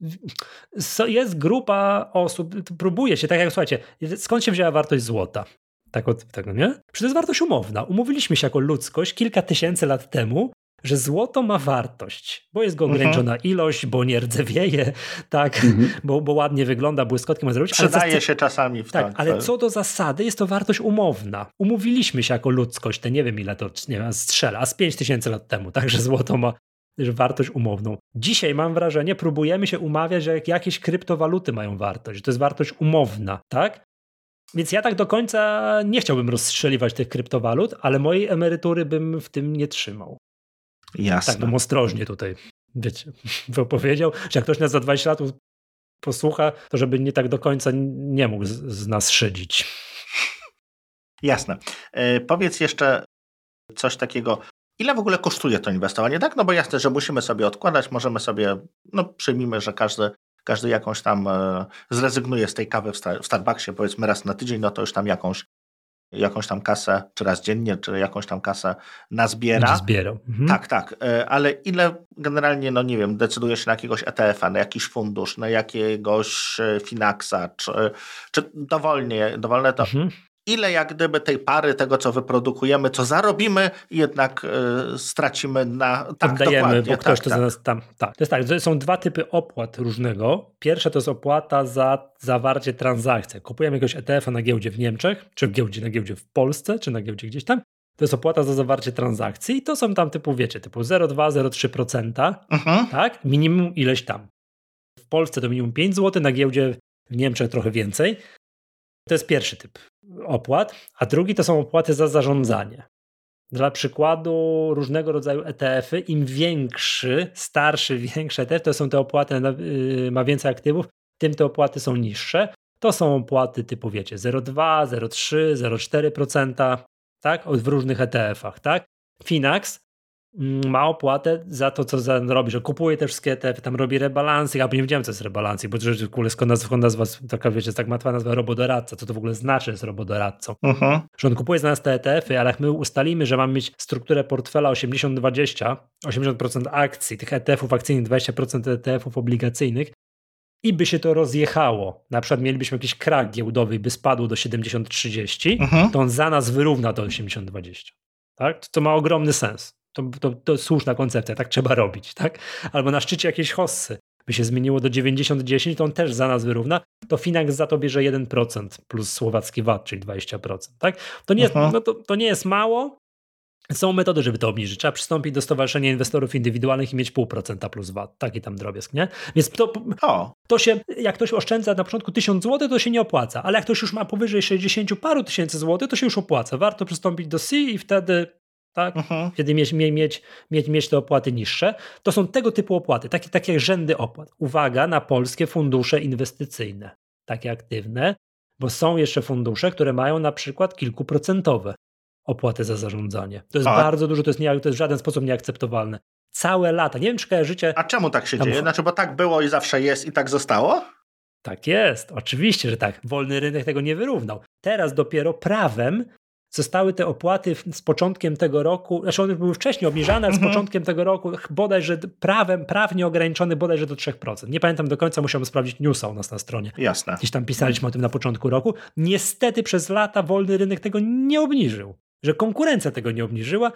jest grupa osób, próbuje się, tak jak, słuchajcie, skąd się wzięła wartość złota? Tak od tego, nie? Przecież to jest wartość umowna. Umówiliśmy się jako ludzkość kilka tysięcy lat temu, że złoto ma wartość, bo jest go ograniczona uh-huh. ilość, bo nie rdzewieje, tak, uh-huh. bo, bo ładnie wygląda, błyskotki ma zrobić. Przydaje ale się czasami w tak. tak, Ale co do zasady jest to wartość umowna. Umówiliśmy się jako ludzkość, te nie wiem ile to nie wiem, strzela, a z pięć tysięcy lat temu, tak, że złoto ma wartość umowną. Dzisiaj mam wrażenie, próbujemy się umawiać, że jakieś kryptowaluty mają wartość, że to jest wartość umowna, tak? Więc ja tak do końca nie chciałbym rozstrzeliwać tych kryptowalut, ale mojej emerytury bym w tym nie trzymał. Jasne. Tak bym ostrożnie tutaj, wiecie, powiedział, że jak ktoś nas za dwadzieścia lat posłucha, to żeby nie tak do końca nie mógł z, z nas szydzić. Jasne. Yy, powiedz jeszcze coś takiego, ile w ogóle kosztuje to inwestowanie, tak? No bo jasne, że musimy sobie odkładać, możemy sobie, no przyjmijmy, że każdy, każdy jakąś tam e, zrezygnuje z tej kawy w, Star- w Starbucksie, powiedzmy raz na tydzień, no to już tam jakąś, jakąś tam kasę, czy raz dziennie, czy jakąś tam kasę nazbiera. Zbiera. Mhm. Tak, tak, e, ale ile generalnie, no nie wiem, decyduje się na jakiegoś E T F-a, na jakiś fundusz, na jakiegoś Finaxa, czy, czy dowolnie, dowolne to... Mhm. Ile jak gdyby tej pary, tego co wyprodukujemy, co zarobimy, jednak y, stracimy na... Tak, oddajemy, bo ktoś tak, to tak. za nas tam... Tak. To jest tak, to są dwa typy opłat różnego. Pierwsza to jest opłata za zawarcie transakcji. Kupujemy jakiegoś E T F-a na giełdzie w Niemczech, czy w giełdzie, na giełdzie w Polsce, czy na giełdzie gdzieś tam. To jest opłata za zawarcie transakcji i to są tam typu, wiecie, typu zero przecinek dwa do zero przecinek trzy procent, mhm. tak? Minimum ileś tam. W Polsce to minimum pięć złotych, na giełdzie w Niemczech trochę więcej. To jest pierwszy typ opłat, a drugi to są opłaty za zarządzanie. Dla przykładu różnego rodzaju E T F-y, im większy, starszy, większy E T F, to są te opłaty, yy, ma więcej aktywów, tym te opłaty są niższe. To są opłaty typu, wiecie, zero przecinek dwa, zero przecinek trzy, zero przecinek cztery procent, tak, w różnych E T F-ach, tak. Finax ma opłatę za to, co za, robi, że kupuje te wszystkie E T F-y, tam robi rebalancing, ja nie wiedziałem, co jest rebalancing, bo w ogóle skąd nazwa, nazwa taka, wiecie, tak matwa nazwa robodoradca, co to w ogóle znaczy, jest robodoradcą. Uh-huh. Że on kupuje za nas te E T F-y, ale jak my ustalimy, że mamy mieć strukturę portfela osiemdziesiąt dwadzieścia, osiemdziesiąt procent akcji, tych E T F-ów akcyjnych, dwadzieścia procent E T F-ów obligacyjnych i by się to rozjechało, na przykład mielibyśmy jakiś krach giełdowy i by spadł do siedemdziesiąt trzydzieści, uh-huh. to on za nas wyrówna to osiemdziesiąt dwadzieścia. Tak? To, to ma ogromny sens. To, to, to słuszna koncepcja, tak trzeba robić, tak? Albo na szczycie jakiejś hossy by się zmieniło do dziewięćdziesiąt dziesięć, to on też za nas wyrówna, to Finax za to bierze jeden procent plus słowacki V A T, czyli dwadzieścia procent, tak? To nie jest, uh-huh. no to, to nie jest mało, Są metody, żeby to obniżyć. Trzeba przystąpić do Stowarzyszenia Inwestorów Indywidualnych i mieć pół procenta plus V A T. Taki tam drobiazg, nie? Więc to, to się, jak ktoś oszczędza na początku tysiąc złotych, to się nie opłaca. Ale jak ktoś już ma powyżej sześćdziesiąt paru tysięcy złotych, to się już opłaca. Warto przystąpić do C i wtedy, tak, mhm. wtedy mieć, mieć, mieć, mieć te opłaty niższe. To są tego typu opłaty, takie, takie rzędy opłat. Uwaga na polskie fundusze inwestycyjne, takie aktywne, bo są jeszcze fundusze, które mają na przykład kilkuprocentowe opłaty za zarządzanie. To jest A. bardzo dużo, to jest, nie, to jest w żaden sposób nieakceptowalne. Całe lata. Nie wiem, czy kojarzycie... A czemu tak się tam... dzieje? Znaczy, bo tak było i zawsze jest i tak zostało? Tak jest. Oczywiście, że tak. Wolny rynek tego nie wyrównał. Teraz dopiero prawem zostały te opłaty z początkiem tego roku, znaczy one były wcześniej obniżane, ale z mhm. początkiem tego roku bodajże prawem, prawnie ograniczony bodajże do trzy procent. Nie pamiętam do końca, musiałem sprawdzić newsa u nas na stronie. Jasne. Gdzieś tam pisaliśmy o tym na początku roku. Niestety przez lata wolny rynek tego nie obniżył. Że konkurencja tego nie obniżyła.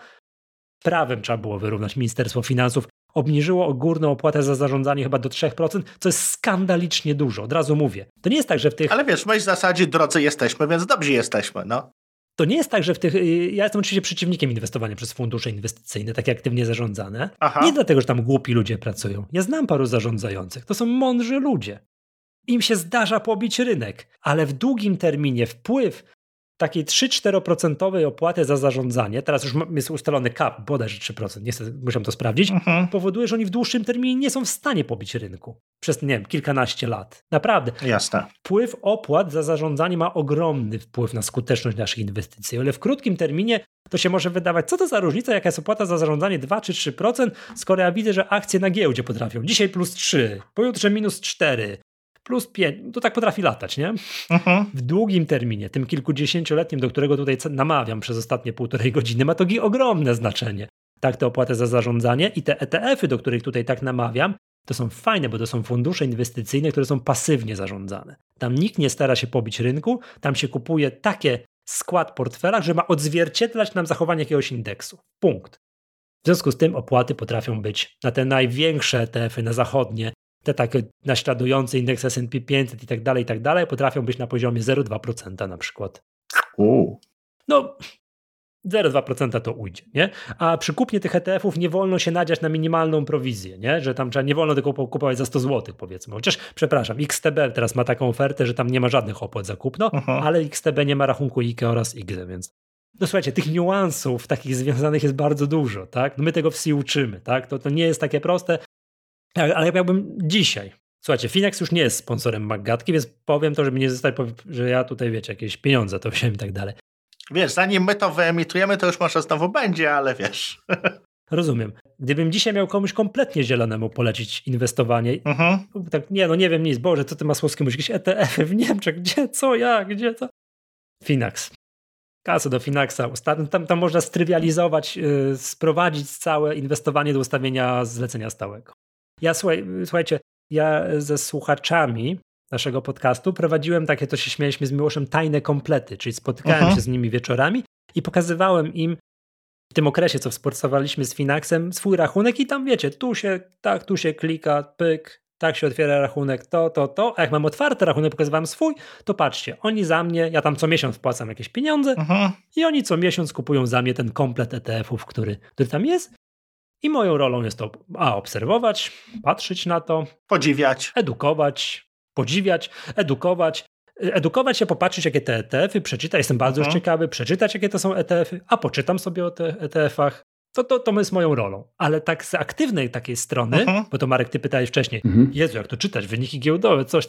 Prawem trzeba było wyrównać. Ministerstwo Finansów obniżyło górną opłatę za zarządzanie chyba do trzy procent, co jest skandalicznie dużo. Od razu mówię. To nie jest tak, że w tych... Ale wiesz, my w zasadzie drodzy jesteśmy, więc dobrzy jesteśmy, no. To nie jest tak, że w tych... Ja jestem oczywiście przeciwnikiem inwestowania przez fundusze inwestycyjne, takie aktywnie zarządzane. Aha. Nie dlatego, że tam głupi ludzie pracują. Ja znam paru zarządzających. To są mądrzy ludzie. Im się zdarza pobić rynek, ale w długim terminie wpływ takiej trzy do czterech procent opłaty za zarządzanie, teraz już jest ustalony cap, bodajże trzy procent, niestety musiałem to sprawdzić, mhm. powoduje, że oni w dłuższym terminie nie są w stanie pobić rynku. Przez, nie wiem, kilkanaście lat. Naprawdę. Jasne. Wpływ opłat za zarządzanie ma ogromny wpływ na skuteczność naszych inwestycji, ale w krótkim terminie to się może wydawać, co to za różnica, jaka jest opłata za zarządzanie dwa czy trzy procent, skoro ja widzę, że akcje na giełdzie potrafią. Dzisiaj plus trzy, pojutrze minus cztery. Plus pięć, to tak potrafi latać, nie? Uh-huh. W długim terminie, tym kilkudziesięcioletnim, do którego tutaj namawiam przez ostatnie półtorej godziny, ma to ogromne znaczenie. Tak, te opłaty za zarządzanie i te E T F-y, do których tutaj tak namawiam, to są fajne, bo to są fundusze inwestycyjne, które są pasywnie zarządzane. Tam nikt nie stara się pobić rynku, tam się kupuje takie skład portfela, że ma odzwierciedlać nam zachowanie jakiegoś indeksu. Punkt. W związku z tym opłaty potrafią być na te największe E T F-y, na zachodnie, te takie naśladujące indeks S and P pięćset i tak dalej, i tak dalej, potrafią być na poziomie zero przecinek dwa procent na przykład. U. No, zero przecinek dwa procent to ujdzie, nie? A przy kupnie tych E T F-ów nie wolno się nadziać na minimalną prowizję, nie? Że tam trzeba, nie wolno tego kupować za sto złotych, powiedzmy. Chociaż, przepraszam, X T B teraz ma taką ofertę, że tam nie ma żadnych opłat za kupno, uh-huh. ale X T B nie ma rachunku I K E oraz I G Z E, więc no słuchajcie, tych niuansów takich związanych jest bardzo dużo, tak? No my tego w C I uczymy, tak? To, to nie jest takie proste. Ale ja miałbym dzisiaj. Słuchajcie, Finax już nie jest sponsorem Maggatki, więc powiem to, żeby nie zostać, że ja tutaj, wiecie, jakieś pieniądze to wziąłem i tak dalej. Wiesz, zanim my to wyemitujemy, to już może znowu będzie, ale wiesz. Rozumiem. Gdybym dzisiaj miał komuś kompletnie zielonemu polecić inwestowanie, mhm. tak nie, no nie wiem nic, Boże, co ty Masłowski mówisz, jakieś E T F-y w Niemczech, gdzie, co, jak, gdzie, co? Finax. Kasę do Finaxa. Tam, tam można strywializować, yy, sprowadzić całe inwestowanie do ustawienia zlecenia stałego. Ja, słuchaj, słuchajcie, ja ze słuchaczami naszego podcastu prowadziłem takie, to się śmialiśmy z Miłoszem, tajne komplety, czyli spotykałem uh-huh. się z nimi wieczorami i pokazywałem im w tym okresie, co współpracowaliśmy z Finaxem, swój rachunek i tam wiecie, tu się, tak, tu się klika, pyk, tak się otwiera rachunek, to, to, to, a jak mam otwarty rachunek, pokazywałem swój, to patrzcie, oni za mnie, ja tam co miesiąc wpłacam jakieś pieniądze uh-huh. i oni co miesiąc kupują za mnie ten komplet E T F-ów, który, który tam jest. I moją rolą jest to a obserwować, patrzeć na to, podziwiać, edukować, podziwiać, edukować, edukować się, popatrzeć jakie te E T F-y, przeczytać, jestem bardzo uh-huh. już ciekawy, przeczytać jakie to są E T F-y, a poczytam sobie o tych E T F-ach, to, to, to jest moją rolą. Ale tak z aktywnej takiej strony, uh-huh. bo to Marek, ty pytałeś wcześniej, uh-huh. Jezu, jak to czytać, wyniki giełdowe, coś...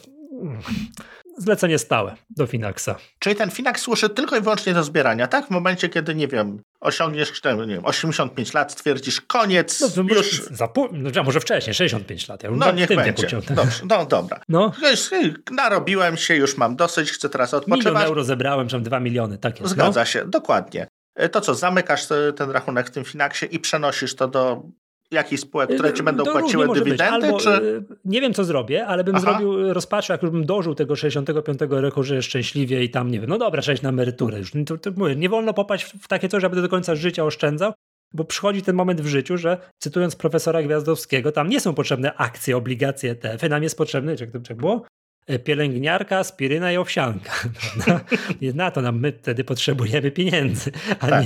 Zlecenie stałe do Finaxa. Czyli ten Finax służy tylko i wyłącznie do zbierania, tak? W momencie, kiedy, nie wiem, osiągniesz nie wiem, osiemdziesiąt pięć lat, stwierdzisz koniec, no, już... Za pół, no, może wcześniej, sześćdziesiąt pięć lat. Ja no niech będzie. Dobrze, no dobra. No. Narobiłem się, już mam dosyć, chcę teraz odpoczywać. Milion euro zebrałem, czy dwa miliony, tak jest. Zgadza no? się, dokładnie. To co, zamykasz ten rachunek w tym Finaxie i przenosisz to do... jakichś spółek, które ci będą płaciły dywidendy? Albo, czy... Nie wiem, co zrobię, ale bym Aha. zrobił, rozpatrzył, jak już bym dożył tego sześćdziesiątego piątego roku, że szczęśliwie i tam, nie wiem, no dobra, przejść na emeryturę. Już to, to mówię, nie wolno popaść w takie coś, żeby do końca życia oszczędzał, bo przychodzi ten moment w życiu, że cytując profesora Gwiazdowskiego, tam nie są potrzebne akcje, obligacje, E T F-y, nam jest potrzebny, jak to jak było? Pielęgniarka, aspiryna i owsianka. Na to nam my wtedy potrzebujemy pieniędzy, a, tak. nie,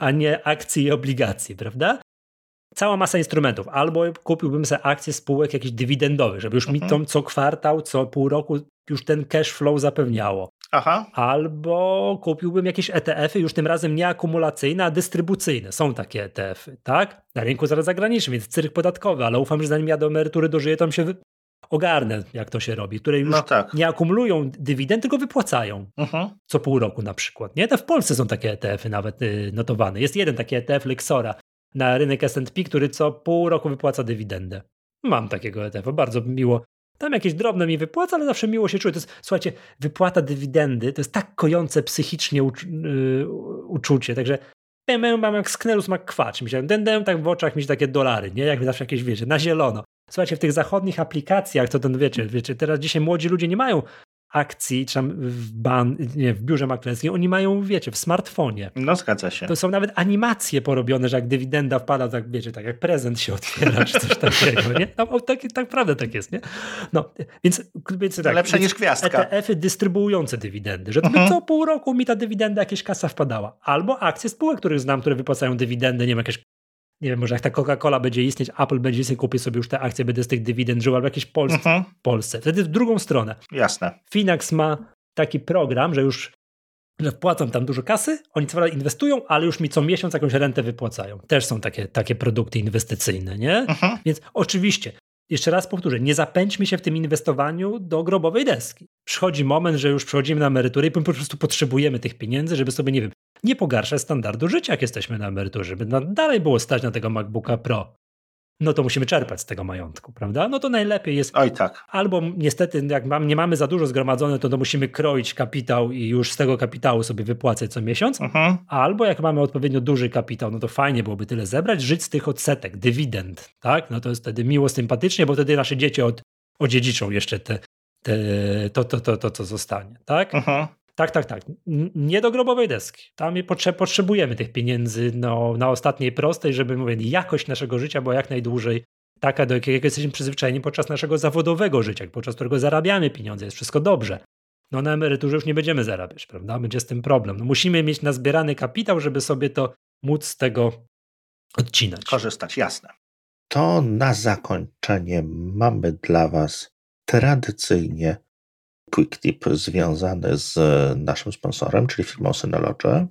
a nie akcje i obligacje, prawda? Cała masa instrumentów. Albo kupiłbym sobie akcje spółek jakichś dywidendowych, żeby już mhm. mi to co kwartał, co pół roku już ten cash flow zapewniało. Aha. Albo kupiłbym jakieś E T F-y, już tym razem nie akumulacyjne, a dystrybucyjne. Są takie E T F-y, tak? Na rynku zaraz zagranicznym, więc cyrk podatkowy, ale ufam, że zanim ja do emerytury dożyję, to mi się wy... ogarnę, jak to się robi, które już no tak. nie akumulują dywidend, tylko wypłacają. Mhm. Co pół roku na przykład. Nie? To w Polsce są takie E T F-y nawet y, notowane. Jest jeden taki E T F Lexora na rynek S and P, który co pół roku wypłaca dywidendę. Mam takiego E T F-a, bardzo miło. Tam jakieś drobne mi wypłaca, ale zawsze miło się czuję. To jest, słuchajcie, wypłata dywidendy to jest tak kojące psychicznie ucz- yy, uczucie, także mam jak Sknerus McQuatch. Myślałem, dędę, tak w oczach mi się takie dolary, nie? Jak zawsze jakieś, wiecie, na zielono. Słuchajcie, w tych zachodnich aplikacjach, to ten, wiecie, wiecie, teraz dzisiaj młodzi ludzie nie mają akcji, czy tam w, ban, nie, w biurze maklerskim, oni mają, wiecie, w smartfonie. No zgadza się. To są nawet animacje porobione, że jak dywidenda wpada, tak wiecie, tak jak prezent się otwiera, czy coś takiego, nie? No, tak, tak naprawdę tak jest, nie? No, więc, więc tak, lepsze niż gwiazdka. E T F-y dystrybuujące dywidendy, że to uh-huh. co pół roku mi ta dywidenda, jakaś kasa wpadała. Albo akcje spółek, których znam, które wypłacają dywidendy, nie wiem, jakieś nie wiem, może jak ta Coca-Cola będzie istnieć, Apple będzie istnieć, kupię sobie już te akcje, będę z tych dywidend żył, albo jakieś Polsce, mhm. w Polsce. Wtedy w drugą stronę. Jasne. Finax ma taki program, że już że wpłacam tam dużo kasy, oni co prawda inwestują, ale już mi co miesiąc jakąś rentę wypłacają. Też są takie, takie produkty inwestycyjne, nie? Mhm. Więc oczywiście, jeszcze raz powtórzę, nie zapędźmy się w tym inwestowaniu do grobowej deski. Przychodzi moment, że już przechodzimy na emeryturę i po prostu potrzebujemy tych pieniędzy, żeby sobie, nie wiem, nie pogarszać standardu życia, jak jesteśmy na emeryturze, żeby dalej było stać na tego MacBooka Pro. No to musimy czerpać z tego majątku, prawda? No to najlepiej jest... Oj tak. Albo niestety, jak mam, nie mamy za dużo zgromadzone, to, to musimy kroić kapitał i już z tego kapitału sobie wypłacać co miesiąc. Mhm. Albo jak mamy odpowiednio duży kapitał, no to fajnie byłoby tyle zebrać, żyć z tych odsetek, dywidend, tak? No to jest wtedy miło, sympatycznie, bo wtedy nasze dzieci od, odziedziczą jeszcze te, te, to, to, to, to, co zostanie, tak? Mhm. Tak, tak, tak. Nie do grobowej deski. Tam potrze- potrzebujemy tych pieniędzy no, na ostatniej prostej, żeby mówię, jakość naszego życia była jak najdłużej taka, do jakiego jesteśmy przyzwyczajeni podczas naszego zawodowego życia, podczas którego zarabiamy pieniądze, jest wszystko dobrze. No na emeryturze już nie będziemy zarabiać, prawda? Będzie z tym problem. No, musimy mieć nazbierany kapitał, żeby sobie to móc z tego odcinać. Korzystać, jasne. To na zakończenie mamy dla Was tradycyjnie quick tip związany z naszym sponsorem, czyli firmą Synology.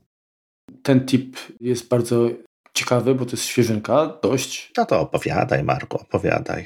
Ten tip jest bardzo ciekawy, bo to jest świeżynka, dość. No to opowiadaj, Marku, opowiadaj.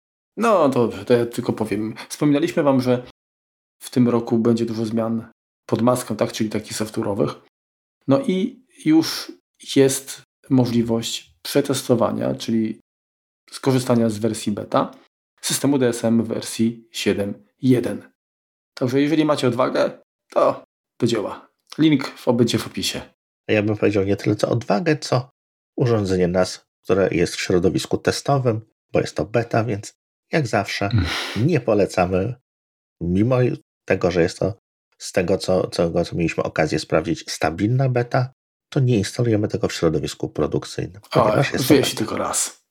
No to, to ja tylko powiem. Wspominaliśmy Wam, że w tym roku będzie dużo zmian pod maską, tak, czyli takich software'owych. No i już jest możliwość przetestowania, czyli skorzystania z wersji beta systemu D S M w wersji siedem jeden. Także jeżeli macie odwagę, to do dzieła. Link w będzie w opisie. Ja bym powiedział nie tyle co odwagę, co urządzenie nas, które jest w środowisku testowym, bo jest to beta, więc jak zawsze nie polecamy, mimo tego, że jest to z tego, co, co, co mieliśmy okazję sprawdzić, stabilna beta, to nie instalujemy tego w środowisku produkcyjnym. O, wyjeździ tylko raz.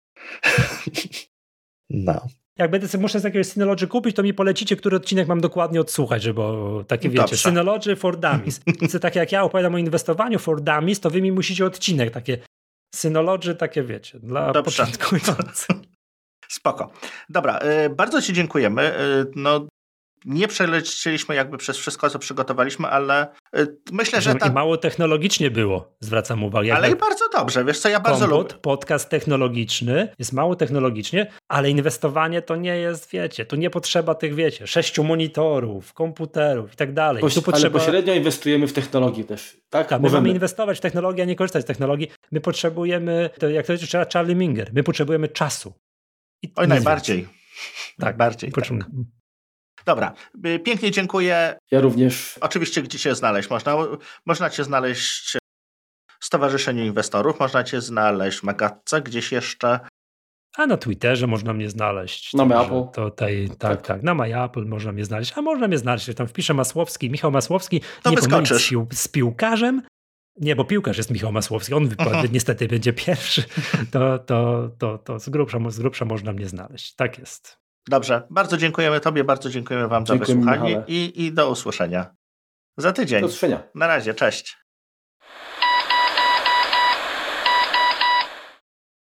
No. Jak będę sobie muszę z jakiegoś Synology kupić, to mi polecicie, który odcinek mam dokładnie odsłuchać, żeby takie wiecie, Dobrze. Synology for Dummies. Więc tak jak ja opowiadam o inwestowaniu for Dummies, to wy mi musicie odcinek takie Synology, takie wiecie, dla Dobrze. początkujących. Spoko. Dobra, y, bardzo Ci dziękujemy. Y, no, nie przelecieliśmy jakby przez wszystko, co przygotowaliśmy, ale y, myślę, że... Ta... I mało technologicznie było, zwracam uwagę. Ale i bardzo dobrze, wiesz co, ja bardzo Kompot, lubię. Podcast technologiczny, jest mało technologicznie, ale inwestowanie to nie jest, wiecie, tu nie potrzeba tych, wiecie, sześciu monitorów, komputerów i tak dalej. Poś, tu potrzeba... Ale pośrednio inwestujemy w technologię też, tak? Tak, my mamy inwestować w technologię, a nie korzystać z technologii. My potrzebujemy, to jak to jest Charlie Munger, my potrzebujemy czasu. I Oj, najbardziej. Tak, najbardziej. Tak. Dobra, pięknie dziękuję. Ja również. Oczywiście, gdzie Cię znaleźć? Można, można Cię znaleźć w Stowarzyszeniu Inwestorów, można Cię znaleźć w Magatce, gdzieś jeszcze. A na Twitterze można mnie znaleźć. Na MyApple. Tutaj, tak, tak, tak. Na MyApple można mnie znaleźć. A można mnie znaleźć, tam wpiszę Masłowski, Michał Masłowski. To nie wyskoczysz. pomylić z piłkarzem. Nie, bo piłkarz jest Michał Masłowski. On uh-huh. niestety będzie pierwszy. To, to, to, to z, grubsza, z grubsza można mnie znaleźć. Tak jest. Dobrze. Bardzo dziękujemy Tobie, bardzo dziękujemy Wam Dziękujemy, za wysłuchanie i, i do usłyszenia za tydzień. Do usłyszenia. Na razie, cześć.